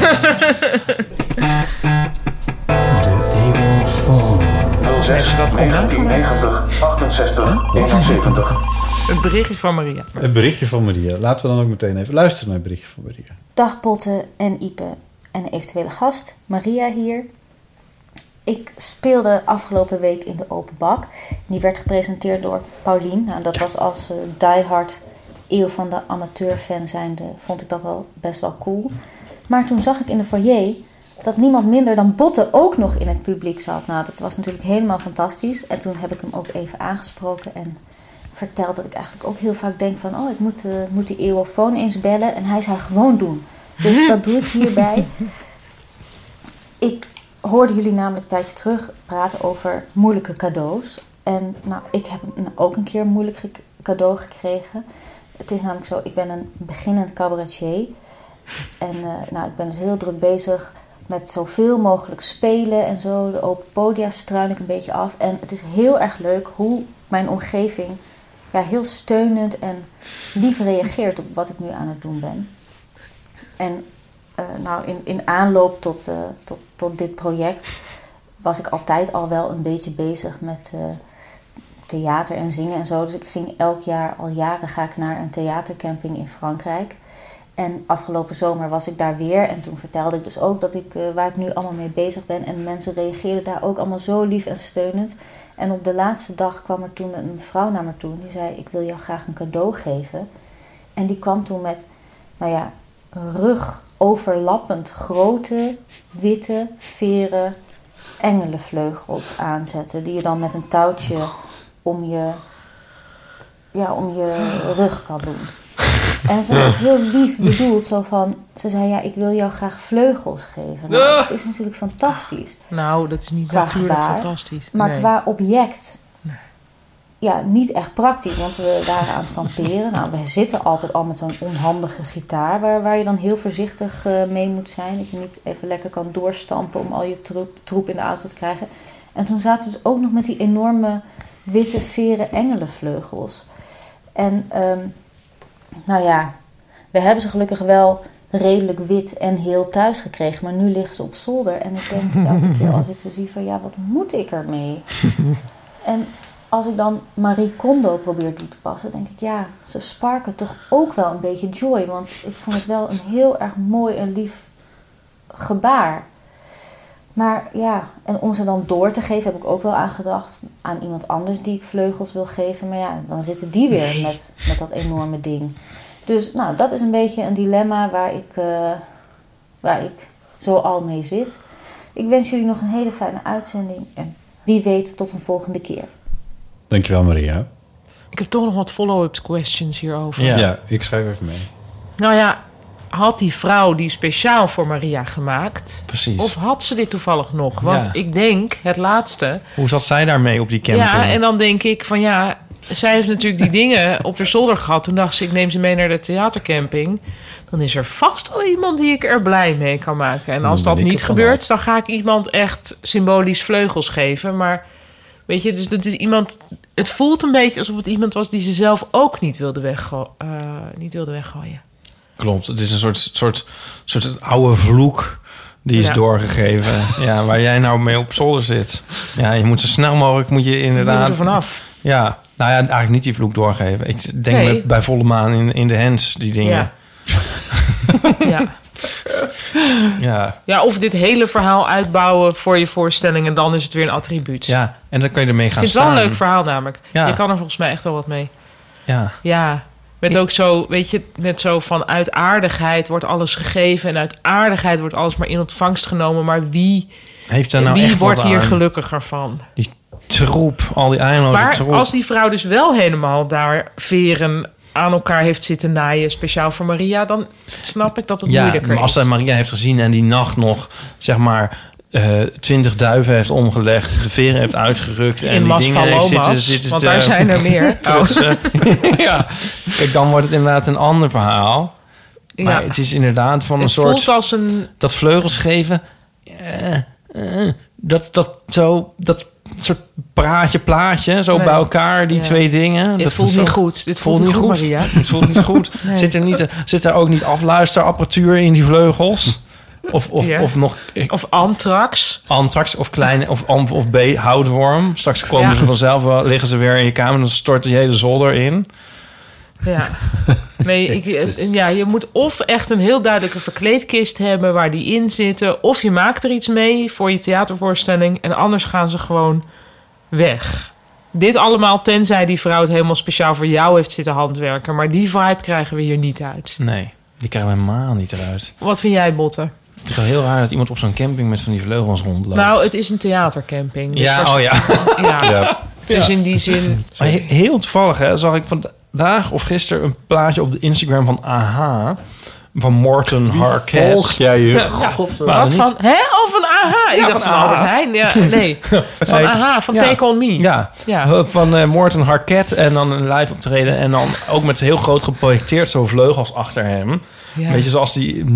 zes negentiennegentig achtenzestig eenenzeventig. Een berichtje van Maria. Een berichtje van Maria. Laten we dan ook meteen even luisteren naar het berichtje van Maria. Dag Botte en Ipe en eventuele gast, Maria hier. Ik speelde afgelopen week in de Open Bak. Die werd gepresenteerd door Paulien. Nou, dat was als uh, diehard eeuw van de amateurfan zijnde, vond ik dat al best wel cool. Maar toen zag ik in de foyer dat niemand minder dan Botte ook nog in het publiek zat. Nou, dat was natuurlijk helemaal fantastisch. En toen heb ik hem ook even aangesproken en verteld dat ik eigenlijk ook heel vaak denk van... oh, ik moet, uh, moet die eeuwofoon eens bellen. En hij zei gewoon doen. Dus dat doe ik hierbij. Ik hoorde jullie namelijk een tijdje terug praten over moeilijke cadeaus. En nou, ik heb ook een keer een moeilijk ge- cadeau gekregen. Het is namelijk zo, ik ben een beginnend cabaretier. En uh, nou, ik ben dus heel druk bezig met zoveel mogelijk spelen en zo. De open podia struin ik een beetje af. En het is heel erg leuk hoe mijn omgeving ja, heel steunend en lief reageert op wat ik nu aan het doen ben. En uh, nou, in, in aanloop tot, uh, tot, tot dit project was ik altijd al wel een beetje bezig met uh, theater en zingen en zo. Dus ik ging elk jaar, al jaren ga ik naar een theatercamping in Frankrijk. En afgelopen zomer was ik daar weer. En toen vertelde ik dus ook dat ik, uh, waar ik nu allemaal mee bezig ben. En mensen reageerden daar ook allemaal zo lief en steunend. En op de laatste dag kwam er toen een vrouw naar me toe. En die zei, ik wil jou graag een cadeau geven. En die kwam toen met, nou ja, rug overlappend grote, witte, veren engelenvleugels aanzetten. Die je dan met een touwtje om je, ja, om je rug kan doen. En het was echt heel lief bedoeld. Zo van, ze zei, ja, ik wil jou graag vleugels geven. Nou, dat is natuurlijk fantastisch. Nou, dat is niet qua natuurlijk gebaar, fantastisch. Maar nee. qua object... Nee. Ja, niet echt praktisch, want we waren aan het kamperen. Nou, we zitten altijd al met zo'n onhandige gitaar... Waar, waar je dan heel voorzichtig uh, mee moet zijn. Dat je niet even lekker kan doorstampen om al je troep, troep in de auto te krijgen. En toen zaten we dus ook nog met die enorme witte veren engelenvleugels. En... Um, Nou ja, we hebben ze gelukkig wel redelijk wit en heel thuis gekregen. Maar nu liggen ze op zolder. En ik denk elke keer als ik ze zie van, ja, wat moet ik ermee? En als ik dan Marie Kondo probeer toe te passen, denk ik, ja, ze sparken toch ook wel een beetje joy. Want ik vond het wel een heel erg mooi en lief gebaar. Maar ja, en om ze dan door te geven heb ik ook wel aan gedacht aan iemand anders die ik vleugels wil geven. Maar ja, dan zitten die weer nee. met, met dat enorme ding. Dus nou, dat is een beetje een dilemma waar ik, uh, waar ik zo al mee zit. Ik wens jullie nog een hele fijne uitzending. En wie weet tot een volgende keer. Dankjewel, Maria. Ik heb toch nog wat follow-up questions hierover. Ja, ja, ik schrijf even mee. Nou ja, had die vrouw die speciaal voor Maria gemaakt? Precies. Of had ze dit toevallig nog? Want ja. ik denk, het laatste... Hoe zat zij daarmee op die camping? Ja, en dan denk ik van ja... Zij heeft natuurlijk die dingen op de zolder gehad. Toen dacht ze, ik neem ze mee naar de theatercamping. Dan is er vast wel iemand die ik er blij mee kan maken. En als dat niet gebeurt, dan ga ik iemand echt symbolisch vleugels geven. Maar weet je, dus dat is iemand... Het voelt een beetje alsof het iemand was die ze zelf ook niet wilde, weggo- uh, niet wilde weggooien. Klopt, het is een soort, soort, soort oude vloek die is ja. doorgegeven. Ja, waar jij nou mee op zolder zit. Ja, je moet zo snel mogelijk, moet je inderdaad... Je moet er vanaf. Ja, nou ja, eigenlijk niet die vloek doorgeven. Ik denk nee. met, bij volle maan in, in de hands, die dingen. Ja. ja. ja. Ja, of dit hele verhaal uitbouwen voor je voorstelling en dan is het weer een attribuut. Ja, en dan kan je ermee gaan staan. Ik vind het wel een leuk verhaal namelijk. Ja. Je kan er volgens mij echt wel wat mee. Ja. Ja. Met ook zo, weet je, met zo van uit aardigheid wordt alles gegeven en uit aardigheid wordt alles maar in ontvangst genomen. Maar wie, Heeft er nou wie echt wordt hier aan? gelukkiger van? Die troep, al die eindeloze maar troep. Maar als die vrouw dus wel helemaal daar veren aan elkaar heeft zitten naaien, speciaal voor Maria, dan snap ik dat het ja, moeilijker maar als is. zij Maria heeft gezien en die nacht nog, zeg maar, uh, twintig duiven heeft omgelegd, de veren heeft uitgerukt en in die dingen heeft zitten, zitten want te, daar zijn er meer. Oh. ja, kijk, dan wordt het inderdaad een ander verhaal. Maar ja. het is inderdaad van het een soort... voelt als een... Dat vleugels geven, uh, uh, dat, dat zo... dat soort praatje, plaatje, zo nee. bij elkaar, die ja. twee dingen. Dit dat voelt zo, niet goed. Dit voelt, voelt niet goed, Maria. Het voelt niet goed. Nee. Zit, er niet, zit er ook niet afluisterapparatuur in die vleugels? Of, of, ja. of nog... Of antrax. Antrax, of kleine... Of, of, of B, houtworm. Straks komen ja. ze vanzelf wel, liggen ze weer in je kamer en dan stort je hele zolder in. Ja. Nee, ik, ja, je moet of echt een heel duidelijke verkleedkist hebben waar die in zitten, of je maakt er iets mee voor je theatervoorstelling en anders gaan ze gewoon weg. Dit allemaal tenzij die vrouw het helemaal speciaal voor jou heeft zitten handwerken, maar die vibe krijgen we hier niet uit. Nee, die krijgen we helemaal niet eruit. Wat vind jij, Botte? Ik vind het wel heel raar dat iemand op zo'n camping met van die vleugels rondloopt. Nou, het is een theatercamping. Dus ja, oh ja. ja. ja. Dus in die zin... Maar heel toevallig hè, zag ik vandaag of gisteren een plaatje op de Instagram van A H van Morten Harket. Volg jij je? Ja, God, wat van? Hè? Of van A H? Ik ja, dacht van, van Albert Heijn. Ja, nee, van A H, van ja. Take On Me. Ja, ja. Van uh, Morten Harket en dan een live optreden en dan ook met heel groot geprojecteerd zo vleugels achter hem. Ja. Weet je, zoals die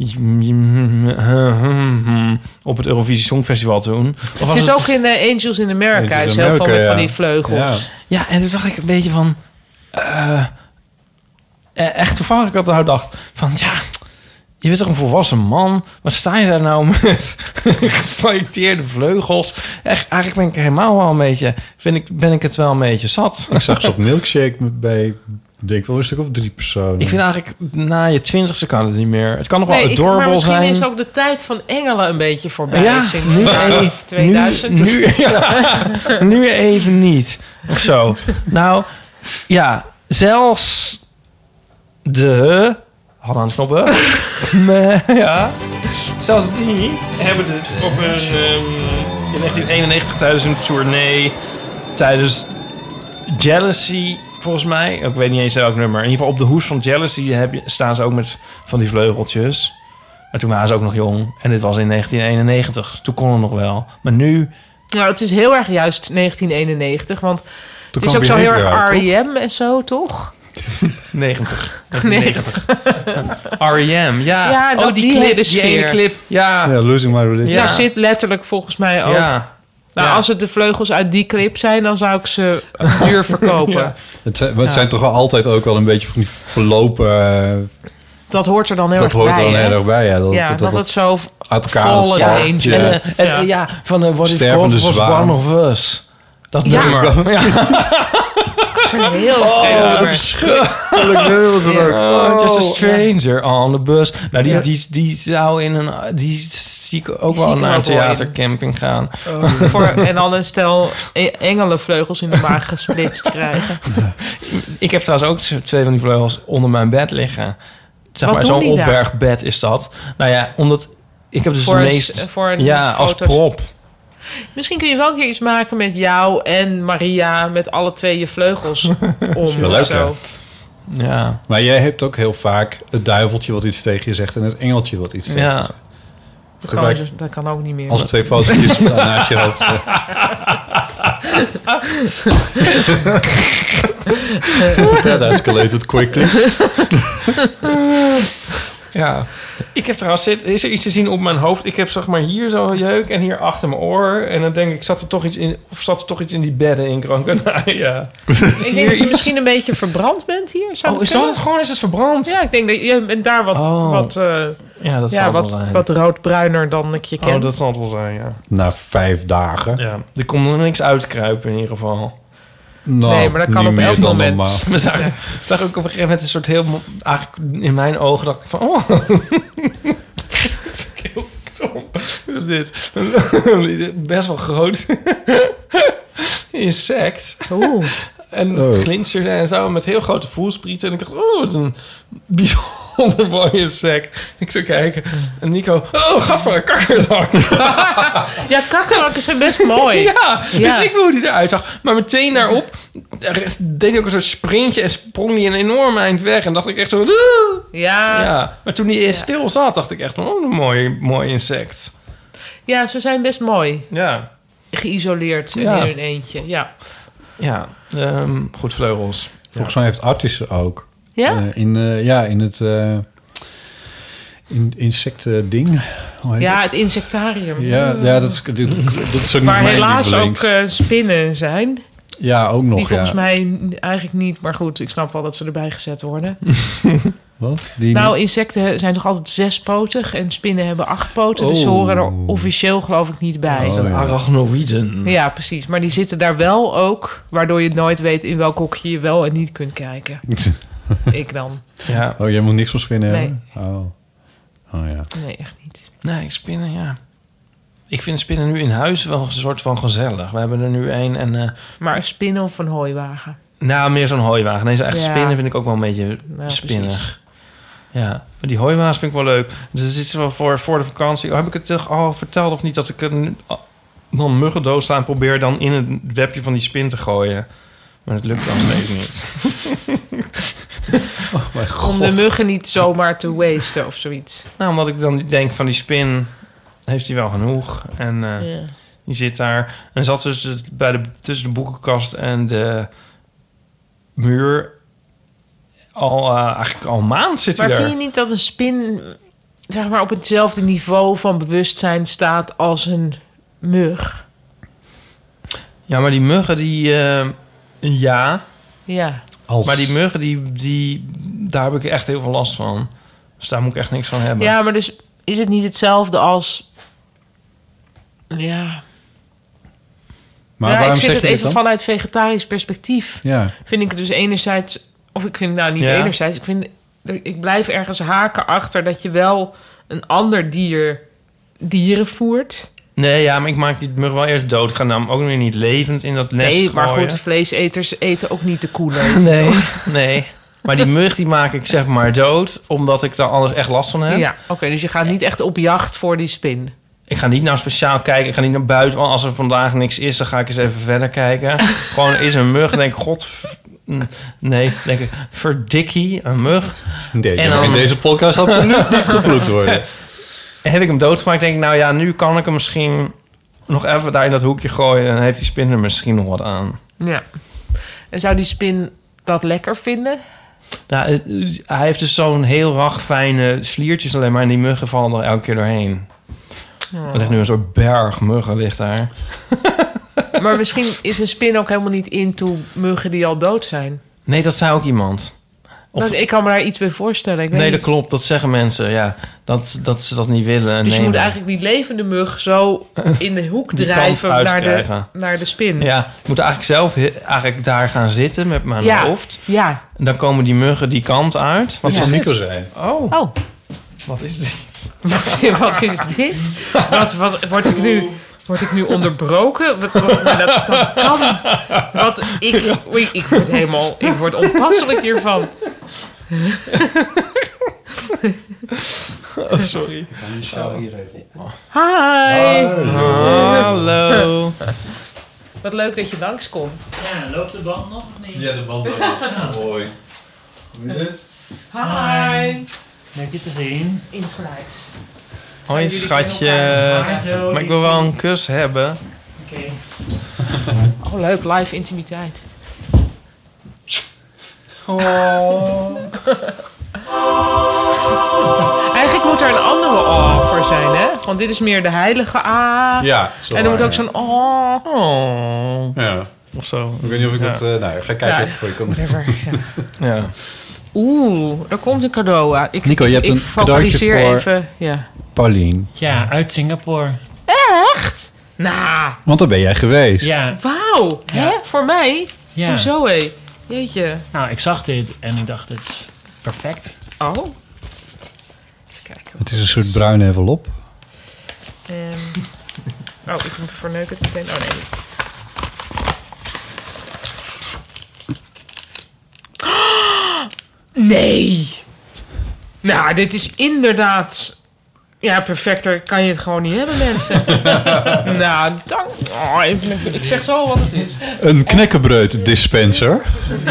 op het Eurovisie Songfestival toen. Het zit het... ook in uh, Angels in America. Angels in America, heel veel met ja. van die vleugels. Ja. ja, en toen dacht ik een beetje van... Uh, echt toevallig, ik had nou dacht van... ja, Je bent toch een volwassen man? Wat sta je daar nou met geprojecteerde vleugels? Echt, eigenlijk ben ik helemaal wel een beetje... Vind ik, ben ik het wel een beetje zat. Ik zag zo'n milkshake bij... denk wel een stuk of drie personen. Ik vind eigenlijk, na je twintigste kan het niet meer. Het kan nog nee, wel adorable zijn. Maar misschien zijn. is ook de tijd van engelen een beetje voorbij. Ja, sinds nu jaar even, tweeduizend. Nu, nu, ja, nu even niet. Of zo. Nou, ja, zelfs de... Had aan de knoppen. Nee, ja. Zelfs die hebben het op een um, in negentien eenennegentig tijdens een tournee tijdens Jealousy, volgens mij. Ik weet niet eens welk nummer. In ieder geval op de hoes van Jealousy heb je, staan ze ook met van die vleugeltjes. Maar toen waren ze ook nog jong. En dit was in negentien eenennegentig. Toen kon het nog wel. Maar nu... Nou, het is heel erg juist negentien eenennegentig. Want toen het is ook zo heel erg R E M en zo, toch? negentig. negentig. R E M, ja. ja oh, die, die clip, hele die sfeer. ene clip. Ja, ja Losing My Religion. Ja, daar zit letterlijk volgens mij ook... Ja. Nou, ja. als het de vleugels uit die clip zijn... dan zou ik ze duur verkopen. Ja. Het, zijn, het ja. zijn toch wel altijd ook wel een beetje van die verlopen... Uh, dat hoort er dan heel dat erg bij. Dat hoort er dan hè? heel erg bij, ja. Dat, ja, dat, dat, dat het zo uit elkaar vol en eens. Ja. En, en, ja. ja, van uh, What If God Was One of Us. Dat ja. nummer. Ja. Dat is een heel oh, verschrikkelijk nummer. Oh, just a stranger on the bus. Nou, die, die, die zou in een... Die zie ik ook die wel naar een theatercamping gaan. Oh. Voor, en dan een stel engelenvleugels in de maag gesplitst krijgen. Ik heb trouwens ook twee van die vleugels onder mijn bed liggen. Zeg Wat maar, zo'n opbergbed is dat. Nou ja, omdat... Ik heb dus voor de meest... Een, voor een ja, foto's. als prop. Misschien kun je wel een keer iets maken met jou en Maria... met alle twee je vleugels om of zo. Ja. Maar jij hebt ook heel vaak het duiveltje wat iets tegen je zegt... en het engeltje wat iets tegen ja. je zegt. Dat kan, dus, dat kan ook niet meer. Als twee fotootjes naast je hoofd. That escalated quickly. Ja. Ik heb trouwens... Is er iets te zien op mijn hoofd? Ik heb zeg maar hier zo jeuk en hier achter mijn oor. En dan denk ik, zat er toch iets in... Of zat er toch iets in die bedden in Gran Canaria? Ik denk dat je misschien een beetje verbrand bent hier. Zou oh, is dat het gewoon? Is het verbrand? Ja, ik denk dat je bent daar wat... Oh. wat uh, ja, dat ja, zal wat, wel zijn. wat roodbruiner dan ik je ken. Oh, dat zal het wel zijn, ja. Na vijf dagen. Ja, er komt nog niks uitkruipen in ieder geval. Nou, nee, maar dat kan op elk moment. We zagen, ja. zag ook op een gegeven moment een soort heel... Eigenlijk in mijn ogen dacht ik van... Oh, dat is heel stom. Wat is dit? Best wel groot insect. Oeh. En het oh. glinsterde en zo met heel grote voelsprieten. En ik dacht, oh, wat een bijzonder mooi insect. Ik zou kijken. En Nico, oh, gadver, een kakkerlak. Ja, kakkerlakken zijn best mooi. Ja, ja, dus ik hoe die eruit zag. Maar meteen daarop deed hij ook een soort sprintje en sprong hij een enorm eind weg. En dacht ik echt zo... Ja. ja. Maar toen hij eerst ja. stil zat, dacht ik echt van, oh, een mooi, mooi insect. Ja, ze zijn best mooi. Ja. Geïsoleerd ja. in hun eentje, ja. Ja, um, goed vleugels. Volgens mij heeft Artis ook. Ja? Uh, in, uh, ja, in het uh, in insecten-ding. Ja, het? het insectarium. Ja, ja dat, is, dat, dat is ook waar niet helaas ook uh, spinnen zijn. Ja, ook nog, Die volgens ja. mij eigenlijk niet. Maar goed, ik snap wel dat ze erbij gezet worden. Wat? Die nou, niet? insecten zijn toch altijd zespotig en spinnen hebben acht poten. Oh. Dus ze horen er officieel geloof ik niet bij. Oh, ja. Arachnoïden. Ja, precies. Maar die zitten daar wel ook, waardoor je nooit weet in welk hokje je wel en niet kunt kijken. Ik dan. Ja. Oh, jij moet niks van spinnen nee. hebben? Oh. Oh ja. Nee, echt niet. Nee, spinnen, ja. Ik vind spinnen nu in huis wel een soort van gezellig. We hebben er nu één en... Uh, maar een spin of een hooiwagen? Nou, meer zo'n hooiwagen. Nee, zo echt ja. spinnen vind ik ook wel een beetje ja, spinnig. Precies. Ja, maar die hooiwagens vind ik wel leuk. Dus er zit wel voor, voor de vakantie... Oh, heb ik het toch al verteld of niet? Dat ik een, dan muggendoos sta en probeer dan in het webje van die spin te gooien. Maar dat lukt dan steeds niet. Oh mijn god. Om de muggen niet zomaar te wasten of zoiets. Nou, omdat ik dan denk van die spin... heeft hij wel genoeg. En uh, yeah. die zit daar. En zat dus bij de, tussen de boekenkast en de muur... al uh, eigenlijk al een maand zit hij daar. Maar vind je niet dat een spin... zeg maar op hetzelfde niveau van bewustzijn staat als een mug? Ja, maar die muggen die... Uh, ja. Ja. Als... Maar die muggen, die, die, daar heb ik echt heel veel last van. Dus daar moet ik echt niks van hebben. Ja, maar dus is het niet hetzelfde als... Ja... Maar ja, waarom ik zit zeg het je dit even dan? vanuit vegetarisch perspectief. Ja. Vind ik het dus enerzijds... Of ik vind nou niet Ja. enerzijds. Ik, vind, ik blijf ergens haken achter dat je wel een ander dier dieren voert. Nee, ja, maar ik maak die mug wel eerst dood. Ik ga hem ook weer niet levend in dat nest Nee, maar gooien. goed, vleeseters eten ook niet de koe leven. Nee, nee. Maar die mug die maak ik zeg maar dood, omdat ik daar anders echt last van heb. Ja, oké, okay, dus je gaat niet echt op jacht voor die spin. Ik ga niet nou speciaal kijken. Ik ga niet naar buiten. Want als er vandaag niks is, dan ga ik eens even verder kijken. Gewoon is een mug. Dan denk ik, god... Nee, denk ik, verdikkie, een mug. Nee, en dan, in deze podcast absoluut niet gevloekt worden. Heb ik hem doodgemaakt, denk ik, nou ja, nu kan ik hem misschien nog even daar in dat hoekje gooien. En dan heeft die spin er misschien nog wat aan. Ja. En zou die spin dat lekker vinden? Nou, hij heeft dus zo'n heel rag fijne sliertjes alleen maar. En die muggen vallen er elke keer doorheen. Oh. Er ligt nu een soort berg muggen ligt daar. Maar misschien is een spin ook helemaal niet into muggen die al dood zijn. Nee, dat zei ook iemand. Of... Nou, ik kan me daar iets bij voorstellen. Ik weet nee, niet. dat klopt. Dat zeggen mensen, ja. Dat, dat ze dat niet willen. Dus nee, je moet maar... eigenlijk die levende mug zo in de hoek drijven naar de, naar de spin. Ja, ik moet eigenlijk zelf eigenlijk daar gaan zitten met mijn ja. hoofd. Ja. En dan komen die muggen die kant uit. Wat ja. zou Nico zijn? Oh. oh. Wat is dit? Wat, wat is dit? Wat, wat word ik nu... Word ik nu onderbroken? Wat, wat, maar dat, dat kan. Wat, ik, ik, ik word helemaal... Ik word onpasselijk hiervan. Oh, sorry. Ik kan die show hier even op. Hi. Hallo. Wat leuk dat je langskomt. Ja, loopt de band nog of niet? Ja, de band loopt nog. Mooi. Hoe is het? Hi. Leuk je te zien. Insgelijks. Hoi, schatje. Maar ik wil wel een kus hebben. Oké. Okay. Oh, leuk. Live intimiteit. Oh. Eigenlijk moet er een andere oh voor zijn, hè? Want dit is meer de heilige a. Ja. En er moet ook zo'n oh. Oh. Ja. Of zo. Ik weet niet of ik ja. dat... Uh, nou, ga kijken ja. of voor je kan. Whatever, ja. ja. Oeh, er komt een cadeau aan. Ik, Nico, je hebt ik een cadeautje voor even, ja. Paulien. Ja, uit Singapore. Echt? Nou. Want daar ben jij geweest. Ja. Wauw. Ja. Hè? Voor mij? Ja. Hoezo, hé? Jeetje. Nou, ik zag dit en ik dacht, het is perfect. Oh. Even kijken. Het is een soort bruine envelop. Um, oh, ik moet verneuk het meteen. Oh, nee. Nee. Nou, dit is inderdaad... Ja, perfecter kan je het gewoon niet hebben, mensen. Nou, dank... Oh, even, ik zeg zo wat het is. Een knekkenbreud dispenser.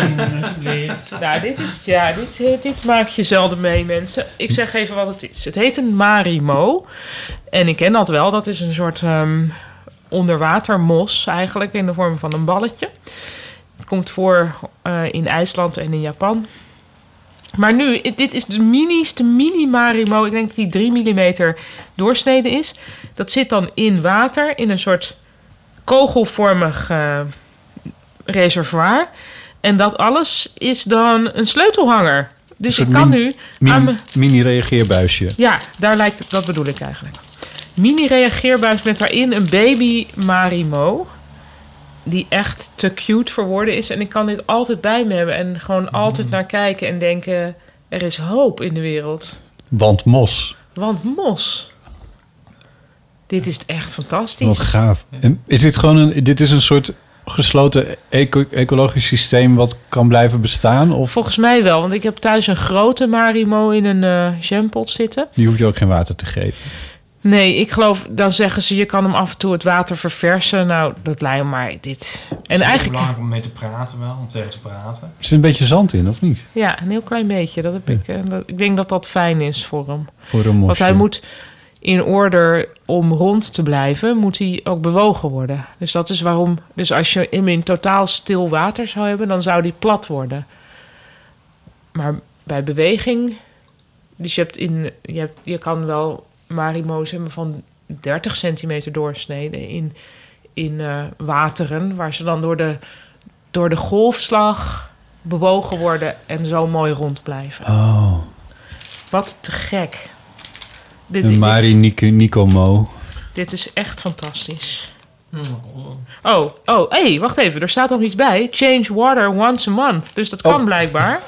Nou, dit is... Ja, dit, dit maak je zelden mee, mensen. Ik zeg even wat het is. Het heet een Marimo. En ik ken dat wel. Dat is een soort um, onderwatermos eigenlijk in de vorm van een balletje. Het komt voor uh, in IJsland en in Japan. Maar nu, dit is de mini'ste mini Marimo. Ik denk dat die drie millimeter doorsneden is. Dat zit dan in water, in een soort kogelvormig uh, reservoir. En dat alles is dan een sleutelhanger. Dus ik kan mini, nu... Mini, aan me... mini reageerbuisje. Ja, daar lijkt het, dat bedoel ik eigenlijk. Mini reageerbuis met daarin een baby Marimo. Die echt te cute voor woorden is. En ik kan dit altijd bij me hebben. En gewoon mm. altijd naar kijken en denken... er is hoop in de wereld. Want mos. Want mos. Dit is echt fantastisch. Wat gaaf. En is dit gewoon een... Dit is een soort gesloten eco- ecologisch systeem... wat kan blijven bestaan? Of? Volgens mij wel. Want ik heb thuis een grote Marimo in een uh, jampot zitten. Die hoef je ook geen water te geven. Nee, ik geloof, dan zeggen ze, je kan hem af en toe het water verversen. Nou, dat lijkt me maar dit. En is het eigenlijk belangrijk om mee te praten wel, om tegen te praten. Er zit een beetje zand in, of niet? Ja, een heel klein beetje. Dat heb ja. ik, uh, dat, ik denk dat dat fijn is voor hem. Voor een mosje. Want hij moet in orde om rond te blijven, moet hij ook bewogen worden. Dus dat is waarom. Dus als je hem in totaal stil water zou hebben, dan zou die plat worden. Maar bij beweging, dus je hebt in, je hebt, je kan wel Marimo's hebben van dertig centimeter doorsneden in, in uh, wateren, waar ze dan door de, door de golfslag bewogen worden en zo mooi rond blijven. Oh. Wat te gek. Dit, Een Mari Nico, Nico Mo. Dit is echt fantastisch. Oh, oh, hé, hey, wacht even. Er staat nog iets bij. Change water once a month. Dus dat kan oh. blijkbaar.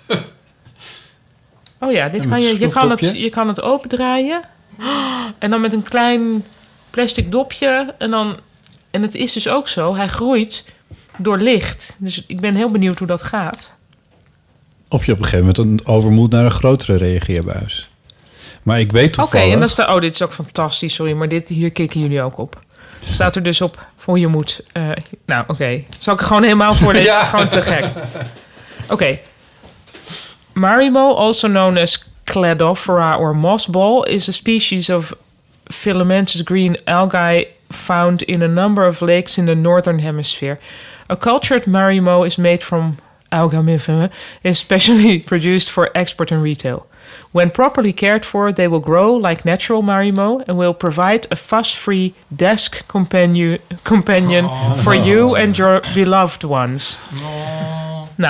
Oh ja, dit En kan met je, je, kan het, schroefdopje? je kan het opendraaien. En dan met een klein plastic dopje. En, dan, en het is dus ook zo. Hij groeit door licht. Dus ik ben heel benieuwd hoe dat gaat. Of je op een gegeven moment een over moet naar een grotere reageerbuis. Maar ik weet Oké, toevallig... en dan staat... Oh, dit is ook fantastisch. Sorry, maar dit, hier kikken jullie ook op. Staat er dus op voor je moet... Uh, nou, oké. Okay. Zal ik er gewoon helemaal voorlezen? Ja. Het is gewoon te gek. Oké. Okay. Marimo, also known as Cladophora or mossball, is a species of filamentous green algae found in a number of lakes in the northern hemisphere. A cultured marimo is made from algae, is specially produced for export and retail. When properly cared for, they will grow like natural marimo and will provide a fuss-free desk companion, companion oh. for you and your beloved ones. Oh. Nou,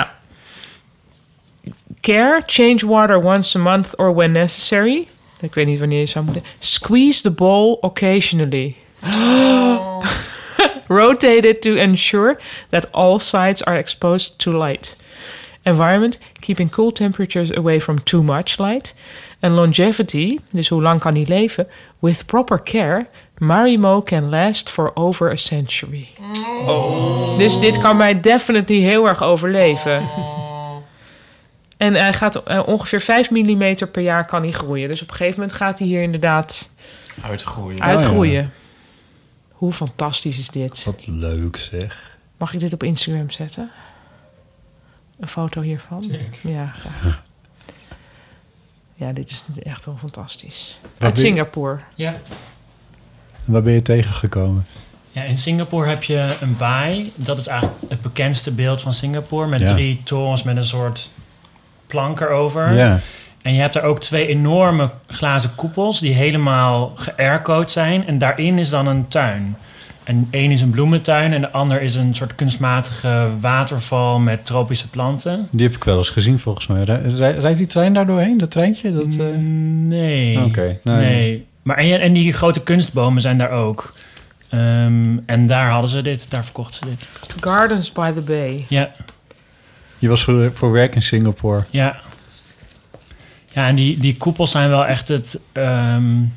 care, change water once a month or when necessary. Ik weet niet wanneer je zou moeten. Squeeze the bowl occasionally. Oh. Rotate it to ensure that all sides are exposed to light. Environment, keeping cool temperatures away from too much light. And longevity, dus hoe lang kan hij leven? With proper care, Marimo can last for over a century. Oh. Dus dit kan mij definitely heel erg overleven. Oh. En hij gaat uh, ongeveer vijf millimeter per jaar kan hij groeien. Dus op een gegeven moment gaat hij hier inderdaad uitgroeien. uitgroeien. Oh, ja. Hoe fantastisch is dit? Wat leuk zeg. Mag ik dit op Instagram zetten? Een foto hiervan? Tuurlijk. Ja, graag. Ja, dit is echt wel fantastisch. Waar Uit Singapore. Ja. Waar ben je tegengekomen? Ja, in Singapore heb je een baai. Dat is eigenlijk het bekendste beeld van Singapore. Met ja. drie torens met een soort plank erover. Ja. En je hebt daar ook twee enorme glazen koepels die helemaal ge-aircoat zijn. En daarin is dan een tuin. En één is een bloementuin en de ander is een soort kunstmatige waterval met tropische planten. Die heb ik wel eens gezien volgens mij. Rijdt die trein daar doorheen, dat treintje? Dat, uh... Nee. Oké. Okay. Nee. nee. Maar en, en die grote kunstbomen zijn daar ook. Um, en daar hadden ze dit, daar verkochten ze dit. Gardens by the Bay. Ja. Je was voor, voor werk in Singapore. Ja. Ja, en die, die koepels zijn wel echt het... Um,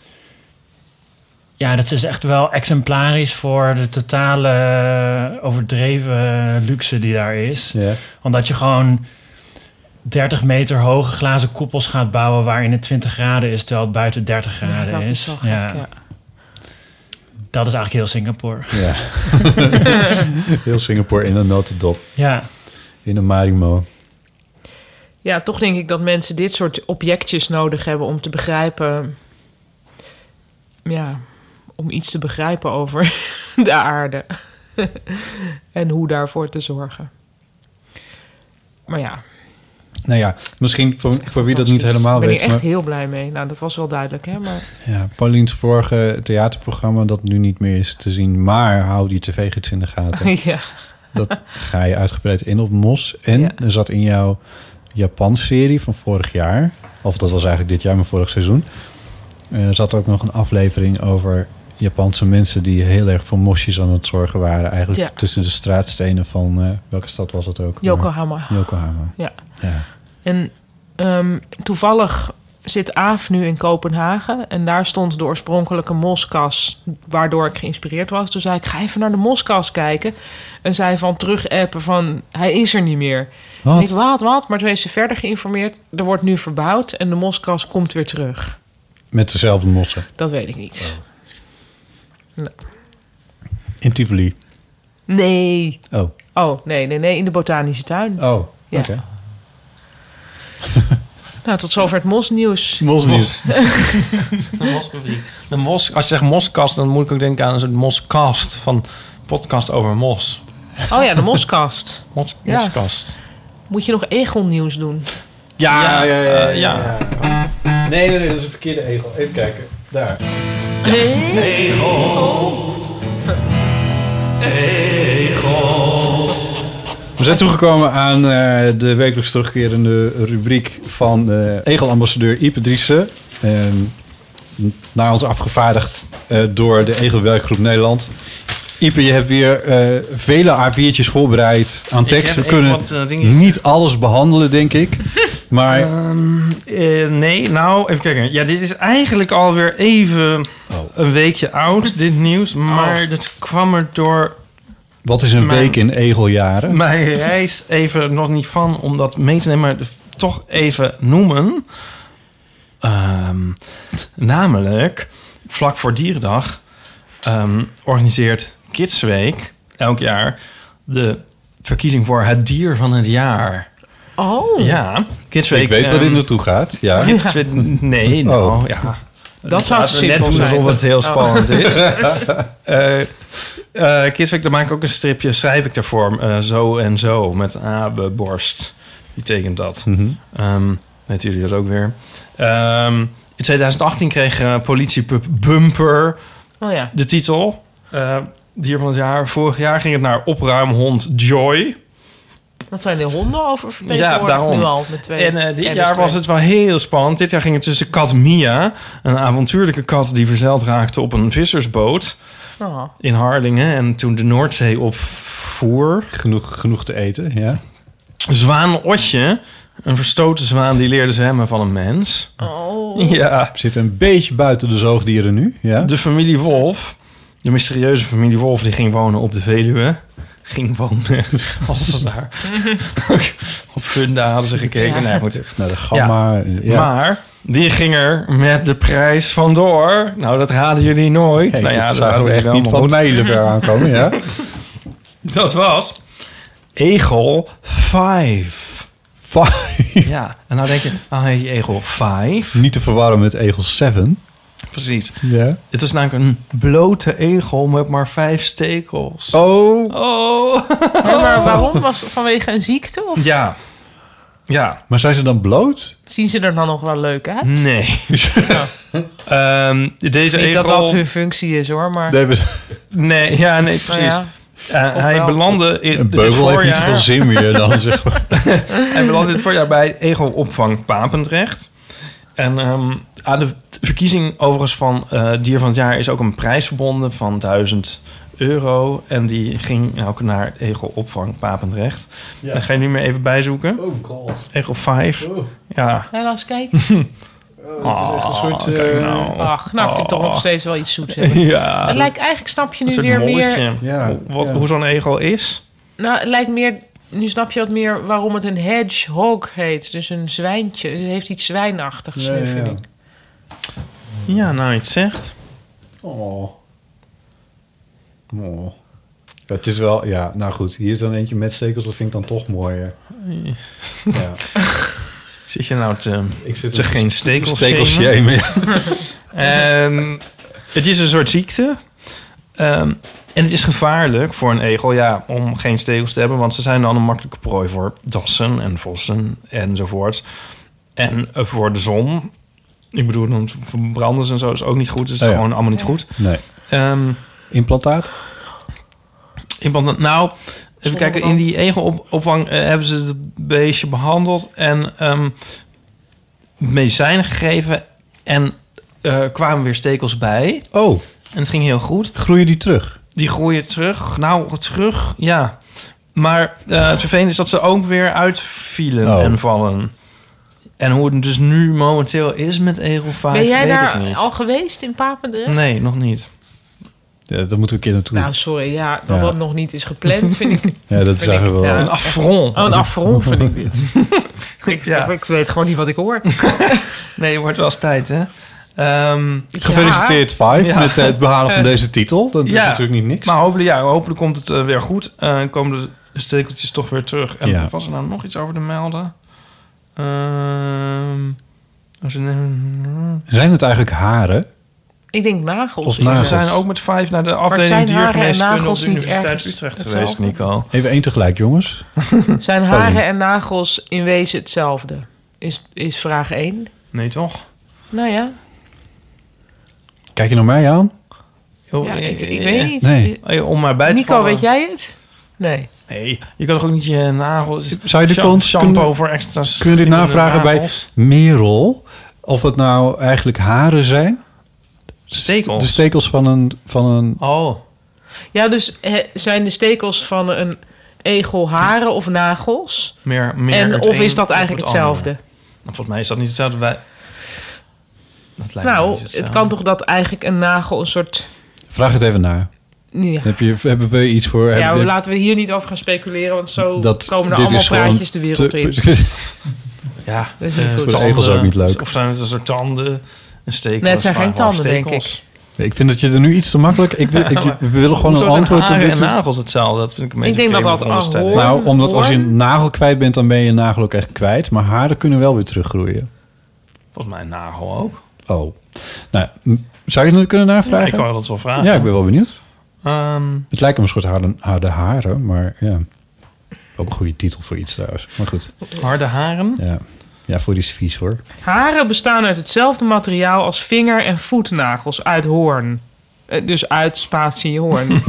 ja, dat is echt wel exemplarisch voor de totale overdreven luxe die daar is. Ja. Omdat je gewoon dertig meter hoge glazen koepels gaat bouwen waarin het twintig graden is, terwijl het buiten dertig graden ja, dat is. is zo gek, ja. ja. Dat is eigenlijk heel Singapore. Ja. Heel Singapore in een notendop. Ja. In een Marimo. Ja, toch denk ik dat mensen dit soort objectjes nodig hebben om te begrijpen... Ja, om iets te begrijpen over de aarde. En hoe daarvoor te zorgen. Maar ja. Nou ja, misschien voor, voor wie dat niet helemaal weet... Ik ben hier echt maar... heel blij mee. Nou, dat was wel duidelijk, hè? Maar... Ja, Paulien's vorige theaterprogramma dat nu niet meer is te zien... maar hou die tv-gids in de gaten. Ja. Dat ga je uitgebreid in op Mos. En ja. er zat in jouw Japan-serie van vorig jaar... of dat was eigenlijk dit jaar, maar vorig seizoen... er zat ook nog een aflevering over Japanse mensen... die heel erg voor mosjes aan het zorgen waren. Eigenlijk ja. tussen de straatstenen van... Uh, welke stad was dat ook? Yokohama. Maar, Yokohama. Ja. ja. En um, toevallig zit Aaf nu in Kopenhagen... en daar stond de oorspronkelijke moskas... waardoor ik geïnspireerd was. Toen zei ik, ga even naar de moskas kijken. En zei van terug-appen van, hij is er niet meer. Wat? En ik, wat, wat? Maar toen heeft ze verder geïnformeerd... er wordt nu verbouwd en de moskas komt weer terug. Met dezelfde mossen? Dat weet ik niet. Oh. Nou. In Tivoli? Nee. Oh. Oh, nee, nee, nee, in de botanische tuin. Oh, ja. oké. Okay. Nou, tot zover het mosnieuws. Mosnieuws. De mos, als je zegt moskast, dan moet ik ook denken aan een soort moskast van podcast over mos. Oh ja, de moskast. Mos, ja. Moskast. Moet je nog egelnieuws doen? Ja, ja, ja. ja, uh, ja. ja. Nee, nee, nee, dat is een verkeerde egel. Even kijken. Daar. Ja. Egel. Egel. We zijn toegekomen aan uh, de wekelijks terugkerende rubriek van uh, egelambassadeur Ipe Driessen. Uh, naar ons afgevaardigd uh, door de Egelwerkgroep Nederland. Ipe, je hebt weer uh, vele A viertjes voorbereid aan tekst. We kunnen wat, uh, niet alles behandelen, denk ik. Maar... Um, uh, nee, nou, even kijken. Ja, dit is eigenlijk alweer even oh. een weekje oud, dit nieuws. Maar oh. dat kwam er door... Wat is een mijn, week in egeljaren? Mijn reis even nog niet van om dat mee te nemen, maar toch even noemen. Um, namelijk, vlak voor Dierendag um, organiseert Kidsweek elk jaar de verkiezing voor het dier van het jaar. Oh. Ja, Kidsweek. Ik weet um, waar dit naartoe gaat. Ja. Kidsweek, nee, nou, oh. ja. Dat zou simpel zijn. Alsof het heel spannend oh. is. uh, uh, Kidsweek, daar maak ik ook een stripje, schrijf ik daarvoor. Uh, zo en zo, met Abe Borst. Die tekent dat. Mm-hmm. Um, weten jullie dat ook weer? Um, in twintig achttien kreeg uh, Politiepup Bumper oh, ja. de titel. Uh, dier van het jaar. Vorig jaar ging het naar opruimhond Joy. Wat zijn de honden over vertegenwoordigd? Ja, daarom. Nu al met twee en uh, dit jaar was het wel heel spannend. Dit jaar ging het tussen kat Mia, een avontuurlijke kat die verzeild raakte op een vissersboot oh. in Harlingen en toen de Noordzee opvoer. Genoeg, genoeg te eten, ja. Zwaan Otje, een verstoten zwaan die leerde zwemmen van een mens. Oh. Ja. Zit een beetje buiten de zoogdieren nu, ja. De familie Wolf, de mysterieuze familie Wolf, die ging wonen op de Veluwe. Ging wonen. Als ze daar op Funda hadden ze gekeken. Ja. Nee, goed. Naar de Gamma. Ja. Ja. Maar wie ging er met de prijs vandoor? Nou, dat raden jullie nooit. Hey, nou ja, dat dat zagen we echt niet van mijlenver aankomen, ja. Dat was Egel vijf. Vijf? Ja, en nou denk je, nou heet je Egel vijf. Niet te verwarren met Egel zeven. Precies. Ja. Het was namelijk een blote egel met maar vijf stekels. Oh. Oh. Ja, maar waarom? Was het vanwege een ziekte? Of? Ja. Ja. Maar zijn ze dan bloot? Zien ze er dan nog wel leuk uit? Nee. Ja. um, deze Niet egel... dat dat hun functie is, hoor. Maar... Nee, we... nee ja, nee, precies. Nou ja. Uh, hij wel. belandde in een beugel dit voorjaar... heeft niet zoveel zin meer dan, zeg maar. Hij belandde dit voorjaar bij egelopvang Papendrecht. En um, aan de verkiezing overigens van uh, dier van het jaar is ook een prijs verbonden van duizend euro. En die ging ook naar egelopvang Papendrecht. Ja. Dan ga je nu meer even bijzoeken. Oh god. Egel vijf. Oh. Ja. Helaas, kijk. Oh, het is echt een soort... Uh... Nou. Ach, nou, ik vind het toch nog steeds wel iets zoets hebben. Ja. Het lijkt eigenlijk, snap je nu een weer molletje. meer... Ja. Wat, ja. Hoe zo'n egel is? Nou, het lijkt meer... Nu snap je wat meer waarom het een hedgehog heet. Dus een zwijntje. Het heeft iets zwijnachtigs, ja, nu, vind ja. ik. Ja, nou, iets zegt. Oh. Oh. Ja, het is wel... Ja, nou goed. Hier is dan eentje met stekels. Dat vind ik dan toch mooier. Ja. Zit je nou te... Ik zit te geen stekels shamen. um, het is een soort ziekte. Um, en het is gevaarlijk voor een egel, ja, om geen stekels te hebben, want ze zijn dan een makkelijke prooi voor dassen en vossen enzovoort. En uh, voor de zon, ik bedoel, dan verbranden ze en zo is ook niet goed. Dus het is oh ja. gewoon allemaal niet goed. Nee. Um, Implantaat? Implantaat, nou, even kijken, in die egelopvang uh, hebben ze het beestje behandeld en um, medicijnen gegeven en uh, kwamen weer stekels bij. Oh. En het ging heel goed. Groeien die terug? Die groeien terug. Nou, terug, ja. Maar uh, het vervelende is dat ze ook weer uitvielen oh. en vallen. En hoe het dus nu momenteel is met Egel vijf, ben jij weet daar ik niet. al geweest in Papendrecht? Nee, nog niet. Ja, daar moeten we een keer naartoe. Nou, sorry. Ja, dat ja. dat nog niet is gepland, vind ik... Ja, dat is eigenlijk wel... Ja. Een affront. Oh, een affront vind ik dit. ik, ja. ik weet gewoon niet wat ik hoor. Nee, het wordt wel eens tijd, hè? Um, Gefeliciteerd, ja. Five, ja. met het behalen van deze titel. Dat ja. is natuurlijk niet niks. Maar hopelijk, ja, hopelijk komt het uh, weer goed. En uh, komen de stekeltjes toch weer terug. En ja. was er nou nog iets over te melden? Um, als je, uh, zijn het eigenlijk haren? Ik denk nagels. Of nagels. We zijn ook met Five naar de afdeling diergeneeskunde op de Universiteit Utrecht geweest, Nico. Even één tegelijk, jongens. Zijn haren oh. en nagels in wezen hetzelfde? Is, is vraag één. Nee, toch? Nou ja. Kijk je naar mij aan? Ja, ik, ik weet niet. Nee. Om maar bij te Nico, vallen. weet jij het? Nee. Nee, je kan toch ook niet je nagels... Zou je dit Sha- voor ons shampoo kunnen- voor extra... Kun je dit slimmende navragen bij nagels? Merel? Of het nou eigenlijk haren zijn? Stekels? De stekels van een... Van een Oh. Ja, dus eh, zijn de stekels van een egel haren of nagels? Meer, meer en, het of een is dat of eigenlijk het hetzelfde? andere. Nou, volgens mij is dat niet hetzelfde. Bij... Dat lijkt me Nou, niet het hetzelfde. kan toch dat eigenlijk een nagel een soort... Vraag het even na. Ja. Heb je, hebben we iets voor... Ja, hebben we- laten we hier niet over gaan speculeren, want zo Dat- komen er dit allemaal is gewoon praatjes de wereld te- in. Ja, Dat is niet eh, goed. Voor de egels ook niet leuk. Of zijn het een soort tanden, een stekel? Nee, het zijn dat geen gewoon tanden, denk stekels. ik. Ik vind dat je er nu iets te makkelijk... Ik, wil- ik, we willen gewoon Hoezo een zijn antwoord op haren dit. en soort- nagels hetzelfde. Dat vind ik een beetje Ik denk dat vreemde dat veronderstelling. hoorn- Nou, omdat als je hoorn? een nagel kwijt bent, dan ben je een nagel ook echt kwijt. Maar haren kunnen wel weer teruggroeien. Volgens mij een nagel ook. Oh. Nou, m- zou je het kunnen navragen? Ja, ik wou dat wel vragen. Ja, ik ben wel benieuwd. Ehm, Het lijkt me een soort harde, harde haren, maar ja. Ook een goede titel voor iets trouwens. Maar goed. harde haren? Ja, ja voor die is vies hoor. Haren bestaan uit hetzelfde materiaal als vinger- en voetnagels uit hoorn. Eh, Dus uit spatie hoorn.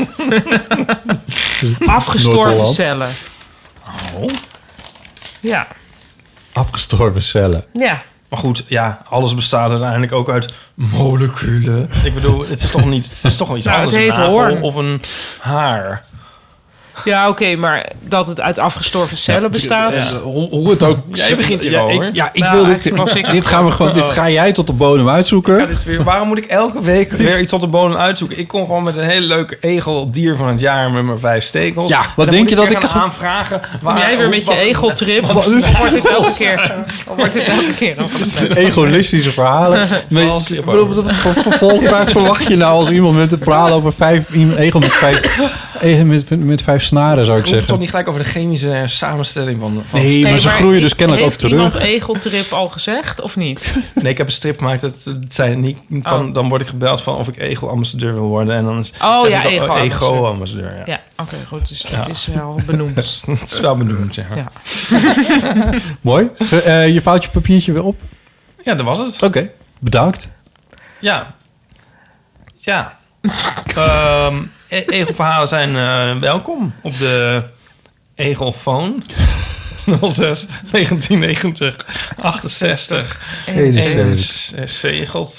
Afgestorven Noord-Holland. cellen. Oh. Ja. Afgestorven cellen. Ja. Maar goed, ja, alles bestaat uiteindelijk ook uit moleculen. Ik bedoel, het is toch niet... Het is toch wel iets Nou, het anders. heet een nagel hoorn. of een haar. Ja, oké, maar dat het uit afgestorven cellen bestaat. Eh, hoe, hoe het ook... Jij begint hier ja, al, ik, hoor. ja, ik Nou, wil dit... eigenlijk was ik- Dit gaan we gewoon... Dit ga jij tot de bodem uitzoeken. Ja, dit weer, waarom moet ik elke week weer iets op de bodem uitzoeken? Ik kom gewoon met een hele leuke egel dier van het jaar met maar vijf stekels. Ja, En wat dan denk moet je dat weer ik... gaan aanvragen? Kom jij weer met je egeltrip? Of wordt dit elke keer? Of wordt dit elke keer? Egoïstische verhalen. Maar, Als je- ik bedoel, wat voor vervolgvraag verwacht je nou als iemand met een verhaal over vijf... Iemand, egel met vijf... Egel met, met vijf snaren, zou ik Ik hoef toch zeggen. niet gelijk over de chemische samenstelling van... van Nee, maar ze groeien dus kennelijk ook Heeft iemand terug. egeltrip al gezegd, of niet? Nee, ik heb een strip gemaakt. Het, het zijn niet van, Oh. Dan word ik gebeld van of ik egelambassadeur wil worden. En dan is Oh zeg ja, ik, ego-ambassadeur. ego-ambassadeur. Ja. Ja, oké, goed. Dus dat Ja. is wel benoemd. Het is wel benoemd, ja. Ja. Mooi. Eh, je vouwt je papiertje weer op. Ja, dat was het. Oké, bedankt. Ja. Ja. Ehm e- egelverhalen zijn eh, welkom op de Egelfoon. nul zes negentien negentig achtenzestig eenenzeventig. En zegelt.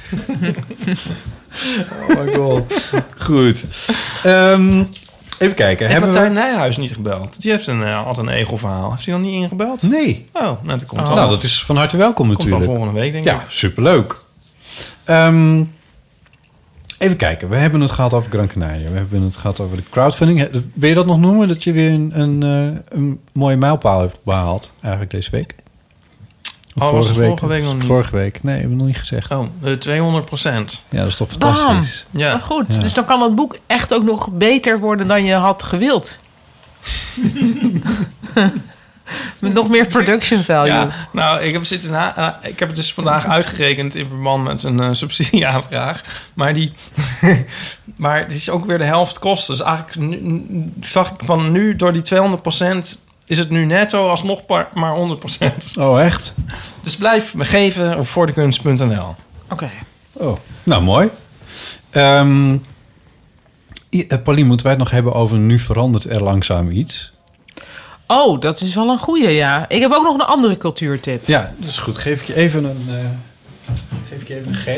Oh my god. Goed. Ehm, even kijken. Heeft Hebben Martijn we... Nijhuis niet gebeld? Die heeft een, uh, altijd een egelverhaal. Heeft hij dan niet ingebeld? Nee. Oh, nou, dat komt Oh. dan. Nou, dat is van harte welkom komt dan natuurlijk. volgende week, denk Ja, ik. superleuk. Ehm, even kijken. We hebben het gehad over Gran Canaria. We hebben het gehad over de crowdfunding. He- Wil je dat nog noemen? Dat je weer een, een, eh, een mooie mijlpaal hebt behaald. Eigenlijk deze week. Of Oh, was het vorige week nog niet? Vorige week. Nee, hebben we nog niet gezegd. Oh, uh, tweehonderd procent. Ja, dat is toch Bam! fantastisch. Ja. Wat goed. Ja. Dus dan kan dat boek echt ook nog beter worden dan je had gewild. Met nog meer production value. Ja, nou, ik heb, zitten na, uh, ik heb het dus vandaag uitgerekend in verband met een uh, subsidieaanvraag. Maar die, maar die is ook weer de helft kosten. Dus eigenlijk nu, nu- zag ik van nu door die tweehonderd procent is het nu netto alsnog par, maar honderd procent. Oh, echt? Dus blijf me geven op voordekunst punt n l. Oké. Oh, nou mooi. Ehm I- eh, Paulien, moeten wij het nog hebben over nu verandert er langzaam iets? Oh, dat is wel een goeie, ja. Ik heb ook nog een andere cultuurtip. Ja, dat is goed. Geef ik je even een, uh, geef ik je even een G.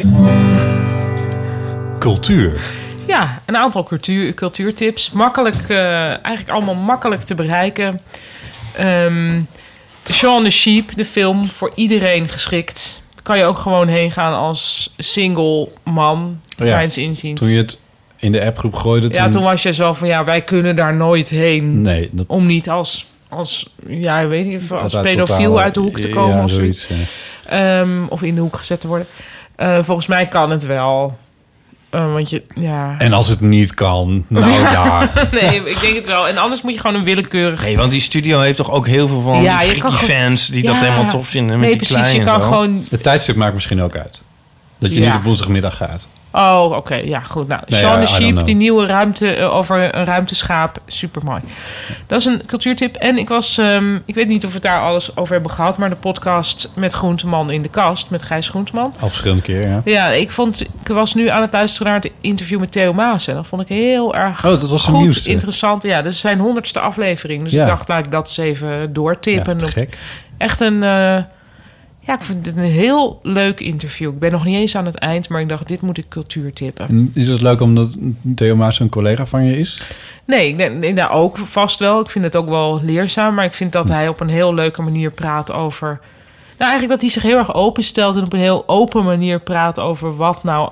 Cultuur. Ja, een aantal cultuur, cultuurtips. Makkelijk, uh, eigenlijk allemaal makkelijk te bereiken. Um, Shaun the Sheep, de film, voor iedereen geschikt. Kan je ook gewoon heen gaan als single man, Oh ja, mijns inziens. Toen je het in de appgroep gooide... Ja, toen was je zo van, ja, wij kunnen daar nooit heen. Nee, dat... Om niet als, als ja, ik weet niet, als uit pedofiel totale- uit de hoek te komen ja, of zoiets. zoiets. Ja. Um, of in de hoek gezet te worden. Uh, volgens mij kan het wel. Uh, want je, ja... En als het niet kan, nou ja. Nee, ik denk het wel. En anders moet je gewoon een willekeurig... Nee, want die studio heeft toch ook heel veel van Ja, je freaky kan gewoon- fans die Ja. dat helemaal tof vinden met Nee, die precies, kleine je kan en zo. gewoon... Het tijdstip maakt misschien ook uit. Dat je Ja. niet op woensdagmiddag gaat. Oh, oké. Okay. Ja, goed. Nou, Nee, Shaun ja, the I don't Sheep, know. die nieuwe ruimte uh, over een ruimteschaap. Supermooi. Dat is een cultuurtip. En ik was, um, ik weet niet of we het daar alles over hebben gehad, maar de podcast met Groenteman in de kast, met Gijs Groenteman. Al verschillende keer, ja. Ja, ik vond, ik was nu aan het luisteren naar het interview met Theo Maas. En dat vond ik heel erg Oh, dat was zijn goed, nieuwste. interessant. Ja, dat is zijn honderdste aflevering. Dus Ja. ik dacht, laat ik dat eens even doortippen. Ja, te gek. Echt een... Uh, ja, ik vind het een heel leuk interview. Ik ben nog niet eens aan het eind, maar ik dacht, dit moet ik cultuur tippen. En is het leuk omdat Theo Maas een collega van je is? Nee, ik denk, nee, nou, ook vast wel. Ik vind het ook wel leerzaam, maar ik vind dat hij op een heel leuke manier praat over... Nou, eigenlijk dat hij zich heel erg openstelt en op een heel open manier praat over wat nou...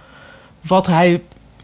wat hij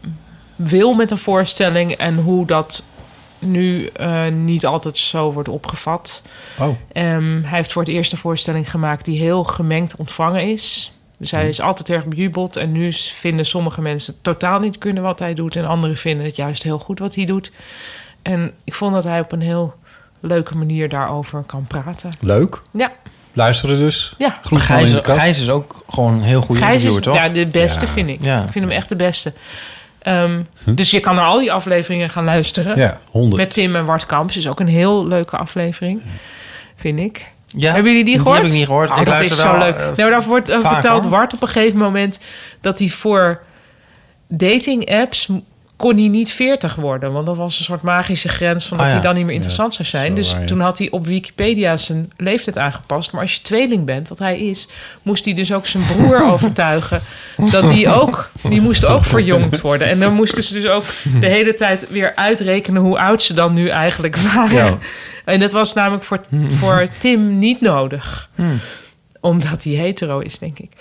wil met een voorstelling en hoe dat nu uh, niet altijd zo wordt opgevat. Oh. Um, hij heeft voor het eerst een voorstelling gemaakt die heel gemengd ontvangen is. Dus hij is altijd erg bejubeld. En nu vinden sommige mensen totaal niet kunnen wat hij doet. En anderen vinden het juist heel goed wat hij doet. En ik vond dat hij op een heel leuke manier daarover kan praten. Leuk. Ja. Luisteren dus. Ja. Maar Gijs, Gijs is ook gewoon een heel goede Gijs interviewer, is, toch? Ja, de beste Ja. vind ik. Ja. Ik vind hem echt de beste. Um, Hm? Dus je kan naar al die afleveringen gaan luisteren. Ja, honderd. Met Tim en Wart Kamps. Is ook een heel leuke aflevering, vind ik. Ja, Hebben jullie die die gehoord? heb ik niet gehoord. Oh, Ik dat luister is zo wel, leuk. uh, nou, daar wordt uh, vaak, verteld hoor. Wart op een gegeven moment... dat hij voor dating-apps... kon hij niet veertig worden. Want dat was een soort magische grens... van dat Ah, ja. hij dan niet meer interessant Ja, zou zijn. zo Dus waar, ja. toen had hij op Wikipedia zijn leeftijd aangepast. Maar als je tweeling bent, wat hij is... moest hij dus ook zijn broer overtuigen... dat die ook... die moest ook verjongd worden. En dan moesten ze dus ook de hele tijd weer uitrekenen... hoe oud ze dan nu eigenlijk waren. Ja. En dat was namelijk voor, voor Tim niet nodig. Hmm. Omdat hij hetero is, denk ik.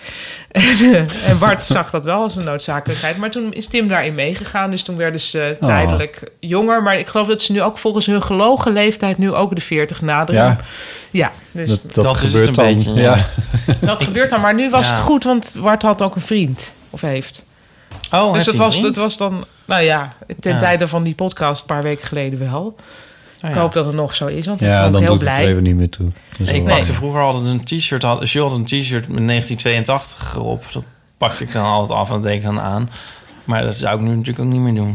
En Bart zag dat wel als een noodzakelijkheid. Maar toen is Tim daarin meegegaan. Dus toen werden ze Oh. tijdelijk jonger. Maar ik geloof dat ze nu ook volgens hun gelogen leeftijd... nu ook de veertig naderen. Ja. Ja, dus Dat, dat, dat, Dat is het gebeurt een dan. beetje, ja. ja. gebeurt dan. Maar nu was Ja. het goed, want Bart had ook een vriend. Of heeft. Oh, dus heeft dat hij was, een dat vriend? was dan... Nou ja, ten Ja. tijde van die podcast... een paar weken geleden wel. Oh, Ik ja. hoop dat het nog zo is, want ik Ja, ben ook dan heel doet blij. het er even niet meer toe. Dat is Ik wel pakte waar. vroeger altijd een t-shirt. Had, als je had een t-shirt met negentien tweeëntachtig erop. Dat pakte ik dan altijd af en dat deed ik dan aan. Maar dat zou ik nu natuurlijk ook niet meer doen.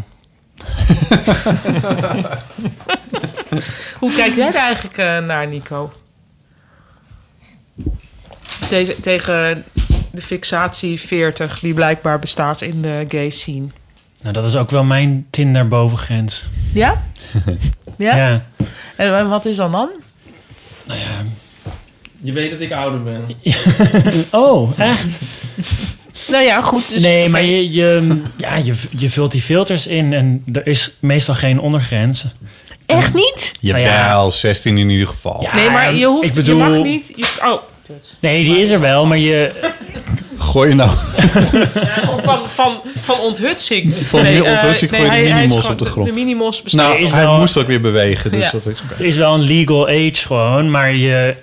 Hoe kijk jij er eigenlijk uh, naar, Nico? Tegen, tegen de fixatie veertig die blijkbaar bestaat in de gay scene. Nou, dat is ook wel mijn Tinder bovengrens. Ja? Ja? Ja. En wat is dan dan? Nou ja. Je weet dat ik ouder ben. Oh, echt? Nou ja, goed. Dus, nee, maar je, je, ja, je, je vult die filters in en er is meestal geen ondergrens. Echt niet? Jawel, ja. zestien in ieder geval. Ja, Nee, maar je hoeft... ik bedoel- Je mag niet... Je, oh. Nee, die is er wel, maar je... Gooi je nou... Ja, of van, van, van onthutsing. Van nee, meer onthutsing uh, gooi je nee, de hij- hij is minimos gewoon- op de grond. De minimos bestaat. Nou, is hij wel- moest ook weer bewegen, dus Ja. dat is... Er is wel een legal age gewoon, maar je...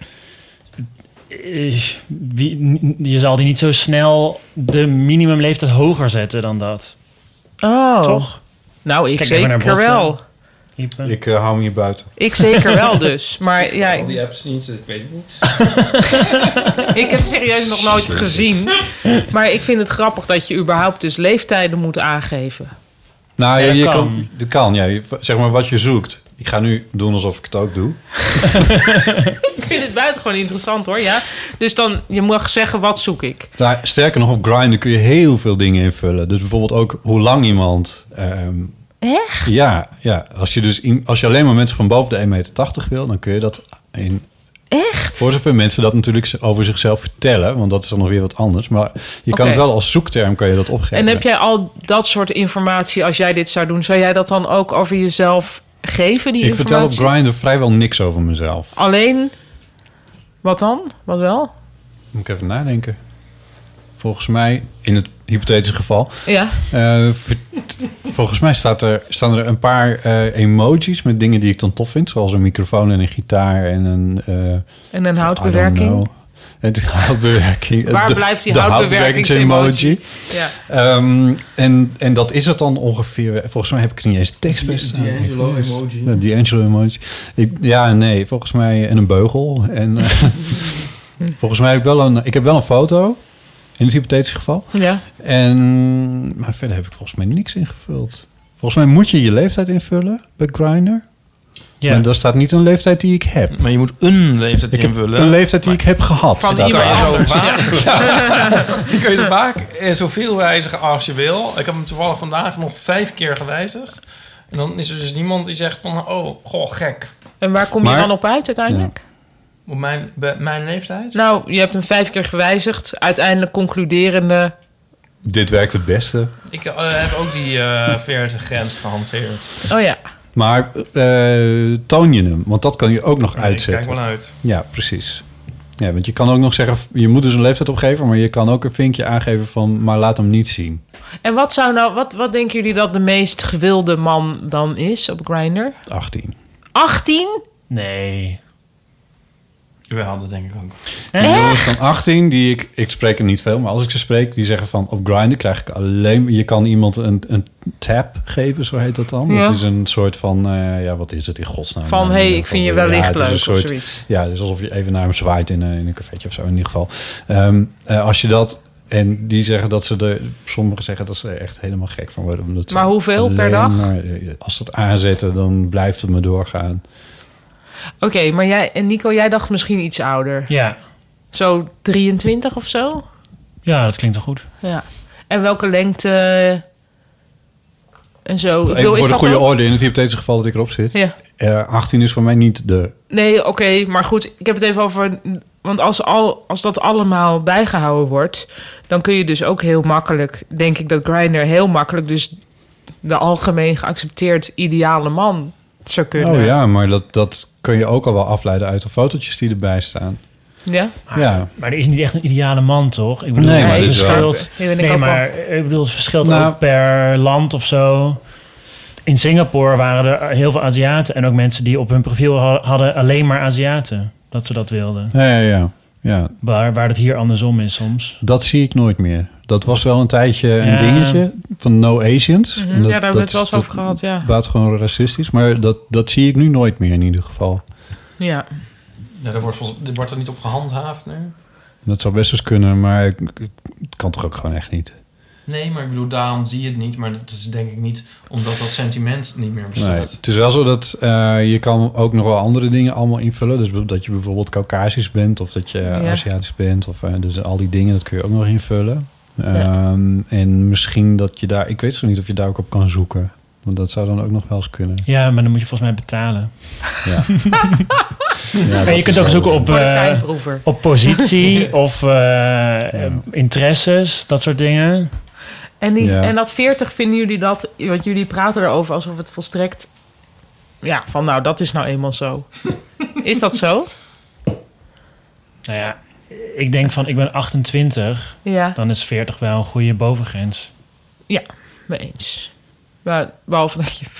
eh, Wie, je zal die niet zo snel de minimumleeftijd hoger zetten dan dat. Oh. Toch? Nou, ik Kijk even naar zeker Botten. wel. Ipe. Ik uh, hou hem hier buiten. Ik zeker wel dus. Maar ja, ik, die apps niet, ik weet het niet. ik heb het serieus nog nooit gezien. Maar ik vind het grappig dat je überhaupt dus leeftijden moet aangeven. Nou, Ja, ja, je kan. kan. Dat kan, ja. Je- Zeg maar wat je zoekt. Ik ga nu doen alsof ik het ook doe. Ik vind het buitengewoon interessant hoor, ja. Dus dan, je mag zeggen, wat zoek ik? Nou, sterker nog, op Grindr kun je heel veel dingen invullen. Dus bijvoorbeeld ook hoe lang iemand... ehm, Echt? ja, ja. Als je dus in- als je alleen maar mensen van boven de één komma tachtig meter wil, dan kun je dat in... Echt? Voor zover mensen dat natuurlijk over zichzelf vertellen, want dat is dan nog weer wat anders. Maar je kan Oké. het wel als zoekterm kan je dat opgeven. En heb jij al dat soort informatie, als jij dit zou doen, zou jij dat dan ook over jezelf geven, die Ik vertel op informatie? Grindr vrijwel niks over mezelf. Alleen, wat dan? Wat wel? Moet ik even nadenken. Volgens mij, in het hypothetische geval... Ja. eh, ver- volgens mij staat er, staan er een paar eh, emojis met dingen die ik dan tof vind. Zoals een microfoon en een gitaar en een... eh, En een I houtbewerking? don't know. Het houtbewerking. Waar de- blijft die de houtbewerkingsemoji? houtbewerkingsemoji. Ja. Ehm, en, en dat is het dan ongeveer. Volgens mij heb ik er niet eens tekst bij staan. D'Angelo emoji. Ja, D'Angelo emoji. Ik, ja, nee, volgens mij en een beugel. En eh, volgens mij heb ik wel een. Ik heb wel een foto. In het hypothetische geval. Ja. En, maar verder heb ik volgens mij niks ingevuld. Volgens mij moet je je leeftijd invullen bij Grindr. Ja. Maar daar staat niet een leeftijd die ik heb. Maar je moet een leeftijd ik invullen. Heb een leeftijd die maar ik heb gehad. Van staat iemand daar. anders. Ja. Ja. Die kun je er vaak en zoveel wijzigen als je wil. Ik heb hem toevallig vandaag nog vijf keer gewijzigd. En dan is er dus niemand die zegt van... Oh, goh, gek. En waar kom je Maar- dan op uit uiteindelijk? Op mijn, bij mijn leeftijd? Nou, je hebt hem vijf keer gewijzigd. Uiteindelijk concluderende... Dit werkt het beste. Ik uh, heb ook die uh, veertig grens gehanteerd. Oh ja. Maar uh, toon je hem? Want dat kan je ook nog Nee, uitzetten. ik kijk wel uit. Ja, precies. Ja, want je kan ook nog zeggen... Je moet dus een leeftijd opgeven... maar je kan ook een vinkje aangeven van... maar laat hem niet zien. En wat zou nou... Wat, wat denken jullie dat de meest gewilde man dan is op Grindr? achttien. achttien? Nee. We hadden denk ik ook. En jongens van achttien, die ik... Ik spreek er niet veel, maar als ik ze spreek... die zeggen van... op Grindr krijg ik alleen... Je kan iemand een, een tab geven, zo heet dat dan. Ja. Dat is een soort van... Uh, ja, wat is het in godsnaam? Van, Uh, hey, van, ik vind je ja, wellicht het is leuk een of soort, zoiets. Ja, dus alsof je even naar hem zwaait in, uh, in een cafeetje of zo, in ieder geval. Um, uh, als je dat... En die zeggen dat ze er... Sommigen zeggen dat ze er echt helemaal gek van worden. Omdat ze Maar hoeveel per alleen dag? Maar, als ze het aanzetten, dan blijft het me doorgaan. Oké, okay, maar jij... En Nico, jij dacht misschien iets ouder. Ja. Zo drieëntwintig of zo? Ja, dat klinkt wel goed. Ja. En welke lengte... En zo. Even Ik bedoel, voor is de dat goede ook? orde, in het hypothetische geval dat ik erop zit. Ja. Uh, achttien is voor mij niet de... Nee, oké, okay, maar goed, ik heb het even over... Want als, al, als dat allemaal bijgehouden wordt... dan kun je dus ook heel makkelijk... denk ik dat Grindr heel makkelijk... dus de algemeen geaccepteerd ideale man zou kunnen. Oh ja, maar dat, dat kun je ook al wel afleiden uit de fotootjes die erbij staan. Ja? Maar, ja. maar er is niet echt een ideale man, toch? Ik bedoel, Nee, maar het het is verschilt... wel- Ja, Nee, maar ik bedoel, het verschilt Nou. ook per land of zo. In Singapore waren er heel veel Aziaten... en ook mensen die op hun profiel ha- hadden alleen maar Aziaten. Dat ze dat wilden. Ja, ja, ja. ja. Waar, waar het hier andersom is soms. Dat zie ik nooit meer. Dat was wel een tijdje een Ja. dingetje van No Asians. Mhm, En dat, ja, daar hebben we het dat wel eens is- over gehad, ja. buitengewoon racistisch. Maar dat, dat zie ik nu nooit meer in ieder geval. Ja. Ja, daar wordt, volgens- er wordt er niet op gehandhaafd nu. Dat zou best eens kunnen, maar ik- ik- het kan toch ook gewoon echt niet. Nee, maar ik bedoel, daarom zie je het niet. Maar dat is denk ik niet omdat dat sentiment niet meer bestaat. Nee, het is wel zo dat uh, je kan ook nog wel andere dingen allemaal invullen. Dus dat je bijvoorbeeld Caucasisch bent of dat je Ja. Aziatisch bent. Of, uh, dus al die dingen, dat kun je ook nog invullen. Ja. Um, en misschien dat je daar... Ik weet zo niet of je daar ook op kan zoeken. Want dat zou dan ook nog wel eens kunnen. Ja, maar dan moet je volgens mij betalen. Ja. Ja, en dat je kunt is ook wel- zoeken op, Voor de uh, fijnproever. op positie of uh, interesses, dat soort dingen. En, die, Ja. en dat veertig, vinden jullie dat... Want jullie praten erover alsof het volstrekt... Ja, van nou, dat is nou eenmaal zo. Is dat zo? Nou ja, ik denk van, ik ben achtentwintig. Ja. Dan is veertig wel een goede bovengrens. Ja, mee eens. Maar behalve dat je...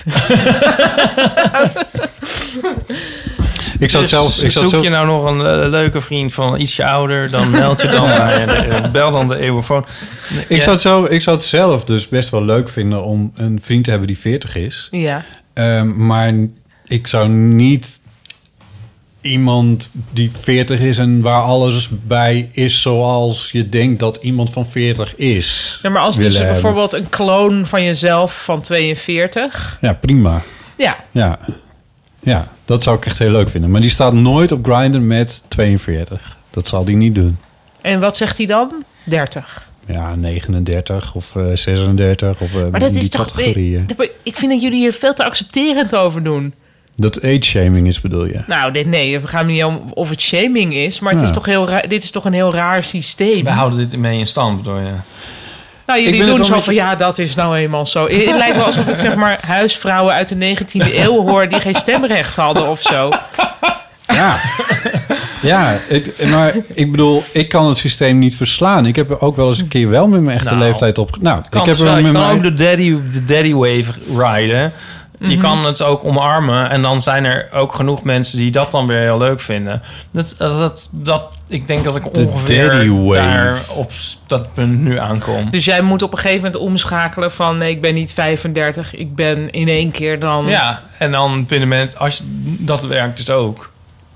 Ik zou het Dus zelf... Ik zou zoek het zelf je nou nog een uh, leuke vriend van ietsje ouder... dan meld je dan bij en bel dan de eeuwenfoon. ik, zou het zo, ik zou het zelf dus best wel leuk vinden om een vriend te hebben die veertig is. Ja. Um, maar ik zou niet iemand die veertig is en waar alles bij is zoals je denkt dat iemand van veertig is. Ja, maar als dus willen hebben. bijvoorbeeld een kloon van jezelf van tweeënveertig... Ja, prima. Ja. Ja. Ja, dat zou ik echt heel leuk vinden. Maar die staat nooit op Grindr met tweeënveertig. Dat zal die niet doen. En wat zegt hij dan? dertig. Ja, negenendertig of uh, zesendertig of uh, Maar dat die is toch... categorieën. Ik vind dat jullie hier veel te accepterend over doen. Dat age-shaming is, bedoel je? Nou, dit, nee, we gaan niet om of het shaming is... maar het Ja. is toch heel raar, dit is toch een heel raar systeem. We houden dit mee in stand, bedoel je? Nou, Ik jullie ben het doen wel zo met van, ja, dat is nou eenmaal zo. Het, het lijkt wel alsof ik zeg maar huisvrouwen uit de negentiende eeuw hoor... die geen stemrecht hadden of zo. Ja, ja het, maar ik bedoel, ik kan het systeem niet verslaan. Ik heb er ook wel eens een keer wel met mijn echte Nou, leeftijd op... Nou, Kan ik heb zo, er je met kan mijn... ook de daddy, de daddy wave riden. Je Mhm. kan het ook omarmen. En dan zijn er ook genoeg mensen die dat dan weer heel leuk vinden. Dat, dat, dat, ik denk dat ik De ongeveer daddy wave. daar op dat punt nu aankom. Dus jij moet op een gegeven moment omschakelen van... nee, ik ben niet vijfendertig, ik ben in één keer dan... Ja, en dan vinden mensen... Als je, dat werkt dus ook.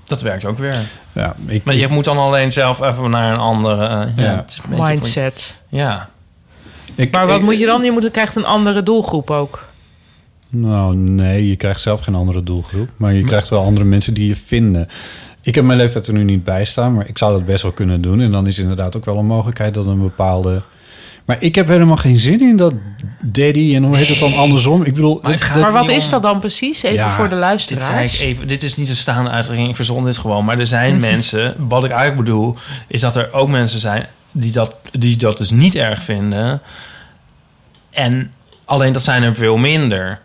Dat werkt ook weer. Ja, ik, maar je moet dan alleen zelf even naar een andere... Uh, ja. Ja, het is een mindset. Voor, ja. Ik, maar wat ik, moet je dan? Je moet, krijgt een andere doelgroep ook. Nou, nee, je krijgt zelf geen andere doelgroep. Maar je krijgt wel andere mensen die je vinden. Ik heb mijn leeftijd er nu niet bij staan, maar ik zou dat best wel kunnen doen. En dan is inderdaad ook wel een mogelijkheid dat een bepaalde... Maar ik heb helemaal geen zin in dat daddy en hoe heet het dan andersom? Ik bedoel, maar, dit, maar dat, wat is dat dan precies? Even ja, voor de luisteraars. Dit, even, dit is niet een staande uitdrukking, ik verzon dit gewoon. Maar er zijn mensen, wat ik eigenlijk bedoel, is dat er ook mensen zijn die dat, die dat dus niet erg vinden. En alleen dat zijn er veel minder.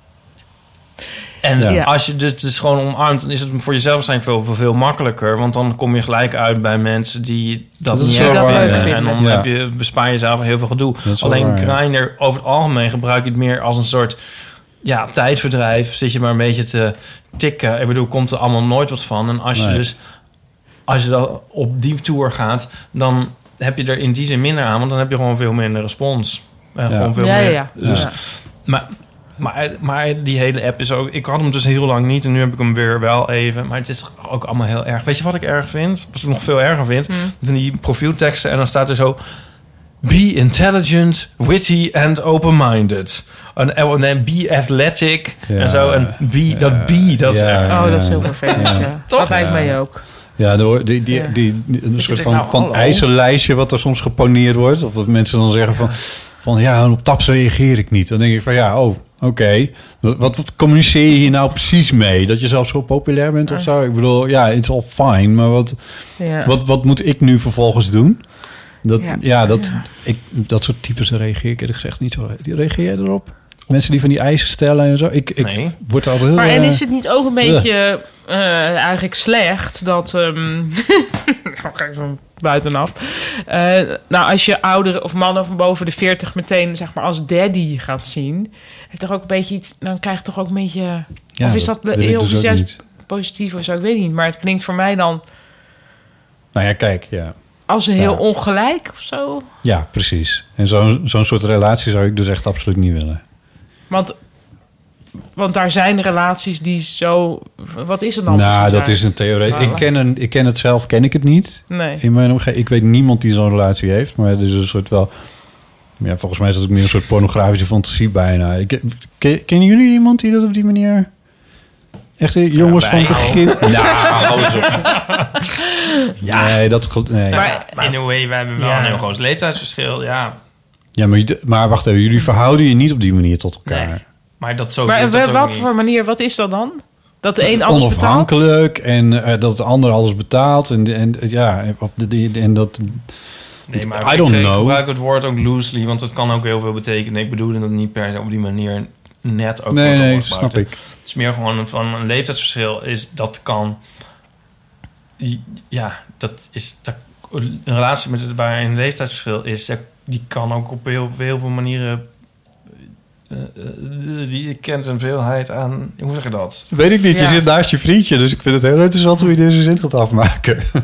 En ja. als je dit dus gewoon omarmt, dan is het voor jezelf waarschijnlijk veel, veel makkelijker. Want dan kom je gelijk uit bij mensen die dat, dat niet erg vinden. vinden. En dan ja. heb je, bespaar je zelf heel veel gedoe. Alleen Grindr, over het algemeen gebruik je het meer als een soort ja, tijdverdrijf. Zit je maar een beetje te tikken. Ik bedoel, komt er allemaal nooit wat van. En als je nee. dus als je dan op die tour gaat, dan heb je er in die zin minder aan. Want dan heb je gewoon veel minder respons. En ja. gewoon veel ja, meer. Ja, ja. Dus, ja. Maar... Maar, maar die hele app is ook... Ik had hem dus heel lang niet en nu heb ik hem weer wel even. Maar het is ook allemaal heel erg. Weet je wat ik erg vind? Wat ik nog veel erger vind? Mm. Van die profielteksten en dan staat er zo... Be intelligent, witty and open-minded. En, en be athletic ja. en zo. En be, ja. dat be, dat ja, is erg. Oh, dat is heel vervelend, ja. ja. Toch? Dat lijkt ja. mij ook. Ja, die, die, die, ja. die, die, een soort van, nou, van ijzerlijstje wat er soms geponeerd wordt. Of dat mensen dan zeggen van... Van ja, op taps reageer ik niet. Dan denk ik van ja, oh, oké. Okay. Wat, wat communiceer je hier nou precies mee? Dat je zelf zo populair bent of zo? Ik bedoel, ja, it's all fine. Maar wat, ja. wat, wat moet ik nu vervolgens doen? Dat, ja. ja, dat, ja. Ik, dat soort types reageer ik eerlijk gezegd niet zo. Reageer jij erop? Mensen die van die eisen stellen en zo. Ik, ik nee. word altijd heel... Maar en is het niet ook een beetje uh, eigenlijk slecht dat... Um, even buitenaf. Uh, nou, als je ouderen of mannen van boven de veertig meteen zeg maar als daddy gaat zien, heeft toch ook een beetje iets. Dan krijg je toch ook een beetje. Ja, of is dat, dat heel dus juist positief of zo? Ik weet niet. Maar het klinkt voor mij dan. Nou ja, kijk, ja. Als een heel ja. ongelijk of zo. Ja, precies. En zo'n zo'n soort relatie zou ik dus echt absoluut niet willen. Want. Want daar zijn relaties die zo... Wat is er dan? Nou, dat is een theorie. Ik ken, een, ik ken het zelf, ken ik het niet. Nee. In mijn omgeving. Ik weet niemand die zo'n relatie heeft. Maar het is een soort wel... Ja, volgens mij is dat ook meer een soort pornografische fantasie bijna. Ik, ken, kennen jullie iemand die dat op die manier... Echt jongens ja, van begin... Nou, hou op. Ja. Nee, dat... Nee. Maar in a way, we hebben wel ja. een heel groot leeftijdsverschil, ja. Ja, maar, maar wacht even. Jullie verhouden je niet op die manier tot elkaar. Nee. Maar dat zo. Maar dat wat voor manier? Wat is dat dan? Dat de een alles onafhankelijk betaalt? en uh, dat de ander alles betaalt en en ja of de, en dat. Nee, maar I don't ik know. gebruik het woord ook loosely, want het kan ook heel veel betekenen. Ik bedoel dat niet per se op die manier net ook. Nee, nee, snap ik. Het is meer gewoon van een leeftijdsverschil is dat kan. Ja, dat is dat een relatie met het waar een leeftijdsverschil is, die kan ook op heel, heel veel manieren. Uh, uh, die kent een veelheid aan... Hoe zeg je dat? Weet ik niet. Ja. Je zit naast je vriendje, dus ik vind het heel interessant hoe je deze zin gaat afmaken. Ik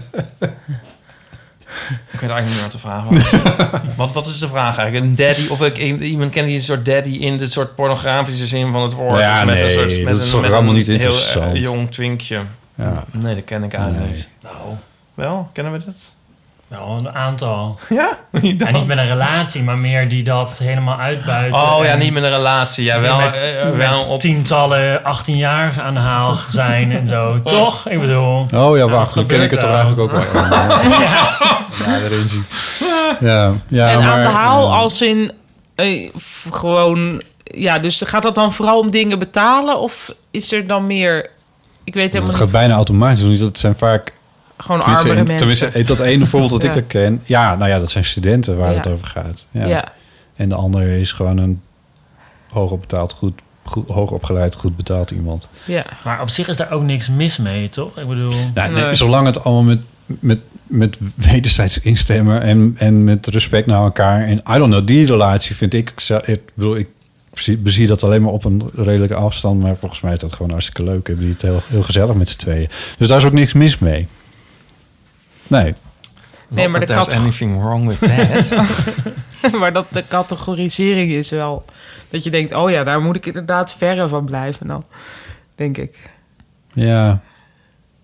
weet eigenlijk niet wat de vraag was. wat, wat is de vraag eigenlijk? Een daddy? Of ik, iemand kent die een soort daddy in de soort pornografische zin van het woord? Ja, dus met nee, een soort, met dat is een, toch allemaal een niet interessant. Heel uh, jong twinkje. Ja. Nee, dat ken ik eigenlijk nee. niet. Nou, wel? Kennen we dat? Wel een aantal. Ja? En niet met een relatie, maar meer die dat helemaal uitbuiten. Oh ja, niet met een relatie. Ja, wel, met, uh, wel met op... tientallen achttienjarigen aan de haal zijn en zo. Toch? Ik bedoel... Oh ja, wacht. Dan ken ik het toch eigenlijk ook wel. Ja, ja erin zien. Ja, ja, en maar, aan de haal ja. als in... Uh, gewoon... Ja, dus gaat dat dan vooral om dingen betalen? Of is er dan meer... Ik weet helemaal Het gaat bijna automatisch. Dat zijn vaak... Gewoon armere mensen. Tenminste, dat ene voorbeeld dat ja. ik er ken... Ja, nou ja, dat zijn studenten waar ja. het over gaat. Ja. Ja. En de andere is gewoon een hoogopbetaald, goed, goed, hoogopgeleid, goed betaald iemand. Ja. Maar op zich is daar ook niks mis mee, toch? Ik bedoel... Nou, nee, zolang het allemaal met, met, met wederzijds instemmen... En, en met respect naar elkaar... En I don't know, die relatie vind ik... Ik bedoel, ik bezie dat alleen maar op een redelijke afstand... Maar volgens mij is dat gewoon hartstikke leuk. Hebben die het heel, heel gezellig met z'n tweeën. Dus daar is ook niks mis mee. Nee. Nee, maar de there's categ- anything wrong with that. Maar dat de categorisering is wel... Dat je denkt, oh ja, daar moet ik inderdaad verre van blijven dan. Denk ik. Ja.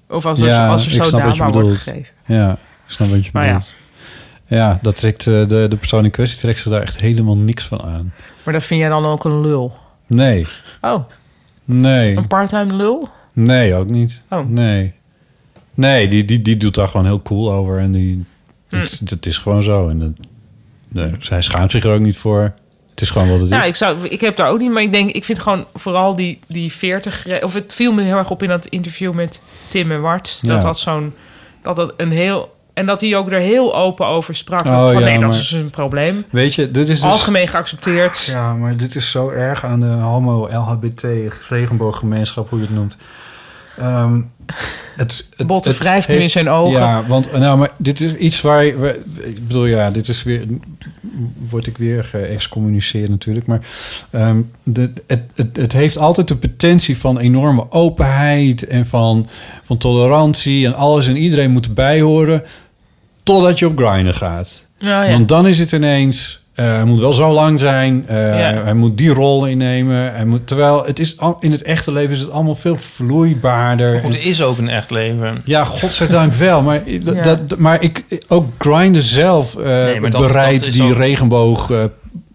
Of als er, ja, als er ik zo snap wat je dama wordt bedoelt. gegeven. Ja, ik snap wat je Maar ja. bedoelt. Ja, dat trekt uh, de, de persoon in kwestie trekt ze daar echt helemaal niks van aan. Maar dat vind jij dan ook een lul? Nee. Oh. Nee. Een part-time lul? Nee, ook niet. Oh. Nee. Nee, die, die, die doet daar gewoon heel cool over. En die, Hm. het, het is gewoon zo. En dat, nee, zij schaamt zich er ook niet voor. Het is gewoon wat het Ja, is. ik, zou, ik heb daar ook niet, maar ik denk, ik vind gewoon vooral die, die veertig... Of het viel me heel erg op in dat interview met Tim en Wart. Dat Ja. dat zo'n... Dat dat een heel... En dat hij ook er heel open over sprak. Oh, van ja, nee, dat maar- is een probleem. Weet je, dit is dus... Algemeen geaccepteerd. Ja, maar dit is zo erg aan de homo-L H B T regenbooggemeenschap, hoe je het noemt. Ehm het, het, Botte het wrijft nu heeft- in zijn ogen. Ja, want nou, maar dit is iets waar... je- waar- ik bedoel, ja, dit is weer... Word ik weer geëxcommuniceerd natuurlijk. Maar ehm, de, het, het, het heeft altijd de potentie van enorme openheid... en van, van tolerantie en alles en iedereen moet erbij horen... totdat je op Grindr gaat. Oh, ja. Want dan is het ineens... Uh, hij moet wel zo lang zijn. Uh, Ja. Hij moet die rol innemen. Hij moet, terwijl het is al, in het echte leven is het allemaal veel vloeibaarder. Maar goed, En- er is ook een echt leven. ja, godzijdank wel. Maar, Ja. dat, dat- maar ik, ook Grindr zelf uh, Nee, maar dat- bereidt dat is die ook- regenboog uh,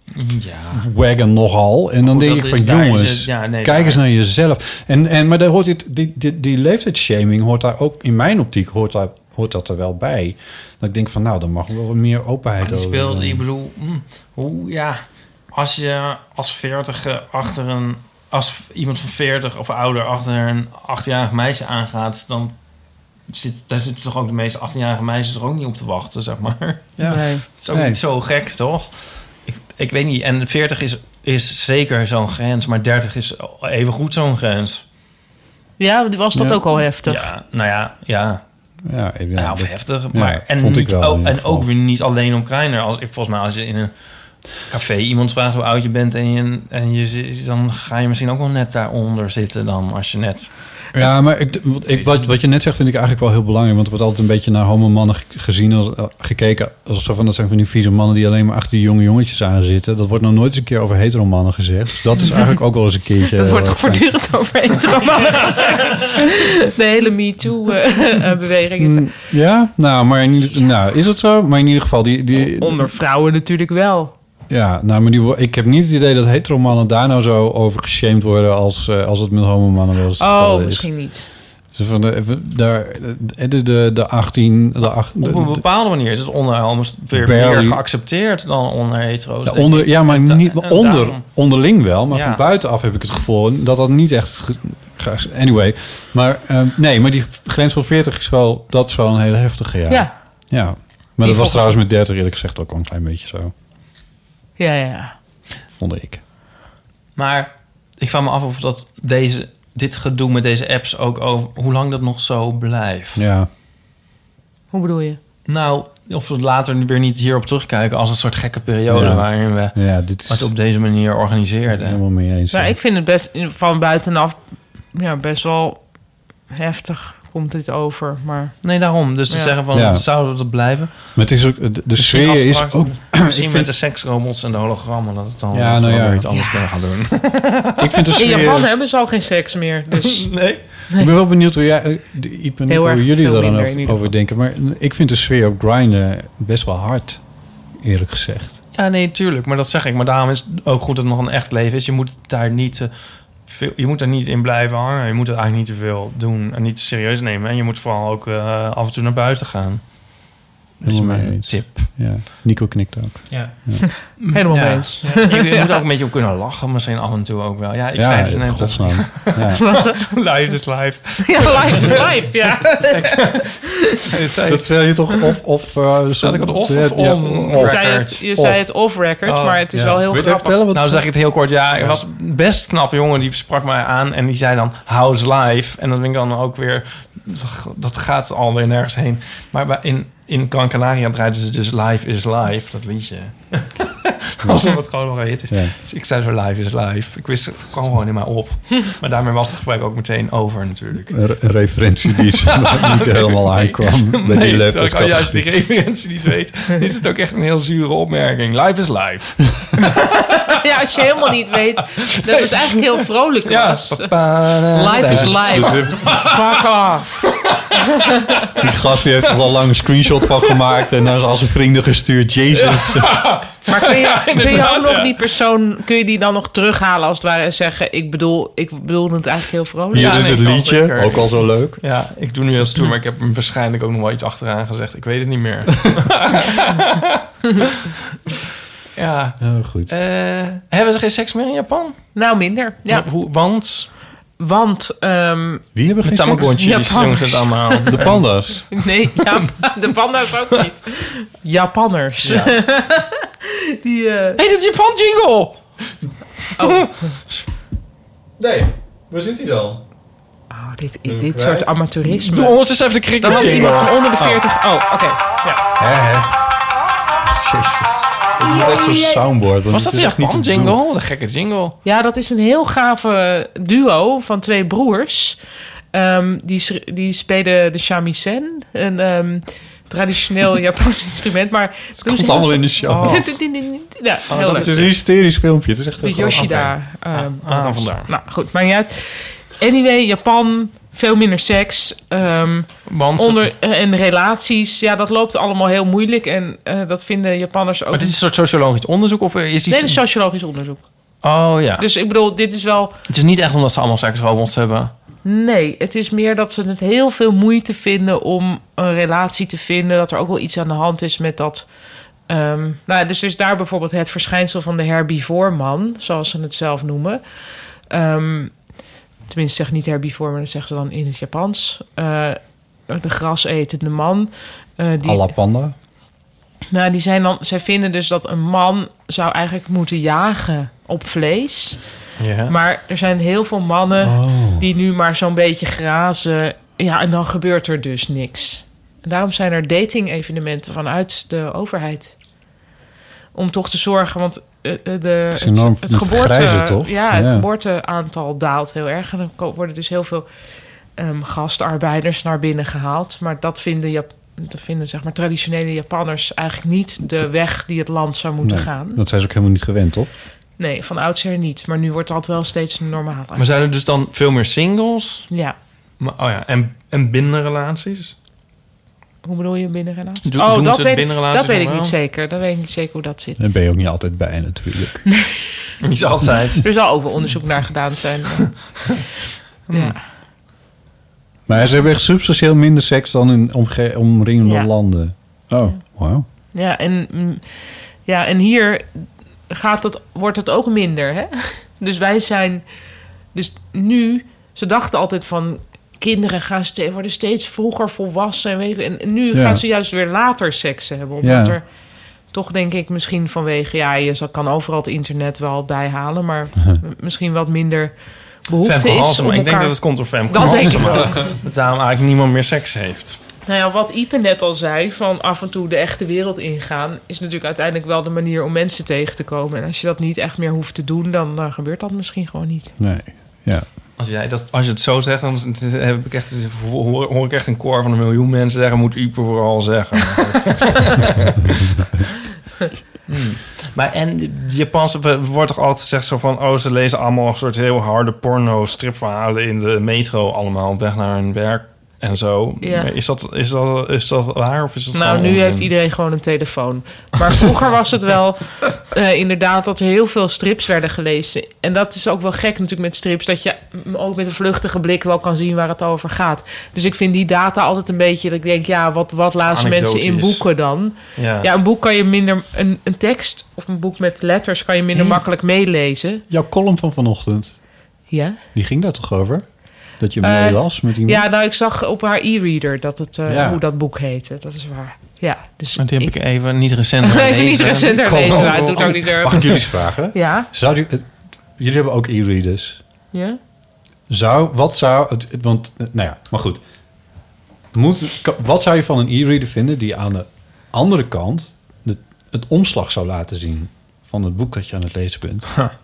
Ja. wagon nogal. En dan goed, denk dat ik is- van daar is jongens, het- ja, nee, kijk daar- eens naar jezelf. En, en, maar daar hoort dit, die, die, die leeftijdshaming hoort daar ook, in mijn optiek, hoort, daar, hoort dat er wel bij. Dat ik denk van nou, dan mag er wel wat meer openheid Maar die over. speelde, ik bedoel, mm, hoe, ja, als je als veertige achter een, als iemand van veertig of ouder achter een achtjarig meisje aangaat, dan zit, daar zitten toch ook de meeste achttienjarige meisjes er ook niet op te wachten, zeg maar. Ja. Nee. Het is ook Nee. niet zo gek, toch? Ik, ik weet niet, en veertig is, is zeker zo'n grens, maar dertig is even goed zo'n grens. Ja, was dat Ja. ook al heftig? Ja, nou ja, ja. Ja, ja, Ja, of dat- heftig. ja, Maar, en vond ik niet, wel in ook, ieder en geval. ook weer niet alleen om Grindr. Als, ik, volgens mij als je in een café iemand vraagt hoe oud je bent... en, je, en je, zit- dan ga je misschien ook wel net daaronder zitten dan als je net... Ja, maar ik, wat, ik, wat, wat je net zegt vind ik eigenlijk wel heel belangrijk. Want er wordt altijd een beetje naar homo-mannen ge- gezien, als, uh, gekeken. Als zo van, dat zijn van die vieze mannen die alleen maar achter die jonge jongetjes aan zitten. Dat wordt nog nooit eens een keer over hetero-mannen gezegd. Dus dat is eigenlijk ook wel eens een keertje... Dat wordt uh, toch voortdurend over hetero-mannen gezegd? De hele MeToo-beweging is Mm, ja, nou, maar in ieder, nou, is dat zo? Maar in ieder geval, die... die onder vrouwen natuurlijk wel. ja, nou, maar die, wo- ik heb niet het idee dat hetero-mannen daar nou zo over geshamed worden als, uh, als het met homo-mannen wel eens het geval Oh, is. misschien niet. Dus van de, even- daar, de, de, de, de achttien... De, ach- Op de- een de- bepaalde manier is het onder homo's weer Barely. meer geaccepteerd dan onder hetero's. Ja, denk onder, ik. ja, maar En da- niet, en onder, daarom- onderling wel. Maar Ja. van buitenaf heb ik het gevoel dat dat niet echt... ge- ge- Anyway. Maar ehm, nee, maar die grens van veertig is wel... Dat is wel een hele heftige, ja. Ja. Ja. Maar dat volgens- was trouwens met dertig eerlijk gezegd ook wel een klein beetje zo. Ja, ja, ja. Vond ik. Maar ik vraag me af of dat deze, dit gedoe met deze apps ook over... hoe lang dat nog zo blijft. Ja. Hoe bedoel je? Nou, of we het later weer niet hierop terugkijken... als een soort gekke periode Ja. waarin we Ja, dit is het op deze manier organiseerden. helemaal mee eens. Nou, ja. ik vind het best van buitenaf ja, best wel heftig komt dit over. Maar Nee, daarom. Dus te Ja. zeggen van, Ja. zouden we dat blijven? Maar het is ook... De, de Misschien sfeer als is straks- ook... Misschien ik met de vind, seksrobots en de hologrammen... dat het dan Ja, dat we nou wel ja. weer iets anders kunnen gaan doen. ik vind de in sfeer... Japan hebben ze al geen seks meer. Dus nee. Ik ben wel benieuwd hoe, jij, eh, de- Iep en Heel hoe erg jullie veel daar dan minder over, in ieder over geval. denken. Maar ik vind de sfeer op Grindr best wel hard, eerlijk gezegd. Ja, nee, tuurlijk. Maar dat zeg ik. Maar daarom is het ook goed dat het nog een echt leven is. Je moet daar niet, eh, veel, je moet daar niet in blijven hangen. Je moet het eigenlijk niet te veel doen en niet te serieus nemen. En je moet vooral ook uh, af en toe naar buiten gaan. Dat is Helemaal mee mijn eens. tip. Ja, Nico knikt ook. Ja. Ja. helemaal Ja. mee eens. Ja, je, je moet er ook een beetje op kunnen lachen. Misschien af en toe ook wel. Ja, ik Ja, zei dus net... godsnaam. Ja. live is live. Ja, live is live, ja. Dat vertel je toch of... of uh, Zat ik het off ja, of ja, on? Je zei het, je Off. zei het off-record, Oh, maar het is ja. wel heel Wil je het even grappig. vertellen? Wat Nou, zeg ik het heel kort. Ja, er was best knap jongen die sprak mij aan en die zei dan House Live. En dat vind ik dan ook weer, dat gaat alweer nergens heen. Maar bij- in, in Gran Canaria draaiden ze dus Live is Live, dat liedje. Als het gewoon nog een hit is. Ja. Dus ik zei zo, live is live. Ik wist, het kwam gewoon in mij op. Maar daarmee was het gesprek ook meteen over natuurlijk. Een, een referentie die zo niet helemaal aankwam bij nee, die dat ik al leeftijdscategorie. juist die referentie niet weet, is het ook echt een heel zure opmerking. Live is live. Ja, als je helemaal niet weet dat het eigenlijk heel vrolijk Ja. was. Live is live. Fuck off. Die gast die heeft er al lang een screenshot van gemaakt en dan als zijn vrienden gestuurd. Jezus. Maar kun je, Ja, kun je inderdaad, ook nog ja. die persoon, kun je die dan nog terughalen als het ware en zeggen, ik bedoel, ik bedoel het eigenlijk heel vrolijk. Hier Ja, is nee, het kan liedje, zeker. ook al zo leuk. Ja, ik doe nu heel stoer, maar ik heb hem waarschijnlijk ook nog wel iets achteraan gezegd. Ik weet het niet meer. Ja. Oh, goed. Uh, hebben ze geen seks meer in Japan? Nou, minder. Ja. Hoe, want? Want... Um, Wie hebben geen de Tamagotchis, jongens het allemaal. De panda's. Nee, ja, de panda's ook niet. Japanners. Ja. Die, uh... Hey, dat is Japan jingle! Oh. Nee, waar zit hij dan? Oh, dit, dit soort amateurisme. Doe ondertussen even de cricket Dan had jingle. iemand van onder de veertig... Oh, oké. Okay. Ja. Hè, hè. Jezus. Het is echt zo'n soundboard. Was dat een Japan jingle? Wat een gekke jingle. Ja, dat is een heel gave duo van twee broers. Um, die, die spelen de shamisen. Een um, traditioneel Japans instrument. Maar het komt allemaal in de show. Oh. Ja, oh, heel het is een hysterisch filmpje. Het is echt de Yoshida. Okay. Um, ah, ah, vandaar. Nou, goed. Maar niet uit. Anyway, Japan... Veel minder seks. Um, onder, en relaties. Ja, dat loopt allemaal heel moeilijk. En uh, dat vinden Japanners ook... Maar dit is een soort sociologisch onderzoek? Of is iets... Nee, dit is sociologisch onderzoek. Oh, ja. Dus ik bedoel, dit is wel... Het is niet echt omdat ze allemaal seksrobots hebben. Nee, het is meer dat ze het heel veel moeite vinden om een relatie te vinden. Dat er ook wel iets aan de hand is met dat... Um, nou, dus er is daar bijvoorbeeld het verschijnsel van de herbivoorman, zoals ze het zelf noemen. Um, Tenminste, zeg niet herbivore, maar dat zeggen ze dan in het Japans. Uh, de grasetende man. Uh, die, à la panda? Nou, die zijn dan... Zij vinden dus dat een man zou eigenlijk moeten jagen op vlees. Yeah. Maar er zijn heel veel mannen oh. die nu maar zo'n beetje grazen. Ja, en dan gebeurt er dus niks. En daarom zijn er dating-evenementen vanuit de overheid. Om toch te zorgen, want... De, de, het, het, het, geboorte, grijze, toch? Ja, het ja. geboorteaantal daalt heel erg. En dan worden dus heel veel um, gastarbeiders naar binnen gehaald. Maar dat vinden, Jap- dat vinden zeg maar, traditionele Japanners eigenlijk niet de weg die het land zou moeten nee, gaan. Dat zijn ze ook helemaal niet gewend, toch? Nee, van oudsher niet. Maar nu wordt dat wel steeds normaal. Maar zijn er dus dan veel meer singles? Ja. Maar, oh ja, en, en binnenrelaties? Hoe bedoel je binnenrelaties? Do, oh, dat weet, dat weet ik wel? niet zeker. Dat weet ik niet zeker hoe dat zit. Daar ben je ook niet altijd bij, natuurlijk. Nee. Niet altijd. Er zal ook wel onderzoek naar gedaan zijn. hmm. Ja. Maar ze hebben echt substantieel minder seks dan in omge- omringende ja. landen. Oh, ja. Wauw. Ja, en, ja, en hier gaat het, wordt het ook minder. Hè? Dus wij zijn... Dus nu... Ze dachten altijd van... Kinderen gaan ste- worden steeds vroeger volwassen. En, weet ik, en nu ja. gaan ze juist weer later seks hebben. Omdat ja. er toch, denk ik, misschien vanwege... Ja, je kan overal het internet wel bijhalen... maar misschien wat minder behoefte Femke is. Halsema. Om ik elkaar... denk dat het komt door Femke Dat Halsema. denk ik ook. Dat daarom eigenlijk niemand meer seks heeft. Nou ja, wat Ipe net al zei... van af en toe de echte wereld ingaan... is natuurlijk uiteindelijk wel de manier om mensen tegen te komen. En als je dat niet echt meer hoeft te doen... dan uh, gebeurt dat misschien gewoon niet. Nee, ja. Als, jij dat, als je het zo zegt, dan heb ik echt, hoor, hoor ik echt een koor van een miljoen mensen zeggen... moet Ipe vooral zeggen. hmm. Maar en de Japanse wordt toch altijd gezegd zo van... oh, ze lezen allemaal een soort heel harde porno-stripverhalen... in de metro allemaal op weg naar hun werk en zo. Ja. Is, dat, is, dat, is dat waar of is dat nou, nu onzin? heeft iedereen gewoon een telefoon. Maar vroeger was het wel uh, inderdaad dat er heel veel strips werden gelezen. En dat is ook wel gek natuurlijk met strips... dat je ook met een vluchtige blik wel kan zien waar het over gaat. Dus ik vind die data altijd een beetje... dat ik denk, ja, wat, wat lazen mensen in boeken dan? Ja. ja, een boek kan je minder... Een, een tekst of een boek met letters kan je minder hey. makkelijk meelezen. Jouw column van vanochtend. Ja? Die ging daar toch over? Dat je mee las uh, met iemand? Ja, nou, ik zag op haar e-reader dat het, uh, ja. hoe dat boek heette. Dat is waar. Ja, dus die heb ik, ik even niet recent herlezen. Even niet recent herlezen, maar het doet ook niet erg. Mag ik jullie eens vragen? Ja. Zou die, het, jullie hebben ook e-readers. Ja. Zou, wat zou... Het, want, nou ja, maar goed. Moet, wat zou je van een e-reader vinden... die aan de andere kant de, het omslag zou laten zien... van het boek dat je aan het lezen bent?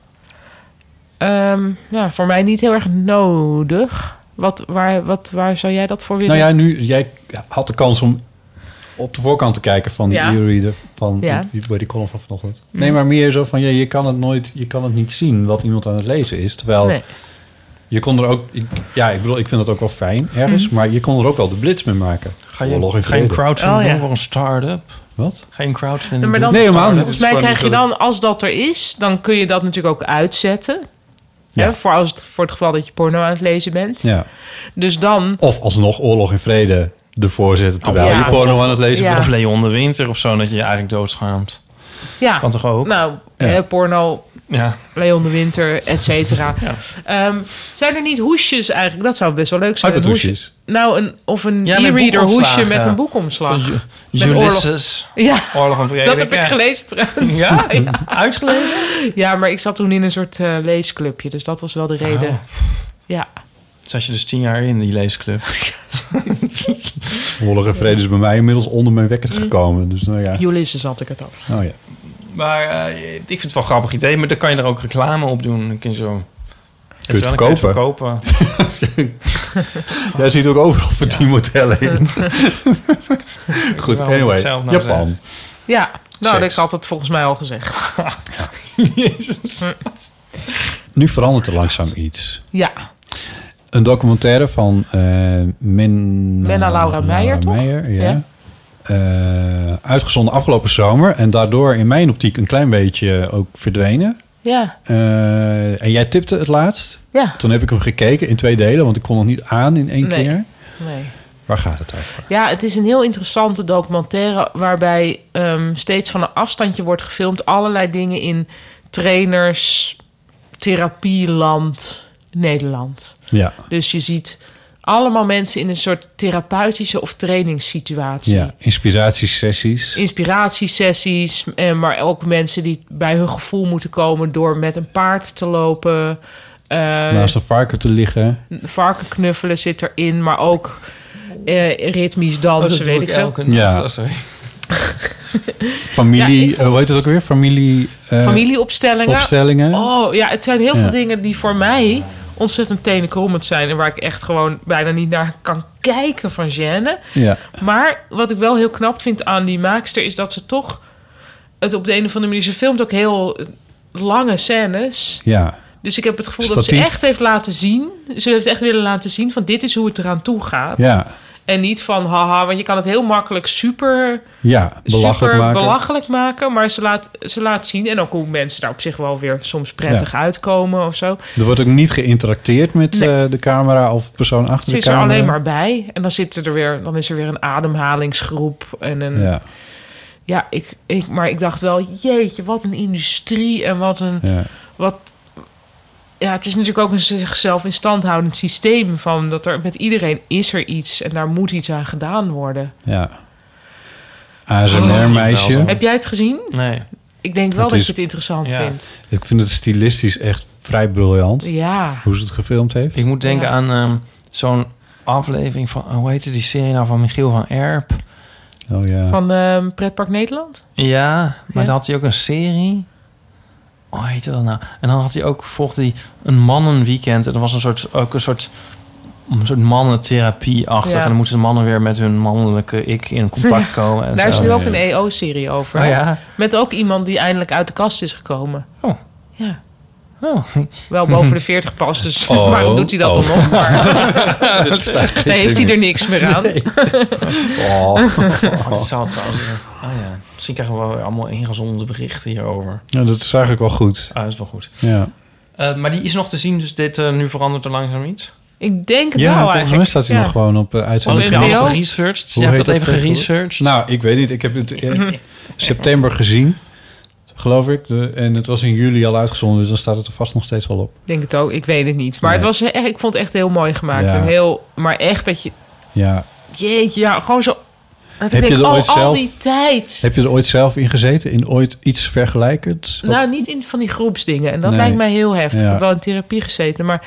Um, ja, voor mij niet heel erg nodig. Wat, waar, wat, waar zou jij dat voor willen? Nou ja, nu, jij had de kans om op de voorkant te kijken van die ja. e-reader van ja. die, bij die column van vanochtend. Mm. Nee, maar meer zo van, ja, je kan het nooit, je kan het niet zien wat iemand aan het lezen is. Terwijl nee. je kon er ook, ik, ja, ik bedoel, ik vind dat ook wel fijn ergens, mm. maar je kon er ook wel de blitz mee maken. Ga je, ga je een crowdfunding oh, ja. doen voor een start-up? Wat? Ga je een crowdfunding ja, maar dan, doen? Nee, helemaal niet. Volgens mij krijg je dan, als dat er is, dan kun je dat natuurlijk ook uitzetten. Ja. Hè, voor, als het, voor het geval dat je porno aan het lezen bent. Ja. Dus dan... Of alsnog Oorlog en Vrede ervoor zetten terwijl oh, ja. je porno aan het lezen ja. bent. Of Leon de Winter of zo, dat je je eigenlijk doodschaamt. Ja. Kan toch ook? Nou, ja. eh, porno, ja. Leon de Winter, et cetera. Ja. Um, zijn er niet hoesjes eigenlijk? Dat zou best wel leuk zijn. Een hoesje. Nou, een, of een ja, e-reader hoesje met een boekomslag. Van met Ulysses, oorlog. Ja, Oorlog en Vrede. Dat heb ik gelezen trouwens. Ja? ja? Uitgelezen? Ja, maar ik zat toen in een soort uh, leesclubje. Dus dat was wel de reden. Oh. Ja. Zat je dus tien jaar in die leesclub? Oorlog en Vrede is bij mij inmiddels onder mijn wekker gekomen. Dus nou ja. Ulysses had ik het af. Oh ja. Maar uh, ik vind het wel een grappig idee. Maar dan kan je er ook reclame op doen. Dan kun je zo... Kun je het verkopen? verkopen. Jij ziet ook overal verdienmodellen in. Goed, anyway. Nou Japan. Zijn. Ja, nou, dat had het volgens mij al gezegd. Jezus. Nu verandert er langzaam iets. Ja. Een documentaire van uh, Men, Menna Laura Meijer, toch? Meijer, ja. ja. Uh, uitgezonden afgelopen zomer. En daardoor in mijn optiek een klein beetje ook verdwenen. Ja. Uh, en jij tipte het laatst. Ja. Toen heb ik hem gekeken in twee delen, want ik kon nog niet aan in één nee. keer. Nee. Waar gaat het over? Ja, het is een heel interessante documentaire waarbij um, steeds van een afstandje wordt gefilmd. Allerlei dingen in trainers, therapieland, Nederland. Ja. Dus je ziet allemaal mensen in een soort therapeutische of trainingssituatie. Ja, inspiratiesessies. Inspiratiesessies, maar ook mensen die bij hun gevoel moeten komen door met een paard te lopen. Uh, Naast een varken te liggen. Varken knuffelen zit erin, maar ook uh, ritmisch dansen, oh, weet ik veel. Ja. Oh, sorry. Familie, ja, ik, uh, hoe heet het ook weer? Familie... Uh, familieopstellingen. Opstellingen. Oh ja, het zijn heel ja. veel dingen die voor mij ontzettend tenenkrommend zijn en waar ik echt gewoon bijna niet naar kan kijken van gêne. Ja. Maar wat ik wel heel knap vind aan die maakster is dat ze toch het op de een of andere manier... Ze filmt ook heel lange scènes. Ja. Dus ik heb het gevoel Statief. dat ze echt heeft laten zien. Ze heeft echt willen laten zien van dit is hoe het eraan toe gaat. Ja. En niet van haha, want je kan het heel makkelijk super, ja, belachelijk, super maken. belachelijk maken. Maar ze laat, ze laat zien. En ook hoe mensen daar op zich wel weer soms prettig ja. uitkomen of zo. Er wordt ook niet geïnteracteerd met nee. uh, de camera of persoon achter ze de camera. Ze is er alleen maar bij. En dan, zit er weer, dan is er weer een ademhalingsgroep. En een, ja, ja ik, ik, maar ik dacht wel, jeetje, wat een industrie. En wat een... Ja. Wat, ja, het is natuurlijk ook een zichzelf in stand houdend systeem van dat er met iedereen is er iets en daar moet iets aan gedaan worden. Ja. A S M R-meisje. Oh, heb jij het gezien? Nee. Ik denk wel het dat is, je het interessant ja. vindt. Ik vind het stilistisch echt vrij briljant. Ja. Hoe ze het gefilmd heeft. Ik moet denken ja. aan um, zo'n aflevering van, hoe heette die serie nou van Michiel van Erp? Oh ja. Van um, Pretpark Nederland? Ja, maar ja. dan had hij ook een serie. Oh, heette dat nou? En dan had hij ook, volgde hij een mannenweekend. En dat was een soort, ook een soort, een soort mannentherapie-achtig. Ja. En dan moeten de mannen weer met hun mannelijke ik in contact komen. En Daar zo. is nu ook ja. een E O-serie over. Oh, ja. Met ook iemand die eindelijk uit de kast is gekomen. Oh. Ja. Oh. Wel boven de veertig pas, dus oh. waarom doet hij dat oh. dan nog? Maar nee, heeft hij er niks meer aan. Nee. Oh. Oh, dat zal trouwens. Oh ja. Misschien krijgen we wel allemaal ingezonde berichten hierover. Ja, dat is eigenlijk wel goed. Ah, dat is wel goed. Ja. Uh, maar die is nog te zien, dus dit uh, nu verandert er langzaam iets? Ik denk het ja, wel volgens mij staat hij ja. nog gewoon op uh, uitzending. Oh, heb je al geresearched? Je hebt dat even geresearched? Nou, ik weet niet. Ik heb het in september gezien, geloof ik. De, en het was in juli al uitgezonden, dus dan staat het er vast nog steeds wel op. Ik denk het ook. Ik weet het niet. Maar nee. het was echt, ik vond het echt heel mooi gemaakt. Ja. En heel, maar echt dat je... Ja. Jeetje, ja, gewoon zo... Dat heb ik je er al, ooit al zelf, die tijd. Heb je er ooit zelf in gezeten? In ooit iets vergelijkends? Nou, niet in van die groepsdingen. En dat nee. lijkt mij heel heftig. Ja. Ik heb wel in therapie gezeten. Maar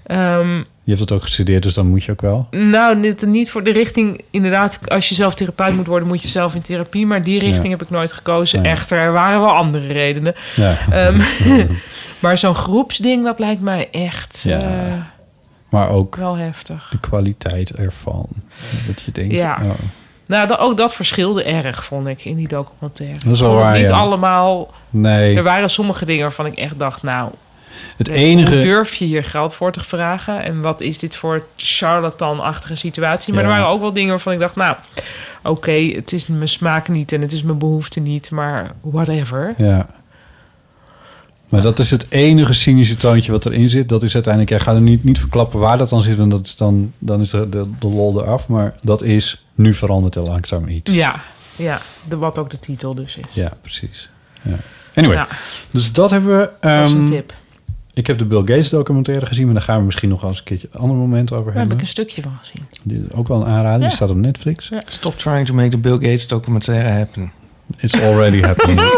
Um, je hebt het ook gestudeerd, dus dan moet je ook wel. Nou, niet, niet voor de richting... Inderdaad, als je zelf therapeut moet worden... moet je zelf in therapie. Maar die richting Ja. heb ik nooit gekozen. Nee. Echter, er waren wel andere redenen. Ja. Um, maar zo'n groepsding, dat lijkt mij echt... Ja. Uh, Maar ook wel heftig. de kwaliteit ervan. Dat je denkt... Ja. Oh. Nou, dat, ook dat verschilde erg, vond ik, in die documentaire. Dat is wel Ik vond het waar, niet ja. allemaal... Nee. Er waren sommige dingen waarvan ik echt dacht... nou, Het hoe enige... durf je hier geld voor te vragen? En wat is dit voor charlatan-achtige situatie? Maar Ja. er waren ook wel dingen waarvan ik dacht... nou, oké, okay, het is mijn smaak niet... en het is mijn behoefte niet, maar whatever. Ja. Maar dat is het enige cynische toontje wat erin zit. Dat is uiteindelijk... Ik ga er niet, niet verklappen waar dat dan zit... want dat is dan, dan is de, de, de lol eraf. Maar dat is... Nu verandert er langzaam iets. Ja, ja de, wat ook de titel dus is. Ja, precies. Ja. Anyway, Ja. dus dat hebben we... Dat is een ehm, tip. Ik heb de Bill Gates documentaire gezien... maar daar gaan we misschien nog eens een keertje een ander moment over Daar hebben. heb ik een stukje van gezien. Dit is ook wel een aanrader. Ja. Die staat op Netflix. Ja. Stop trying to make the Bill Gates documentaire happen. It's already happening.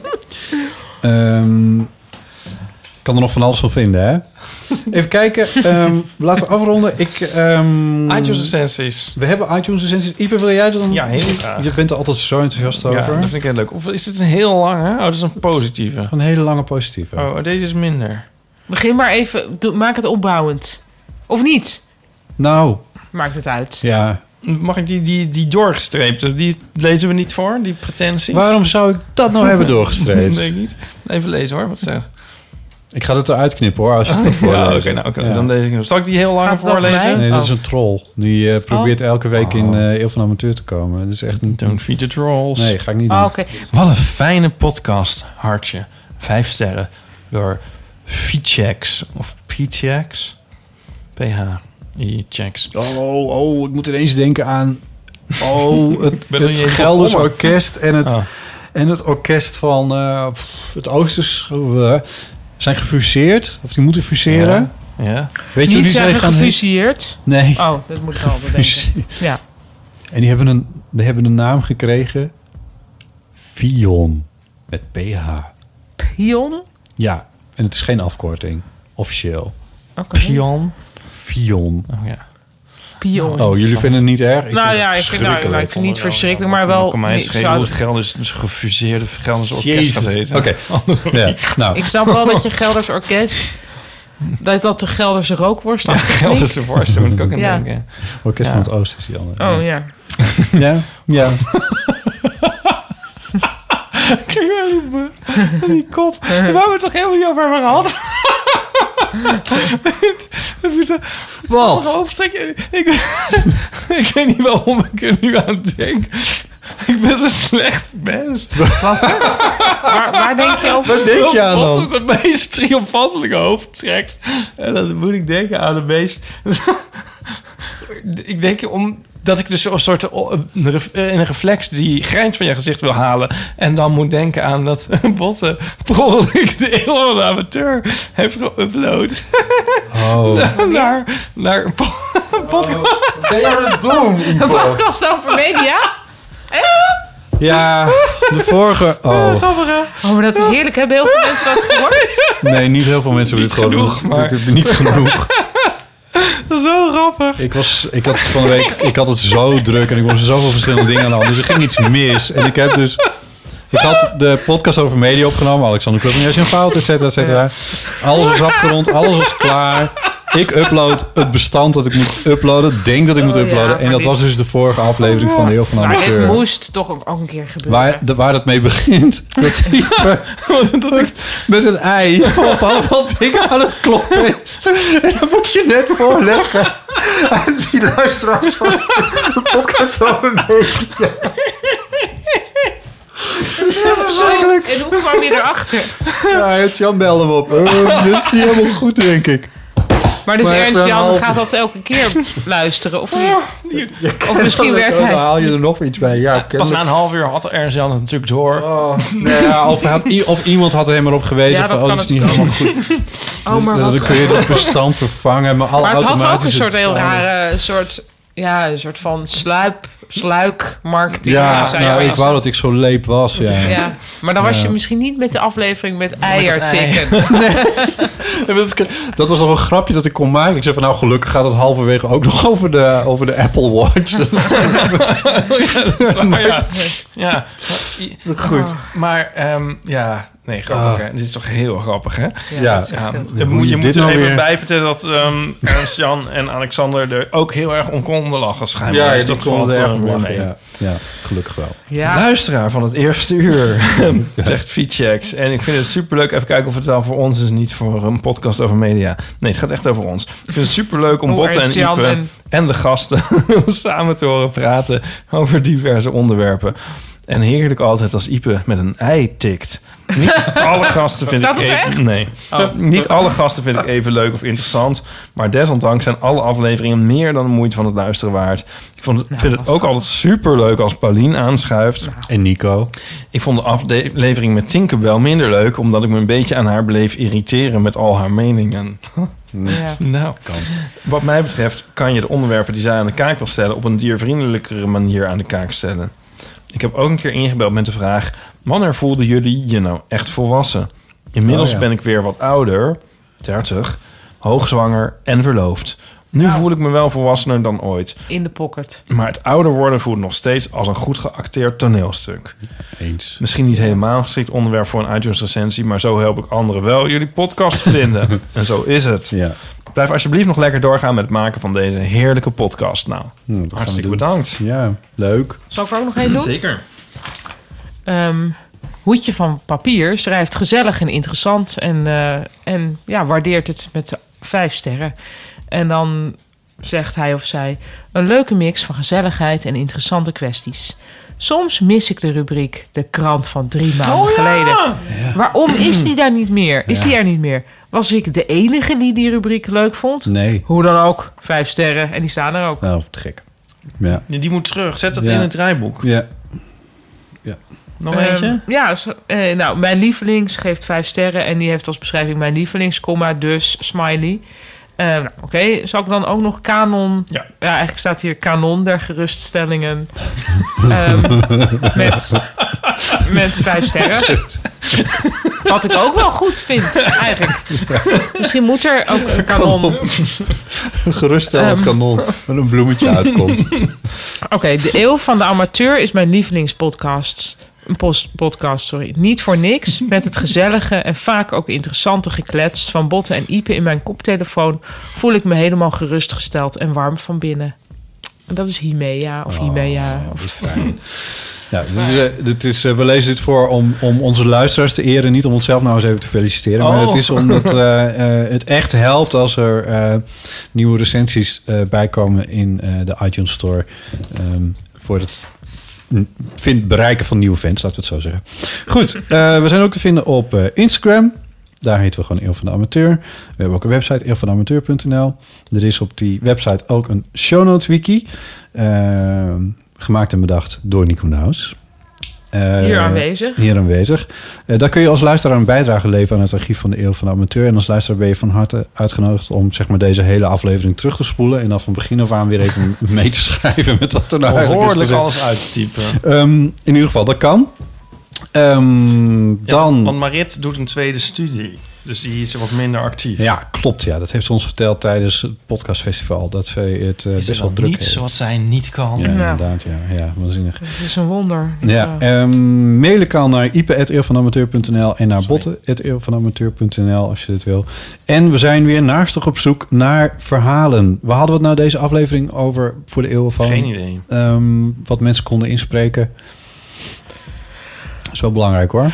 um, Ik kan er nog van alles van vinden, hè? Even kijken. Um, laten we afronden. Ik, um, iTunes recensies. We hebben iTunes recensies. Ipe, wil jij dan? Ja, heel graag. Je bent er altijd zo enthousiast Ja, over. dat vind ik heel leuk. Of is dit een heel lange? Oh, dat is een positieve. Een hele lange positieve. Oh, deze is minder. Begin maar even, doe, maak het opbouwend. Of niet? Nou. Maakt het uit. Ja. Mag ik die, die, die doorgestreepte, die lezen we niet voor, die pretenties? Waarom zou ik dat nou hebben doorgestreept? Weet ik niet. Even lezen hoor, wat zeg. Ik ga het eruit knippen hoor, als je het gaat Ja, voorlezen. oké, nou, oké, Ja. dan lees ik nog. Zal ik die heel lang Gaat het over voorlezen? mij? Nee, dat Oh. is een troll. Die uh, probeert Oh. elke week in Oh. uh, Eeuw van Amateur te komen. Dat is echt niet... Don't feed the trolls. Nee, ga ik niet doen. Oh, oké. Wat een fijne podcast, hartje. Vijf sterren door Ficheks of Picheks. P H I checks. Oh, oh, ik moet ineens denken aan... Oh, het, ben er het niet eens Gelders begonnen. Orkest en het, Oh. en het orkest van uh, pff, het Oosters uh, zijn gefuseerd. Of die moeten fuseren. Ja. Ja. Weet je hoe Niet die zijn zeggen gaan... gefusieerd. Nee. Oh, dat moet ik altijd Gefuseerd. denken. Ja. En die hebben, een, die hebben een naam gekregen. Fion. Met P H. Pion? Ja, en het is geen afkorting. Officieel. Oké. Pion. Fion. Oh ja. Pion. Oh, jullie vinden het niet erg? Ik nou vind ja, het ik vind, nou, nou, ik vind het niet verschrikkelijk, maar Maar wel... kan mij niet- schelen zou- hoe het Gelders dus gefuseerde Gelders Orkest Jezus. gaat heten. Oké. Ja, nou. Ik snap wel dat je Gelders Orkest... dat dat de Gelderse rookworst Ja, Gelderse worst, daar moet ik ook aan Ja. denken. Orkest Ja. van het Oosten is die andere. Oh ja. Ja, ja. Kijk maar die, die kop. Daar hebben we het toch helemaal niet over hebben gehad? Wat? Hoofdstuk. Ik, ik weet niet waarom ik er nu aan denk. Ik ben zo'n slecht mens. Wat? waar, waar denk je over? Wat denk je aan Wat dan? is het meest triomfantelijke hoofdtrekt? En dan moet ik denken aan de meest... ik denk om... dat ik dus een soort in een reflex die grijns van je gezicht wil halen. En dan moet denken aan dat Botte per ongeluk de Eeuw van de Amateur heeft geüpload. Oh. naar, naar een po- podcast. Wat ben je aan het doen, Een Ipo? podcast over media? Ja, de vorige... Oh. Oh, maar dat is heerlijk. Hebben heel veel mensen dat gehoord? Nee, niet heel veel mensen hebben dit Niet gehoord. genoeg, maar- Dit- dit- Niet genoeg. Zo grappig. Ik, was, ik had van de week... Ik had het zo druk en ik was er zoveel verschillende dingen aan de hand. Dus er ging iets mis. En ik heb dus... Ik had de podcast over media opgenomen. Alexander Klupping, als je een fout, et cetera, et cetera. Alles was afgerond, alles was klaar. Ik upload het bestand dat ik moet uploaden. Denk dat ik moet Oh, ja, uploaden. maar En dat dit- was dus de vorige aflevering van de Eeuw van de Maar dit Amateur. moest toch ook een keer gebeuren. Waar, de, waar het mee begint. Dat Ipe dat ik met een ei op allemaal dingen aan het kloppen is. En dan moet je net voorleggen aan die luisteraars van de podcast over media. Dat is heel verschrikkelijk. En hoe kwam je erachter? Ja, het Jan belde me op. Uh, dit is niet helemaal goed, denk ik. Maar dus Maar echt Ernst een Jan half- gaat dat elke keer luisteren, of niet? Je Of misschien werd Dan hij... haal je er nog iets bij. Ja, Pas na een half uur had Ernst Jan het natuurlijk door. Oh, nee, ja, of, hij had, i- of iemand had er hem erop gewezen Ja, van, dat oh, kan dat is het- niet helemaal goed. Oh, maar dan wat... kun je dat bestand vervangen. Maar, alle Maar het had ook een automatische soort heel talen. rare soort ja, een soort van sluip, sluikmarketing. Ja, zou nou, je ik wou dat ik zo leep was. Ja, ja. Maar dan was ja. je misschien niet met de aflevering met eier tikken. Nee. Dat was nog een grapje dat ik kon maken. Ik zei van nou, gelukkig gaat het halverwege ook nog over de, over de Apple Watch. ja, dat is waar, ja. ja. Goed. Maar um, ja, nee, grappig. Oh. Hè? Dit is toch heel grappig, hè? Ja. ja. ja ja. moet, je dit moet er nou even weer... bij vertellen dat um, Ernst Jan en Alexander er ook heel erg om konden lachen. Schijnbaar. Ja, dus die dat konden valt er erg uh, om weer lachen. mee. Ja. ja, gelukkig wel. Ja. Luisteraar van het eerste uur, zegt Feedchecks. En ik vind het superleuk. Even kijken of het wel voor ons is, niet voor een podcast over media. Nee, het gaat echt over ons. Ik vind het superleuk om Oh, Botte en Ernst Jan Ipe en- en de gasten samen te horen praten over diverse onderwerpen. En heerlijk altijd als Ipe met een ei tikt. Niet alle gasten vind Staat ik dat er even... echt? Nee. Oh. Niet alle gasten vind ik even leuk of interessant. Maar desondanks zijn alle afleveringen meer dan de moeite van het luisteren waard. Ik vond het, Nou, vind het was- ook altijd superleuk als Paulien aanschuift. En Nico. Ik vond de aflevering met Tinke wel minder leuk... omdat ik me een beetje aan haar bleef irriteren met al haar meningen. Ja. Nou, Kan. wat mij betreft kan je de onderwerpen die zij aan de kaak wil stellen... op een diervriendelijkere manier aan de kaak stellen. Ik heb ook een keer ingebeld met de vraag... wanneer voelden jullie je nou echt volwassen? Inmiddels Oh, ja. ben ik weer wat ouder, dertig, hoogzwanger en verloofd. Nu Nou. voel ik me wel volwassener dan ooit. In de pocket. Maar het ouder worden voelt nog steeds als een goed geacteerd toneelstuk. Eens. Misschien niet helemaal een geschikt onderwerp voor een iTunes recensie... maar zo help ik anderen wel jullie podcast te vinden. En zo is het. Ja. Blijf alsjeblieft nog lekker doorgaan met het maken van deze heerlijke podcast. Nou, Nou, dat gaan we hartstikke doen. bedankt. Ja, leuk. Zal ik er ook nog één doen? Zeker. Ehm, Hoedje van Papier schrijft gezellig en interessant. En, uh, en ja, waardeert het met vijf sterren. En dan zegt hij of zij... een leuke mix van gezelligheid en interessante kwesties. Soms mis ik de rubriek De Krant van drie maanden Oh, ja! geleden. Ja. Waarom is die daar niet meer? Is Ja. die er niet meer? Was ik de enige die die rubriek leuk vond? Nee. Hoe dan ook, vijf sterren. En die staan er ook. Nou, te gek. Ja. Die moet terug. Zet dat Ja. in het draaiboek. Ja. Nog Ehm, eentje? Ja, zo- eh, nou, mijn lievelings geeft vijf sterren. En die heeft als beschrijving mijn lievelings, komma, dus, smiley. Eh, nou, Oké, zal ik dan ook nog kanon... Ja. Ja, eigenlijk staat hier kanon der geruststellingen. Ehm, met, met vijf sterren. Wat ik ook wel goed vind, eigenlijk. Misschien moet er ook een kanon... Geruststellen het Ehm. kanon. Waar een bloemetje uitkomt. Oké, de Eeuw van de Amateur is mijn lievelingspodcast. Een post podcast, sorry. Niet voor niks. Met het gezellige en vaak ook interessante geklets van Botte en Ipe in mijn koptelefoon... voel ik me helemaal gerustgesteld en warm van binnen. En dat is Himea of Himea. Dat is fijn. Ja, dit is, uh, dit is, uh, we lezen dit voor om, om onze luisteraars te eren. Niet om onszelf nou eens even te feliciteren. Maar Oh. het is omdat uh, uh, het echt helpt als er uh, nieuwe recensies uh, bijkomen in uh, de iTunes Store. Um, voor het vind, bereiken van nieuwe fans, laten we het zo zeggen. Goed, uh, we zijn ook te vinden op uh, Instagram. Daar heten we gewoon Eeuw van de Amateur. We hebben ook een website, eeuw van de amateur punt n l. Er is op die website ook een show notes wiki. Uh, gemaakt en bedacht door Nico Naus. Uh, Hier aanwezig. Hier aanwezig. Uh, daar kun je als luisteraar een bijdrage leveren aan het archief van de Eeuw van de Amateur. En als luisteraar ben je van harte uitgenodigd om zeg maar, deze hele aflevering terug te spoelen. En dan van begin af aan weer even mee te schrijven met wat er nou eigenlijk is Behoorlijk gezegd. alles uit te typen. Um, in ieder geval, dat kan. Um, dan... Ja, want Marit doet een tweede studie. Dus die is wat minder actief. Ja, klopt. Ja. Dat heeft ze ons verteld tijdens het podcastfestival. Dat ze het uh, Is best er wel dan druk niets heeft. wat zij niet kan? Ja, Nou. inderdaad. Ja, ja, waanzinnig. Het is een wonder. Ja, Ja. um, mailen kan naar ipe at eeuw van de amateur punt n l en naar botte at eeuw van de amateur punt n l als je dit wil. En we zijn weer naastig op zoek naar verhalen. Waar hadden we het nou deze aflevering over voor de Eeuw van? Geen idee. Um, wat mensen konden inspreken. Dat is wel belangrijk hoor.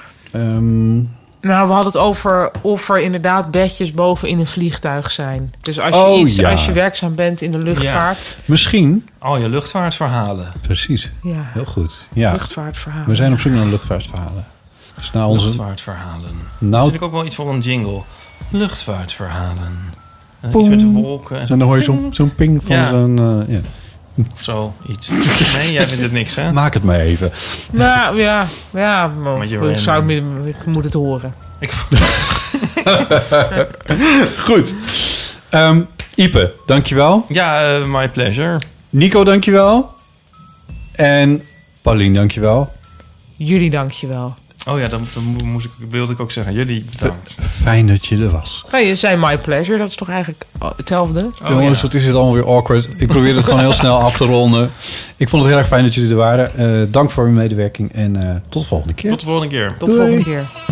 Um, Nou, we hadden het over of er inderdaad bedjes boven in een vliegtuig zijn. Dus als je, Oh, iets, ja. als je werkzaam bent in de luchtvaart... misschien. Al je luchtvaartverhalen. Precies. Ja, Heel goed. Ja. luchtvaartverhalen. We zijn op zoek naar luchtvaartverhalen. Dus naar onze... Luchtvaartverhalen. Nou- Dat vind ik ook wel iets voor een jingle. Luchtvaartverhalen. En Poem. iets met de wolken. En dan hoor je zo'n zo'n ping van Ja. zo'n... Uh, ja. Of zo, iets. Nee, jij vindt het niks, hè? Maak het maar even. Nou, ja, ja maar Met je ik, zou, het random. niet- ik moet het horen. Ik... Goed. Um, Ipe, dankjewel. Ja, uh, my pleasure. Nico, dankjewel. En Paulien, dankjewel. Jullie dankjewel. Oh ja, dan, dan moest ik, wilde ik ook zeggen. Jullie bedankt. Fijn dat je er was. Ja, je zei my pleasure, dat is toch eigenlijk hetzelfde? Oh, Jongens, ja. Wat is dit allemaal weer awkward. Ik probeer het gewoon heel snel af te ronden. Ik vond het heel erg fijn dat jullie er waren. Uh, dank voor uw medewerking en uh, tot de volgende keer. Tot de volgende keer. Tot de volgende keer.